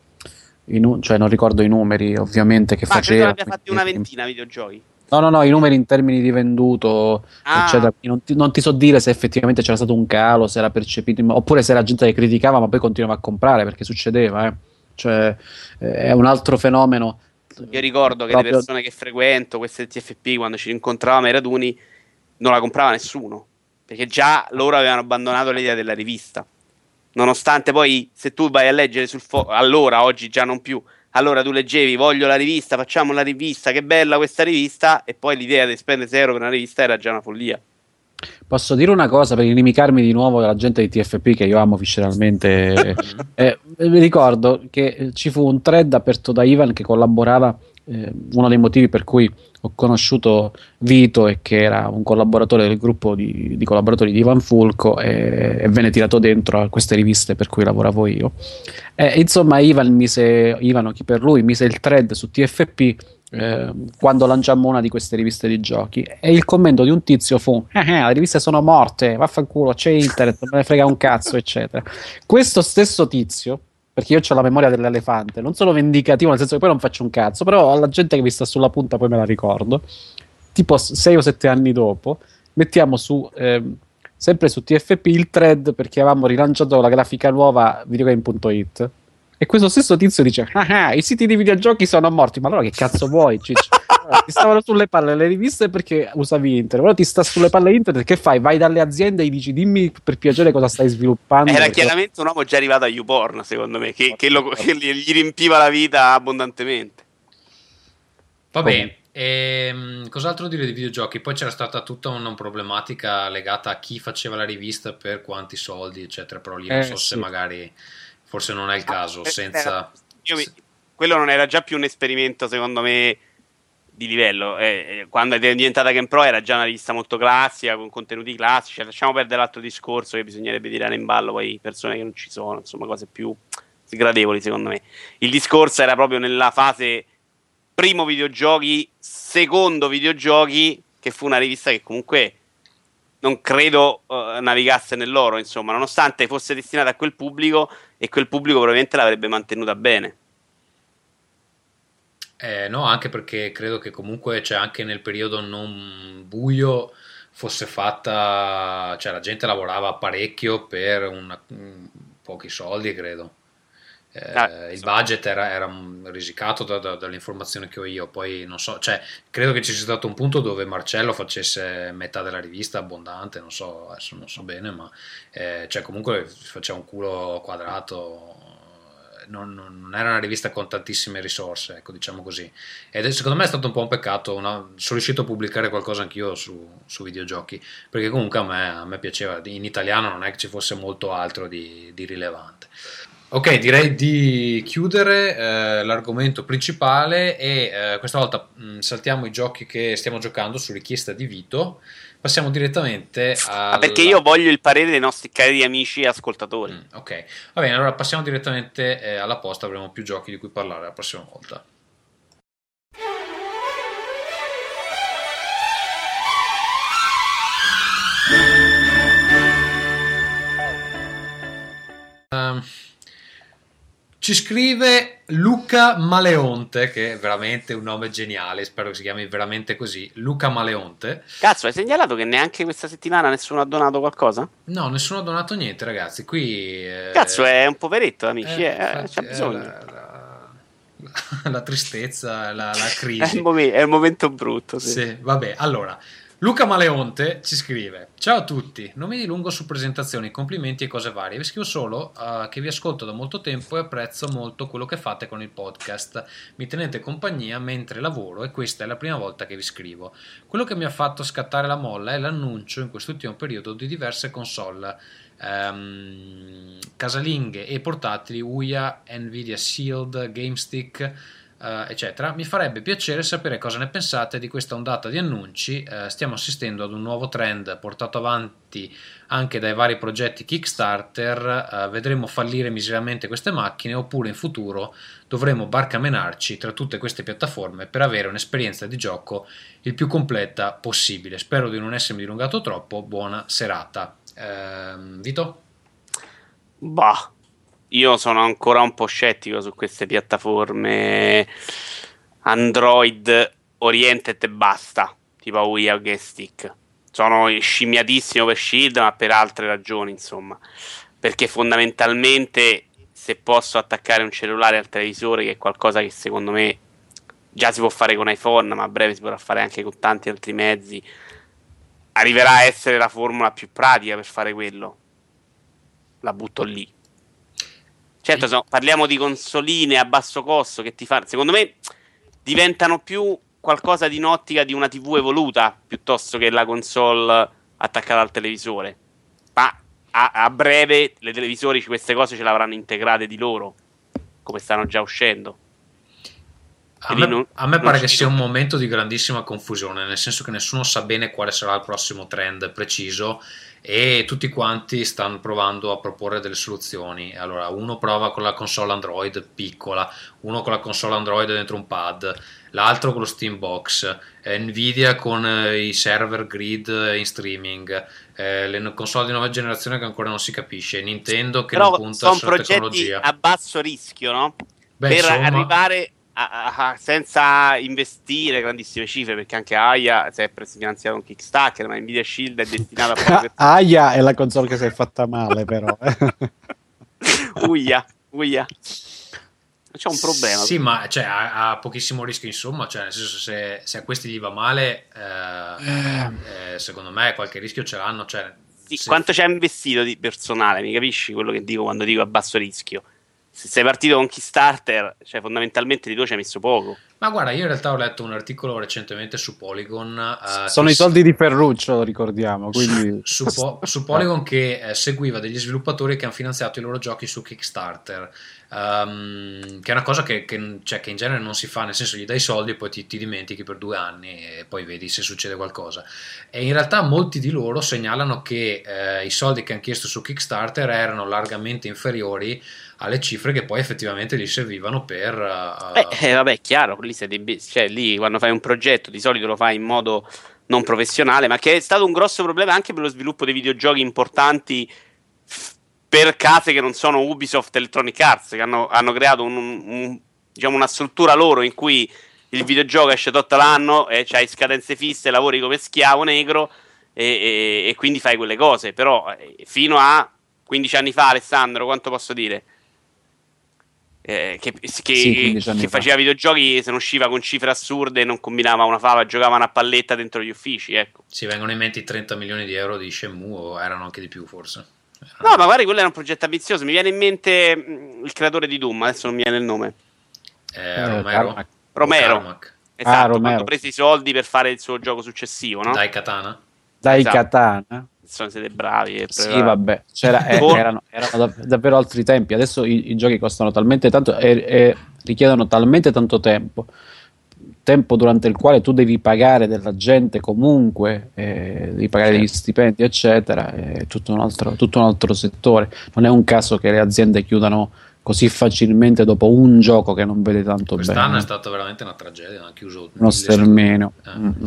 i nu- cioè non ricordo i numeri, ovviamente, che Ma credo ne faceva. abbia fatti una ventina videogiochi. No, no, no, i numeri in termini di venduto, Ah, eccetera. Quindi Non ti, non ti so dire se effettivamente c'era stato un calo, se era percepito, in- oppure se era gente che criticava, ma poi continuava a comprare perché succedeva, eh. Cioè, eh, è un altro fenomeno. io ricordo che le Proprio. persone che frequento, queste T F P, quando ci incontravamo ai raduni, non la comprava nessuno. Perché già loro avevano abbandonato l'idea della rivista. Nonostante poi, se tu vai a leggere sul fo- allora, oggi già non più, allora tu leggevi, voglio la rivista, facciamo la rivista, che bella questa rivista, e poi l'idea di spendere sei euro per una rivista era già una follia. Posso dire una cosa per inimicarmi di nuovo della gente di T F P che io amo visceralmente? Eh, mi ricordo che ci fu un thread aperto da Ivan che collaborava, eh, uno dei motivi per cui ho conosciuto Vito e che era un collaboratore del gruppo di, di collaboratori di Ivan Fulco e, e venne tirato dentro a queste riviste per cui lavoravo io. Eh, insomma, Ivan mise, Ivan o chi per lui, mise il thread su T F P eh, quando lanciammo una di queste riviste di giochi e il commento di un tizio fu eh, eh, le riviste sono morte, vaffanculo, c'è internet, non me ne frega un cazzo, eccetera. Questo stesso tizio, perché io ho la memoria dell'elefante, non sono vendicativo nel senso che poi non faccio un cazzo, però alla gente che mi sta sulla punta poi me la ricordo, tipo sei o sette anni dopo mettiamo su ehm, sempre su T F P il thread perché avevamo rilanciato la grafica nuova videogame punto it e questo stesso tizio dice ah, ah, i siti di videogiochi sono morti, ma allora che cazzo vuoi, Ciccio? Allora, ti stavano sulle palle le riviste perché usavi internet, ora ti sta sulle palle internet, che fai? Vai dalle aziende e gli dici dimmi per piacere cosa stai sviluppando. Era perché- chiaramente un uomo già arrivato a YouPorn, secondo me, che, che lo- che gli riempiva la vita abbondantemente. Va Come? bene, ehm, cos'altro dire di videogiochi? Poi c'era stata tutta una problematica legata a chi faceva la rivista per quanti soldi, eccetera, però lì non Eh, so se sì. magari, forse non è il caso, Eh, senza... io mi- se- quello non era già più un esperimento, secondo me, di livello. Eh, quando è diventata Game Pro era già una rivista molto classica, con contenuti classici. Lasciamo perdere l'altro discorso che bisognerebbe tirare in ballo poi persone che non ci sono, insomma, cose più sgradevoli, secondo me. Il discorso era proprio nella fase primo videogiochi, secondo videogiochi, che fu una rivista che comunque non credo uh, navigasse nell'oro, insomma, nonostante fosse destinata a quel pubblico, e quel pubblico probabilmente l'avrebbe mantenuta bene. Eh, no, anche perché credo che comunque c'è, anche nel periodo non buio, fosse fatta, cioè la gente lavorava parecchio per una, mh, pochi soldi, credo. Eh, Ah, il so. budget era, era un- risicato da- da- dalle informazioni che ho io, poi non so, cioè credo che ci sia stato un punto dove Marcello facesse metà della rivista abbondante, non so, adesso non so bene, ma eh, cioè comunque faceva un culo quadrato, non, non- non era una rivista con tantissime risorse, ecco, diciamo così. Ed è- secondo me è stato un po' un peccato, una- sono riuscito a pubblicare qualcosa anch'io su, su videogiochi, perché comunque a me, a me piaceva, in italiano non è che ci fosse molto altro di, di rilevante. Ok, direi di chiudere eh, l'argomento principale e eh, questa volta mh, saltiamo i giochi che stiamo giocando su richiesta di Vito, passiamo direttamente Ah, perché alla... io voglio il parere dei nostri cari amici e ascoltatori. Mm, ok, va bene, allora passiamo direttamente eh, alla posta, avremo più giochi di cui parlare la prossima volta. Ehm, Ci scrive Luca Maleonte, che è veramente un nome geniale, spero che si chiami veramente così, Luca Maleonte. Cazzo, hai segnalato che neanche questa settimana nessuno ha donato qualcosa? No, nessuno ha donato niente, ragazzi, qui... eh, Cazzo, è un poveretto, amici, eh, eh, infatti, c'ha è bisogno. la, la- la tristezza, la, la È crisi. il, momen- è il momento brutto, sì. Sì, vabbè, allora, Luca Maleonte ci scrive: ciao a tutti, non mi dilungo su presentazioni, complimenti e cose varie, vi scrivo solo uh, che vi ascolto da molto tempo e apprezzo molto quello che fate con il podcast, mi tenete compagnia mentre lavoro e questa è la prima volta che vi scrivo. Quello che mi ha fatto scattare la molla è l'annuncio in quest'ultimo periodo di diverse console um, casalinghe e portatili, Uia, Nvidia Shield, GameStick, Uh, eccetera. Mi farebbe piacere sapere cosa ne pensate di questa ondata di annunci. Uh, stiamo assistendo ad un nuovo trend portato avanti anche dai vari progetti Kickstarter. Uh, vedremo fallire miseramente queste macchine oppure in futuro dovremo barcamenarci tra tutte queste piattaforme per avere un'esperienza di gioco il più completa possibile. Spero di non essermi dilungato troppo. Buona serata. Uh, Vito? Bah, io sono ancora un po' scettico su queste piattaforme Android oriented e basta, tipo Wii o GameStick. Sono scimmiatissimo per Shield, ma per altre ragioni, insomma. Perché fondamentalmente, se posso attaccare un cellulare al televisore, che è qualcosa che secondo me già si può fare con iPhone, ma a breve si potrà fare anche con tanti altri mezzi, arriverà a essere la formula più pratica per fare quello. La butto lì. Certo, so, parliamo di consoline a basso costo che ti fanno, secondo me diventano più qualcosa di un'ottica di una T V evoluta piuttosto che la console attaccata al televisore. Ma a, a breve le televisori queste cose ce l'avranno integrate di loro, come stanno già uscendo. A me, non, a me pare che sia un vedo. momento di grandissima confusione, nel senso che nessuno sa bene quale sarà il prossimo trend preciso e tutti quanti stanno provando a proporre delle soluzioni. Allora, uno prova con la console Android piccola, uno con la console Android dentro un pad, l'altro con lo Steambox, eh, Nvidia con eh, i server grid in streaming, eh, le console di nuova generazione che ancora non si capisce, Nintendo che Però non punta sono sulla progetti tecnologia. a basso rischio, no? Beh, per insomma, arrivare a, a, a, senza investire grandissime cifre, perché anche Aya si è preso finanziato un Kickstarter, ma Nvidia Shield è destinata a fare Aya è la console che si è fatta male, però. Uia, uia. C'è un problema. Sì, ma cioè, ha, ha pochissimo rischio, insomma, cioè, nel senso, se, se a questi gli va male, eh, eh, secondo me qualche rischio ce l'hanno. Cioè, Sì, se... Quanto ci ha investito di personale, mi capisci quello che dico quando dico a basso rischio? Se sei partito con Kickstarter, cioè fondamentalmente di tu ci hai messo poco. Ma guarda, io in realtà ho letto un articolo recentemente su Polygon. Uh, Sono i soldi di Ferruccio, lo ricordiamo. Quindi... Su, su, po- su Polygon che eh, seguiva degli sviluppatori che hanno finanziato i loro giochi su Kickstarter. Um, che è una cosa che, che, cioè, che in genere non si fa, nel senso gli dai soldi e poi ti, ti dimentichi per due anni e poi vedi se succede qualcosa. E in realtà molti di loro segnalano che eh, i soldi che hanno chiesto su Kickstarter erano largamente inferiori alle cifre che poi effettivamente gli servivano per uh, eh, eh, vabbè, chiaro, lì, sei dei, cioè, lì quando fai un progetto di solito lo fai in modo non professionale, ma che è stato un grosso problema anche per lo sviluppo dei videogiochi importanti per case che non sono Ubisoft, Electronic Arts, che hanno, hanno creato un, un, diciamo una struttura loro in cui il videogioco esce tutto l'anno e c'hai scadenze fisse, lavori come schiavo negro e, e, e quindi fai quelle cose. Però fino a quindici anni fa, Alessandro, quanto posso dire? Eh, che, che, sì, che faceva videogiochi, se non usciva con cifre assurde, non combinava una fava, giocavano a palletta dentro gli uffici, ecco. Si vengono in mente i trenta milioni di euro di Shenmue, o erano anche di più forse? Erano... No, ma guarda, quello era un progetto ambizioso. Mi viene in mente mh, il creatore di Doom, adesso non mi viene il nome. Eh, Romero. Romero. Esatto, ah, Romero. Quando ha preso i soldi per fare il suo gioco successivo, no? Dai Katana. Dai esatto. Katana. Sono siete bravi e sì, vabbè, c'era, eh, erano, erano dav- davvero altri tempi. Adesso i, i giochi costano talmente tanto e, e richiedono talmente tanto tempo, tempo durante il quale tu devi pagare della gente comunque, eh, devi pagare certo. degli stipendi, eccetera. È tutto un altro, tutto un altro settore. Non è un caso che le aziende chiudano così facilmente dopo un gioco che non vede tanto Quest'anno bene. Quest'anno è stata veramente una tragedia, hanno chiuso uno sterminio. Eh. Mm-hmm.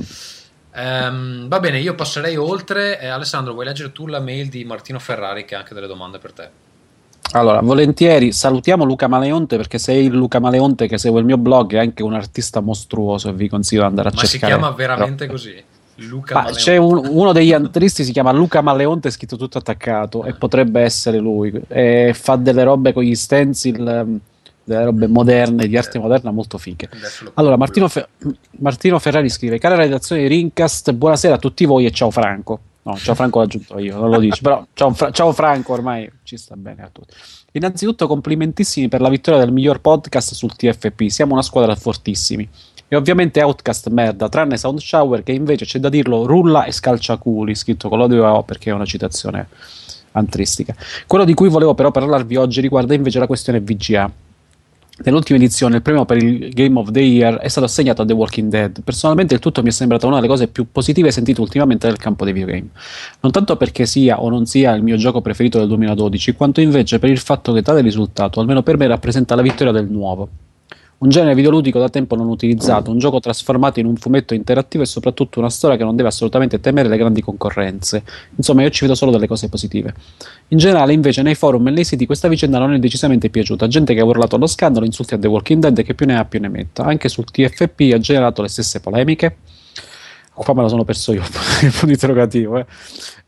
Um, va bene, io passerei oltre. eh, Alessandro, vuoi leggere tu la mail di Martino Ferrari che ha anche delle domande per te? Allora, volentieri. Salutiamo Luca Maleonte, perché sei il Luca Maleonte che segue il mio blog, è anche un artista mostruoso e vi consiglio di andare a Ma cercare. Ma si chiama veramente Però... così? Luca Ma Maleonte. c'è un, uno degli antristi si chiama Luca Maleonte, scritto tutto attaccato, ah. e potrebbe essere lui, e fa delle robe con gli stencil, delle robe moderne, di arte moderna, molto fighe. Allora, Martino, Fe- Martino Ferrari scrive: cara redazione di Rincast, buonasera a tutti voi e ciao Franco. No, ciao Franco l'ho aggiunto io, non lo dici, però ciao, Fra- ciao Franco, ormai ci sta bene a tutti. Innanzitutto complimentissimi per la vittoria del miglior podcast sul T F P, siamo una squadra fortissimi. E ovviamente Outcast merda, tranne Sound Shower che invece, c'è da dirlo, rulla e scalciaculi, scritto con l'odio O perché è una citazione antristica. Quello di cui volevo però parlarvi oggi riguarda invece la questione V G A. Nell'ultima edizione il premio per il Game of the Year è stato assegnato a The Walking Dead. Personalmente il tutto mi è sembrata una delle cose più positive sentite ultimamente nel campo dei videogame. Non tanto perché sia o non sia il mio gioco preferito del duemiladodici, quanto invece per il fatto che tale risultato, almeno per me, rappresenta la vittoria del nuovo. Un genere videoludico da tempo non utilizzato, un gioco trasformato in un fumetto interattivo e soprattutto una storia che non deve assolutamente temere le grandi concorrenze. Insomma, io ci vedo solo delle cose positive. In generale, invece, nei forum e nei siti questa vicenda non è decisamente piaciuta. Gente che ha urlato allo scandalo, insulti a The Walking Dead e che più ne ha più ne metta. Anche sul T F P ha generato le stesse polemiche. Qua me lo sono perso io, il punto interrogativo. Eh.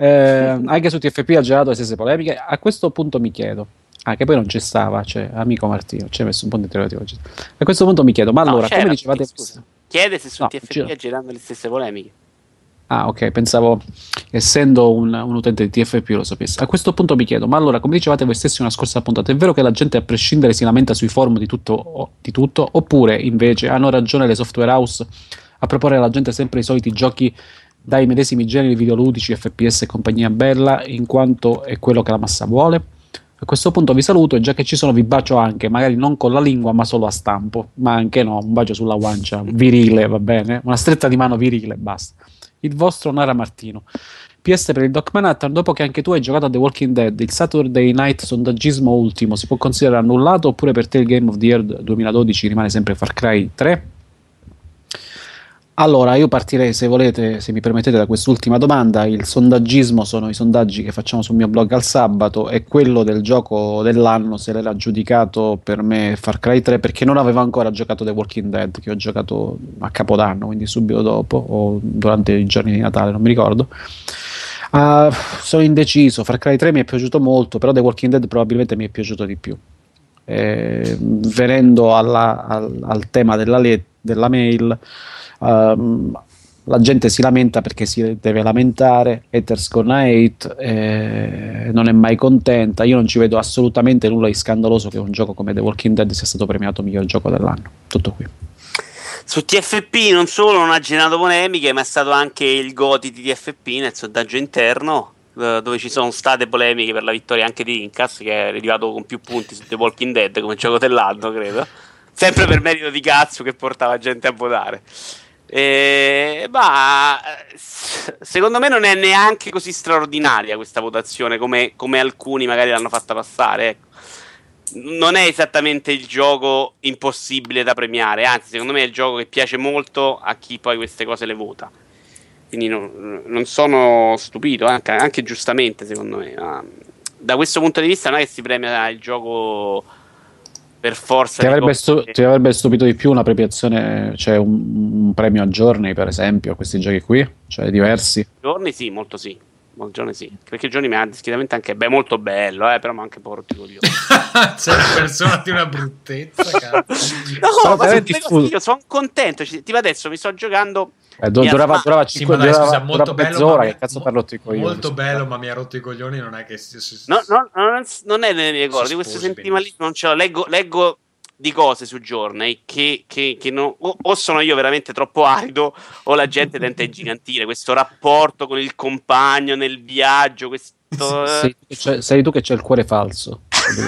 Eh, anche su T F P ha generato le stesse polemiche. A questo punto mi chiedo, ah, che poi non ci stava, cioè, amico Martino, ci hai messo un punto interrogativo. A questo punto mi chiedo, ma no, allora, come dicevate... Scusa. Chiede se su no, T F P ha girato le stesse polemiche. Ah, ok, pensavo, essendo un, un utente di T F P lo sapesse. A questo punto mi chiedo, ma allora, come dicevate voi stessi una scorsa puntata, è vero che la gente a prescindere si lamenta sui forum di tutto, o, di tutto, oppure invece hanno ragione le software house a proporre alla gente sempre i soliti giochi dai medesimi generi videoludici, F P S e compagnia bella, in quanto è quello che la massa vuole? A questo punto vi saluto e già che ci sono vi bacio anche, magari non con la lingua ma solo a stampo, ma anche no, un bacio sulla guancia, virile, va bene? Una stretta di mano virile, basta. Il vostro Nara Martino. P S per il Doc Manhattan, dopo che anche tu hai giocato a The Walking Dead, il Saturday Night sondaggismo ultimo si può considerare annullato oppure per te il Game of the Year duemiladodici rimane sempre Far Cry tre? Allora, io partirei, se volete, se mi permettete, da quest'ultima domanda. Il sondaggismo sono i sondaggi che facciamo sul mio blog al sabato, e quello del gioco dell'anno se l'era giudicato per me Far Cry tre, perché non avevo ancora giocato The Walking Dead, che ho giocato a Capodanno, quindi subito dopo, o durante i giorni di Natale, non mi ricordo. Uh, sono indeciso, Far Cry tre mi è piaciuto molto, però The Walking Dead probabilmente mi è piaciuto di più. Eh, venendo alla, al, al tema della, le- della mail, Um, la gente si lamenta perché si deve lamentare, haters gonna hate, eh, non è mai contenta. Io non ci vedo assolutamente nulla di scandaloso che un gioco come The Walking Dead sia stato premiato miglior gioco dell'anno. Tutto qui. Su T F P non solo non ha generato polemiche, ma è stato anche il Goti di T F P nel sondaggio interno, dove ci sono state polemiche per la vittoria anche di Incas, che è arrivato con più punti su The Walking Dead come gioco dell'anno, credo, sempre per merito di cazzo che portava gente a votare. E, ma secondo me non è neanche così straordinaria questa votazione come, come alcuni magari l'hanno fatta passare, ecco. Non è esattamente il gioco impossibile da premiare, anzi secondo me è il gioco che piace molto a chi poi queste cose le vota. Quindi no, non sono stupito, anche, anche giustamente secondo me. Ma da questo punto di vista non è che si premia il gioco per forza. Ti avrebbe, stu- ti avrebbe stupito di più una premiazione, cioè un, un premio a giorni, per esempio, a questi giochi qui? Cioè diversi? Giorni sì, molto sì. Giorni sì. Perché Giorni mi ha discretamente anche beh, molto bello, eh, però mi ha anche un po' rotto i coglioni. C'è una persona di una bruttezza, cazzo. No, ma io sono contento. Tipo adesso mi sto giocando. Eh, durava, durava cinque sì, dai, durava, scusa, molto durava bello, mezz'ora, mi, che cazzo parlo i coglioni? Molto bello, ma mi ha rotto i coglioni, non è che si, si, no, no, non, non è nelle mie cose, questo sentimalismo non ce l'ho, leggo, leggo di cose su Journey che, che, che non, o, o sono io veramente troppo arido o la gente tenta ingigantire questo rapporto con il compagno nel viaggio, questo... Sei, cioè, sei tu che c'è il cuore falso.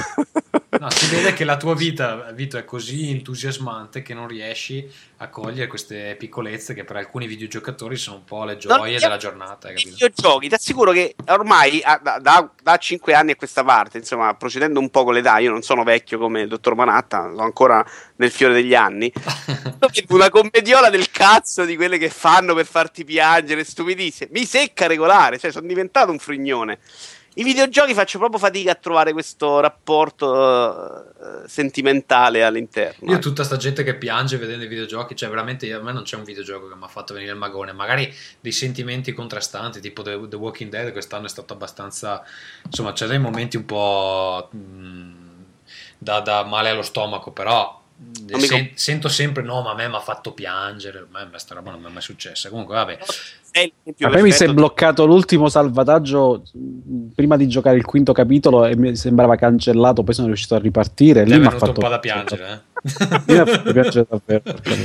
No, si vede che la tua vita, Vito, è così entusiasmante che non riesci a cogliere queste piccolezze che per alcuni videogiocatori sono un po' le gioie della giornata. Hai capito? Videogiochi, ti assicuro che ormai da, da, da cinque anni a questa parte, insomma, procedendo un po' con l'età, io non sono vecchio come il dottor Manatta, sono ancora nel fiore degli anni. Una commediola del cazzo di quelle che fanno per farti piangere, stupidissime. Mi secca regolare, cioè sono diventato un frignone. I videogiochi faccio proprio fatica a trovare questo rapporto uh, sentimentale all'interno. Io tutta sta gente che piange vedendo i videogiochi, cioè veramente a me non c'è un videogioco che mi ha fatto venire il magone, magari dei sentimenti contrastanti, tipo The, The Walking Dead quest'anno è stato abbastanza, insomma c'è dei momenti un po' mh, da, da male allo stomaco, però sen- comp- sento sempre no ma a me mi ha fatto piangere, a me sta roba non mi è mai successa, comunque vabbè. A me mi si è bloccato l'ultimo salvataggio prima di giocare il quinto capitolo e mi sembrava cancellato, poi sono riuscito a ripartire. Lì mi ha fatto un po' da piangere, eh? Mi ha fatto piangere davvero.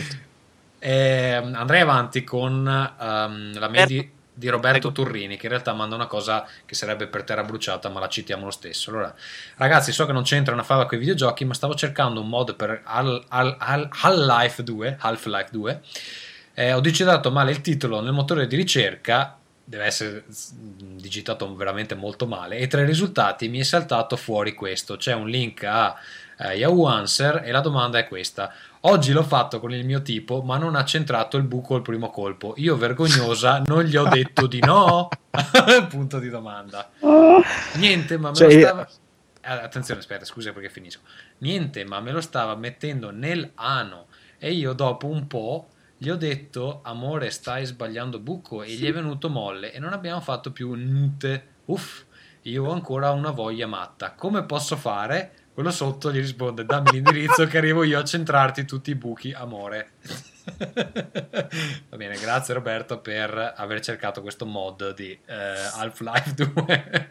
eh, andrei avanti con um, la mail di, di Roberto Turrini, che in realtà manda una cosa che sarebbe per terra bruciata, ma la citiamo lo stesso. Allora, ragazzi, so che non c'entra una fava con i videogiochi, ma stavo cercando un mod per Half-Life due, Half-Life due. Eh, ho digitato male il titolo nel motore di ricerca, deve essere digitato veramente molto male, e tra i risultati mi è saltato fuori questo. C'è un link a eh, Yahoo Answer e la domanda è questa: oggi l'ho fatto con il mio tipo ma non ha centrato il buco al primo colpo, io vergognosa non gli ho detto di no? Punto di domanda. Niente, ma me cioè, lo stava... Eh, attenzione, aspetta, scusa perché finisco. Niente, ma me lo stava mettendo nel ano e io dopo un po' gli ho detto amore stai sbagliando buco e gli è venuto molle e non abbiamo fatto più niente. Uff, io ho ancora una voglia matta, come posso fare? Quello sotto gli risponde dammi l'indirizzo che arrivo io a centrarti tutti i buchi amore. Va bene, grazie Roberto per aver cercato questo mod di eh, Half-Life due.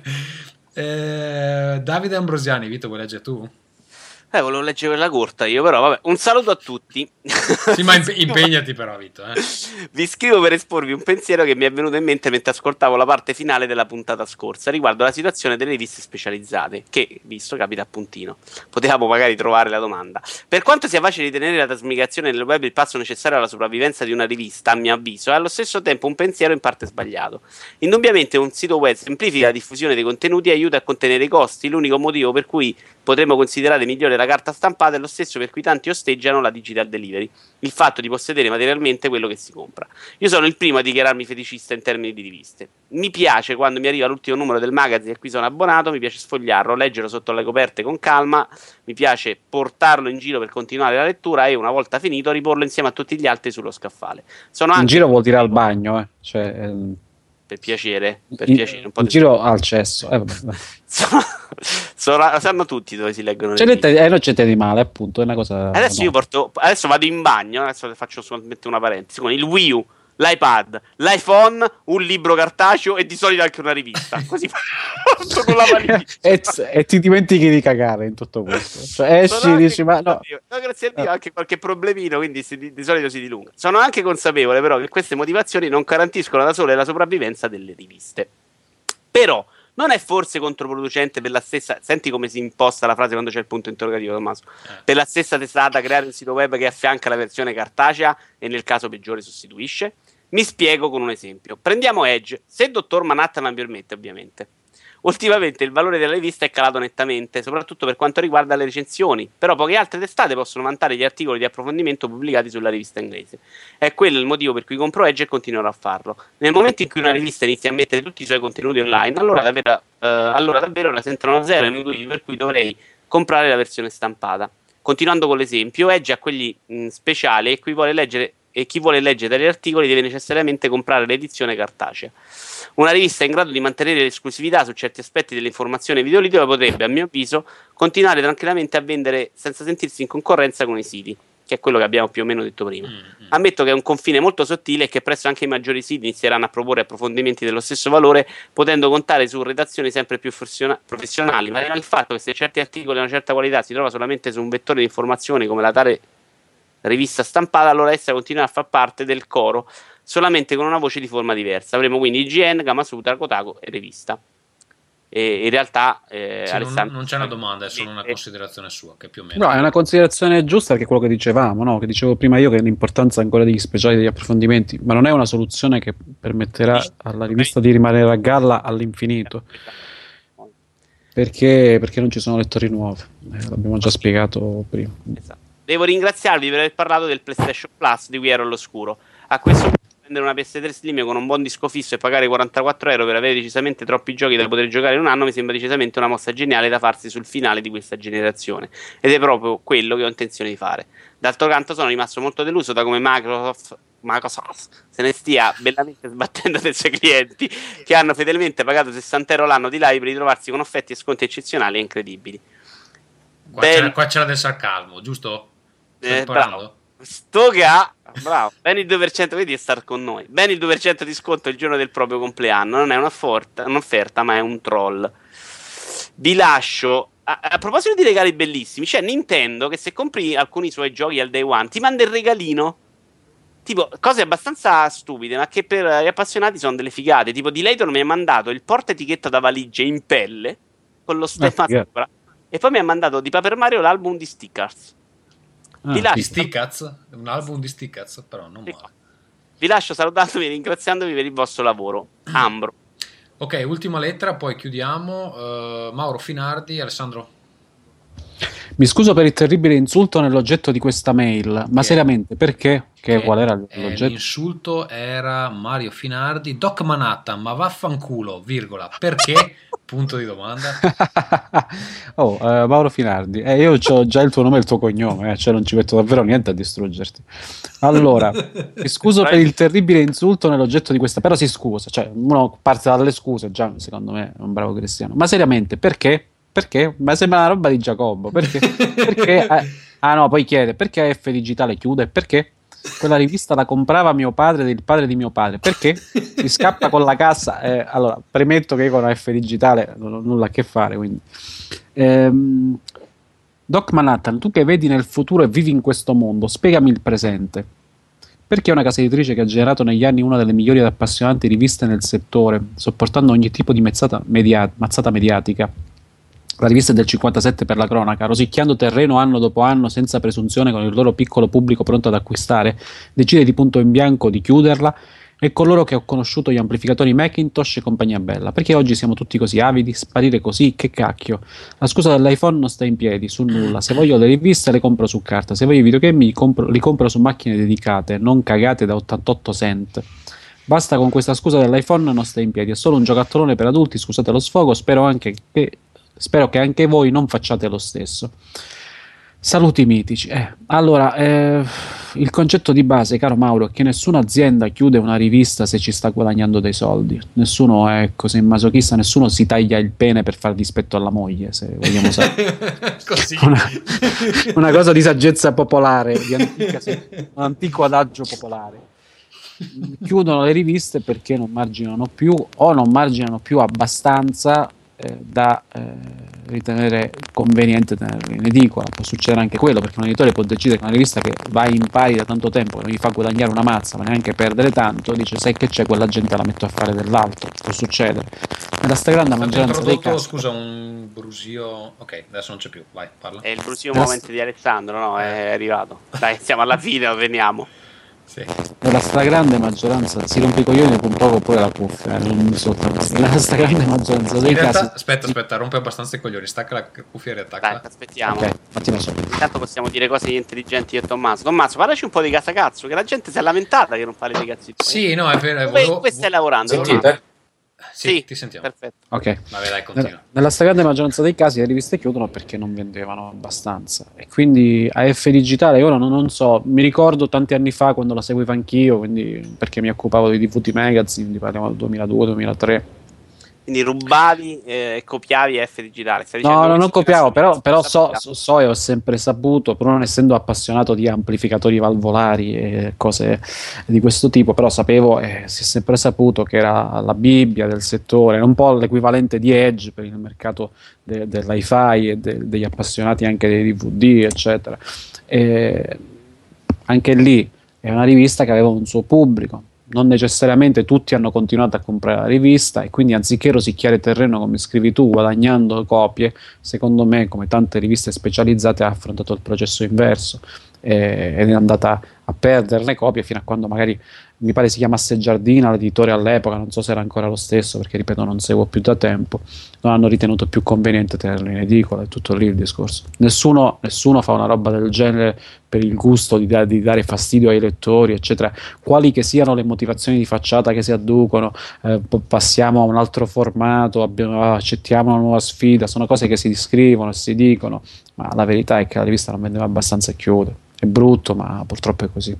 eh, Davide Ambrosiani, Vito, vuoi leggere tu? Eh, volevo leggere quella corta io, però vabbè. Un saluto a tutti. Sì, ma imp- impegnati però, Vito. Eh. Vi scrivo per esporvi un pensiero che mi è venuto in mente mentre ascoltavo la parte finale della puntata scorsa riguardo la situazione delle riviste specializzate, che, visto, capita a puntino. Potevamo magari trovare la domanda. Per quanto sia facile ritenere la trasmigrazione nel web il passo necessario alla sopravvivenza di una rivista, a mio avviso, è allo stesso tempo un pensiero in parte sbagliato. Indubbiamente un sito web semplifica la diffusione dei contenuti e aiuta a contenere i costi, l'unico motivo per cui potremmo considerare migliore la carta stampata è lo stesso per cui tanti osteggiano la digital delivery, il fatto di possedere materialmente quello che si compra. Io sono il primo a dichiararmi feticista in termini di riviste. Mi piace quando mi arriva l'ultimo numero del magazine a cui sono abbonato, mi piace sfogliarlo, leggerlo sotto le coperte con calma, mi piace portarlo in giro per continuare la lettura e una volta finito riporlo insieme a tutti gli altri sullo scaffale. Sono in anche giro vuol dire al bagno, eh. Cioè, ehm... per piacere, per in, piacere un po' in di giro al cesso, eh, vabbè. sono, sono, sanno tutti dove si leggono c'è le niente, eh, non c'è niente di male, appunto, è una cosa. adesso no. io porto, adesso vado in bagno, adesso faccio solamente una parentesi con il Wii U l'iPad, l'iPhone, un libro cartaceo e di solito anche una rivista. Così fatto con la valigia. e, e ti dimentichi di cagare in tutto questo. Cioè, esci e dici, ma no. no. Grazie a Dio, anche qualche problemino, quindi si, di, di solito si dilunga. Sono anche consapevole però che queste motivazioni non garantiscono da sole la sopravvivenza delle riviste. Però non è forse controproducente per la stessa... Senti come si imposta la frase quando c'è il punto interrogativo, Tommaso. Eh. Per la stessa testata creare un sito web che affianca la versione cartacea e nel caso peggiore sostituisce? Mi spiego con un esempio. Prendiamo Edge. Se dottor Manhattan mi permette, ovviamente. Ultimamente il valore della rivista è calato nettamente, soprattutto per quanto riguarda le recensioni, però poche altre testate possono vantare gli articoli di approfondimento pubblicati sulla rivista inglese. È quello il motivo per cui compro Edge e continuerò a farlo. Nel momento in cui una rivista inizia a mettere tutti i suoi contenuti online, allora davvero, eh, allora davvero la sentono zero i motivi per cui dovrei comprare la versione stampata. Continuando con l'esempio, Edge ha quelli mh, speciali e chi vuole leggere e chi vuole leggere tali articoli deve necessariamente comprare l'edizione cartacea. Una rivista in grado di mantenere l'esclusività su certi aspetti dell'informazione videoludica potrebbe, a mio avviso, continuare tranquillamente a vendere senza sentirsi in concorrenza con i siti, che è quello che abbiamo più o meno detto prima. Mm-hmm. Ammetto che è un confine molto sottile e che presto anche i maggiori siti inizieranno a proporre approfondimenti dello stesso valore, potendo contare su redazioni sempre più professionali, ma il fatto che se certi articoli di una certa qualità si trova solamente su un vettore di informazione come la tale rivista stampata, allora essa continua a far parte del coro solamente con una voce di forma diversa. Avremo quindi I G N, Gamasutra, Kotaku e rivista. E in realtà eh, sì, Alessandro, non, non c'è una domanda, è solo una considerazione sua che più o meno. No, è una considerazione giusta, che è quello che dicevamo, no? Che dicevo prima io, che l'importanza ancora degli speciali, degli approfondimenti, ma non è una soluzione che permetterà alla rivista di rimanere a galla all'infinito. Perché, perché non ci sono lettori nuovi, eh, l'abbiamo già spiegato prima. Esatto. Devo ringraziarvi per aver parlato del PlayStation Plus di cui ero all'oscuro. A questo punto prendere una P S tre Slim con un buon disco fisso e pagare quarantaquattro euro per avere decisamente troppi giochi da poter giocare in un anno mi sembra decisamente una mossa geniale da farsi sul finale di questa generazione, ed è proprio quello che ho intenzione di fare. D'altro canto sono rimasto molto deluso da come Microsoft, Microsoft se ne stia bellamente sbattendo dei suoi clienti che hanno fedelmente pagato sessanta euro l'anno di live per ritrovarsi con offerti e sconti eccezionali e incredibili. Qua, ben... c'era, qua c'era del sarcasmo, giusto? Eh, bravo. Sto che ha, bravo, ben il due per cento, vedi, star con noi. Ben il due per cento di sconto il giorno del proprio compleanno. Non è un'offerta, un'offerta ma è un troll. Vi lascio. A, a proposito di regali bellissimi, c'è Nintendo che se compri alcuni suoi giochi al day one ti manda il regalino. Tipo, cose abbastanza stupide, ma che per gli appassionati sono delle figate. Tipo, di Layton mi ha mandato il porta etichetta da valigie in pelle con lo stemma yeah. sopra. E poi mi ha mandato di Paper Mario l'album di Stickers. Ah, Vi lascio... di Stickers? Un album di Stickers, però non male. Vi lascio salutandovi e ringraziandovi per il vostro lavoro. Ambro. Ok, ultima lettera, poi chiudiamo. Uh, Mauro Finardi, Alessandro. Mi scuso per il terribile insulto nell'oggetto di questa mail, ma che seriamente perché? Che, che qual era l'oggetto? Eh, l'insulto era Mario Finardi, Doc Manhattan, ma vaffanculo, virgola, perché? Punto di domanda. Oh, eh, Mauro Finardi, eh, io ho già il tuo nome e il tuo cognome, eh, cioè non ci metto davvero niente a distruggerti. Allora, mi scuso per il terribile insulto nell'oggetto di questa, però si scusa, cioè uno parte dalle scuse, già secondo me è un bravo cristiano, ma seriamente perché? Perché? Ma sembra una roba di Giacobbo, perché? Perché eh, ah no, poi chiede, perché A F Digitale chiude? Perché? Quella rivista la comprava mio padre ed il padre di mio padre, perché? Si scappa con la cassa, eh, allora, premetto che io con A F Digitale non ho nulla a che fare, quindi ehm, Doc Manhattan, tu che vedi nel futuro e vivi in questo mondo, spiegami il presente. Perché è una casa editrice che ha generato negli anni una delle migliori ed appassionanti riviste nel settore, sopportando ogni tipo di mezzata, media- mazzata mediatica. La rivista è del cinquantasette per la cronaca, rosicchiando terreno anno dopo anno senza presunzione con il loro piccolo pubblico pronto ad acquistare, decide di punto in bianco di chiuderla, e coloro che ho conosciuto gli amplificatori Macintosh e compagnia bella. Perché oggi siamo tutti così avidi? Sparire così? Che cacchio? La scusa dell'iPhone non sta in piedi, su nulla. Se voglio le riviste le compro su carta, se voglio i videogame li compro, li compro su macchine dedicate, non cagate da ottantotto cent. Basta con questa scusa dell'iPhone non sta in piedi, è solo un giocattolone per adulti, scusate lo sfogo, spero anche che Spero che anche voi non facciate lo stesso. Saluti mitici. Eh, allora, eh, il concetto di base, caro Mauro, è che nessuna azienda chiude una rivista se ci sta guadagnando dei soldi. Nessuno è così masochista, nessuno si taglia il pene per far dispetto alla moglie, se vogliamo sapere. Così. Una, una cosa di saggezza popolare, di antica, un antico adagio popolare. chiudono le riviste perché non marginano più o non marginano più abbastanza eh, da eh, ritenere conveniente tenerlo in edicola. Può succedere anche quello, perché un editore può decidere che una rivista che va in pari da tanto tempo, che non gli fa guadagnare una mazza ma neanche perdere tanto, dice sai che c'è, quella gente la metto a fare dell'altro. Può succedere nella stragrande maggioranza dei casi. Scusa, un brusio. Ok, adesso non c'è più, vai, parla. È il brusio momento di Alessandro, no? È arrivato. Dai, siamo alla fine, veniamo. Sì. Nella stragrande maggioranza si rompe i coglioni un poco pure la cuffia, eh, non soltanto. Nella stragrande maggioranza dei in realtà, casi. Aspetta, aspetta, rompe abbastanza i coglioni, stacca la cuffia e riattacca. Dai, aspettiamo. Ok, mattina solo. Intanto possiamo dire cose intelligenti io e Tommaso. Tommaso, parlaci un po' di Casacazzo, che la gente si è lamentata che non fa le cazzi tuoi. Sì, no, è vero. Dove, dove stai lavorando? Sentite? Sì, Sì, ti sentiamo. perfetto. Ok. Vabbè, dai, continua. Nella, nella stragrande maggioranza dei casi le riviste chiudono perché non vendevano abbastanza e quindi A F Digitale ora non, non so, mi ricordo tanti anni fa quando la seguivo anch'io, quindi perché mi occupavo di D V D Magazine, quindi parliamo del duemiladue duemilatré. Quindi rubavi e eh, copiavi F Digitale. Stai No, no, non copiavo, però, però so, so, so, so e ho sempre saputo, pur non essendo appassionato di amplificatori valvolari e cose di questo tipo, però sapevo e si è sempre saputo che era la Bibbia del settore, un po' l'equivalente di Edge per il mercato de, dell'hi-fi e de, degli appassionati anche dei D V D, eccetera. E anche lì è una rivista che aveva un suo pubblico. Non necessariamente tutti hanno continuato a comprare la rivista e quindi anziché rosicchiare terreno come scrivi tu guadagnando copie, secondo me come tante riviste specializzate ha affrontato il processo inverso eh, ed è andata a perderne copie fino a quando magari mi pare si chiamasse Giardina l'editore all'epoca, non so se era ancora lo stesso perché ripeto non seguo più da tempo, non hanno ritenuto più conveniente tenerlo in edicola, è tutto lì il discorso. Nessuno, nessuno fa una roba del genere per il gusto di, da, di dare fastidio ai lettori eccetera, quali che siano le motivazioni di facciata che si adducono, eh, passiamo a un altro formato, abbiamo, accettiamo una nuova sfida, sono cose che si scrivono e si dicono, ma la verità è che la rivista non vendeva abbastanza e chiude, è brutto ma purtroppo è così,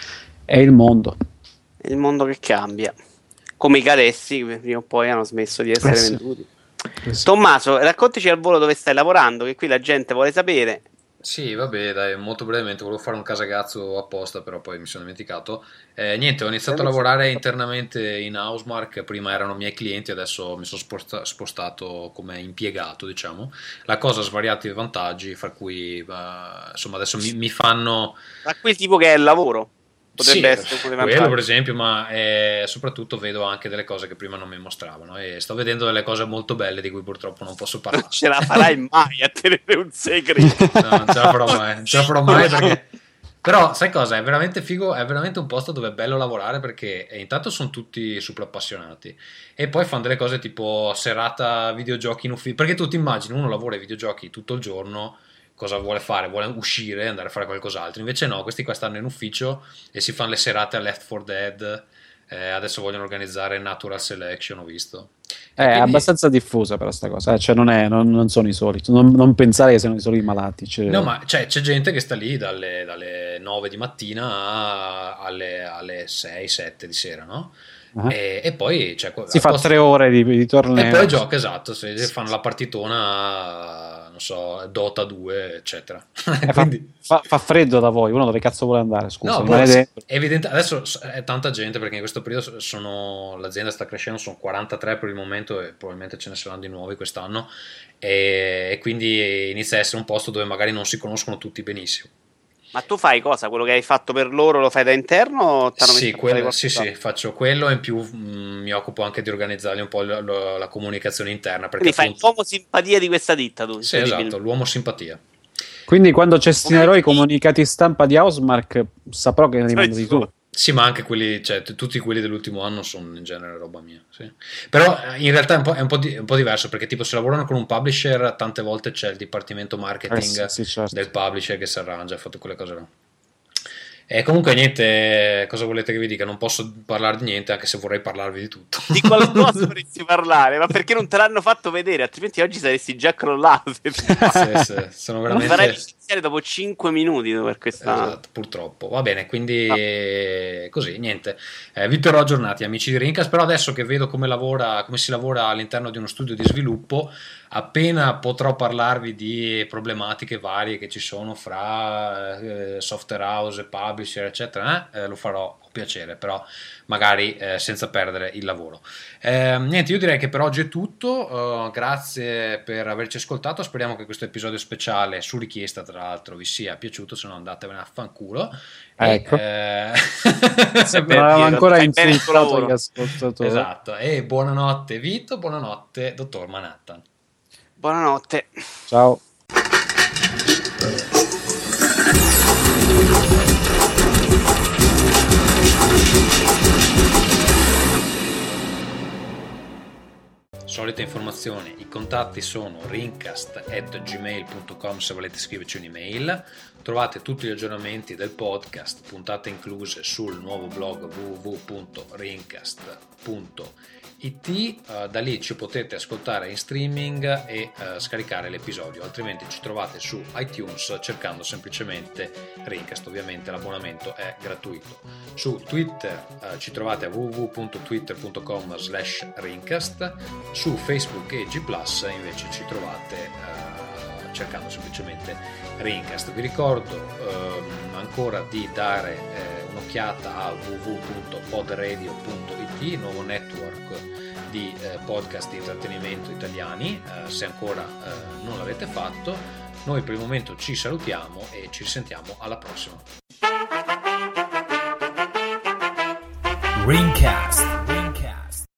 è il mondo. È il mondo che cambia, come i cadessi che prima o poi hanno smesso di essere eh sì. venduti. Eh sì. Tommaso, raccontaci al volo dove stai lavorando, che qui la gente vuole sapere. Sì, vabbè, dai, molto brevemente, volevo fare un casagazzo apposta, però poi mi sono dimenticato. Eh, niente, ho iniziato a lavorare internamente in Housemarque, prima erano miei clienti, adesso mi sono sposta- spostato come impiegato, diciamo. La cosa ha svariati vantaggi, fra cui, uh, insomma, adesso mi, mi fanno... Ma quel tipo che è il lavoro? Potrebbe sì, essere quello per esempio, ma eh, soprattutto vedo anche delle cose che prima non mi mostravano e sto vedendo delle cose molto belle di cui purtroppo non posso parlare. Non ce la farai mai a tenere un segreto. No, non ce la farò mai, non ce la farò mai perché... Però sai cosa? È veramente figo, è veramente un posto dove è bello lavorare perché eh, intanto sono tutti super appassionati e poi fanno delle cose tipo serata videogiochi in ufficio, perché tu ti immagini uno lavora ai videogiochi tutto il giorno, cosa vuole fare? Vuole uscire, andare a fare qualcos'altro. Invece no, questi qua stanno in ufficio e si fanno le serate a Left four Dead. Eh, adesso vogliono organizzare Natural Selection, ho visto. È quindi... abbastanza diffusa però sta cosa, eh? Cioè non, è, non, non sono i soli, non, non pensare che siano i soli malati. Cioè... No, ma cioè, c'è gente che sta lì dalle, dalle nove di mattina a, alle, alle sei sette di sera, no? Uh-huh. E, e poi cioè, si fa tre ore di, di torneo e poi gioca, esatto, se fanno la partitona, non so, Dota due eccetera. Eh, Quindi... fa, fa freddo da voi, uno dove cazzo vuole andare, scusa? No, però, è evidente, adesso è tanta gente perché in questo periodo sono, l'azienda sta crescendo, sono quarantatré per il momento e probabilmente ce ne saranno di nuovi quest'anno e, e quindi inizia a essere un posto dove magari non si conoscono tutti benissimo. Ma tu fai cosa? Quello che hai fatto per loro lo fai da interno? O sì, quello, sì, sì, faccio quello e in più mh, mi occupo anche di organizzargli un po' la, la, la comunicazione interna. Perché quindi appunto... fai l'uomo simpatia di questa ditta tu? Sì, esatto, l'uomo simpatia. Quindi quando cestinerò i comunicati stampa di Housemarque saprò che ne rimandi tu. Sì, ma anche quelli, cioè t- tutti quelli dell'ultimo anno sono in genere roba mia. Sì. Però in realtà è un po', è un po', di, un po' diverso perché tipo se lavorano con un publisher tante volte c'è il dipartimento marketing eh sì, sì, certo. del publisher che si arrangia, ha fatto quelle cose là. E comunque niente, cosa volete che vi dica? Non posso parlare di niente anche se vorrei parlarvi di tutto. Di qualcosa vorresti parlare, ma perché non te l'hanno fatto vedere? Altrimenti oggi saresti già crollato. Sì, sì, sono veramente... Non farei iniziare dopo cinque minuti per questa. Esatto, purtroppo. Va bene, quindi ah. così, niente. Eh, vi terrò aggiornati, amici di Rincast, però adesso che vedo come lavora, come si lavora all'interno di uno studio di sviluppo, appena potrò parlarvi di problematiche varie che ci sono fra eh, software house, publisher, eccetera, eh, lo farò con piacere, però magari eh, senza perdere il lavoro. Eh, niente, io direi che per oggi è tutto. Uh, grazie per averci ascoltato. Speriamo che questo episodio speciale, su richiesta tra l'altro, vi sia piaciuto. Se no, andatevene a fanculo. Ecco, e, eh... non avevamo ancora insultato gli ascoltatori. Esatto. E buonanotte, Vito. Buonanotte, dottor Manhattan. Buonanotte. Ciao. Solite informazioni, i contatti sono rincast at gmail punto com se volete scriverci un'email. Trovate tutti gli aggiornamenti del podcast, puntate incluse, sul nuovo blog w w w punto rincast punto it. Uh, da lì ci potete ascoltare in streaming e uh, scaricare l'episodio, altrimenti ci trovate su iTunes cercando semplicemente Rincast. Ovviamente l'abbonamento è gratuito. Su Twitter uh, ci trovate a w w w punto twitter punto com slash rincast. Su Facebook e G plus invece ci trovate uh, cercando semplicemente Rincast. Vi ricordo uh, ancora di dare uh, un'occhiata a w w w punto podradio punto it, nuovo network di uh, podcast di intrattenimento italiani. Uh, se ancora uh, non l'avete fatto, noi per il momento ci salutiamo e ci risentiamo alla prossima. Rincast.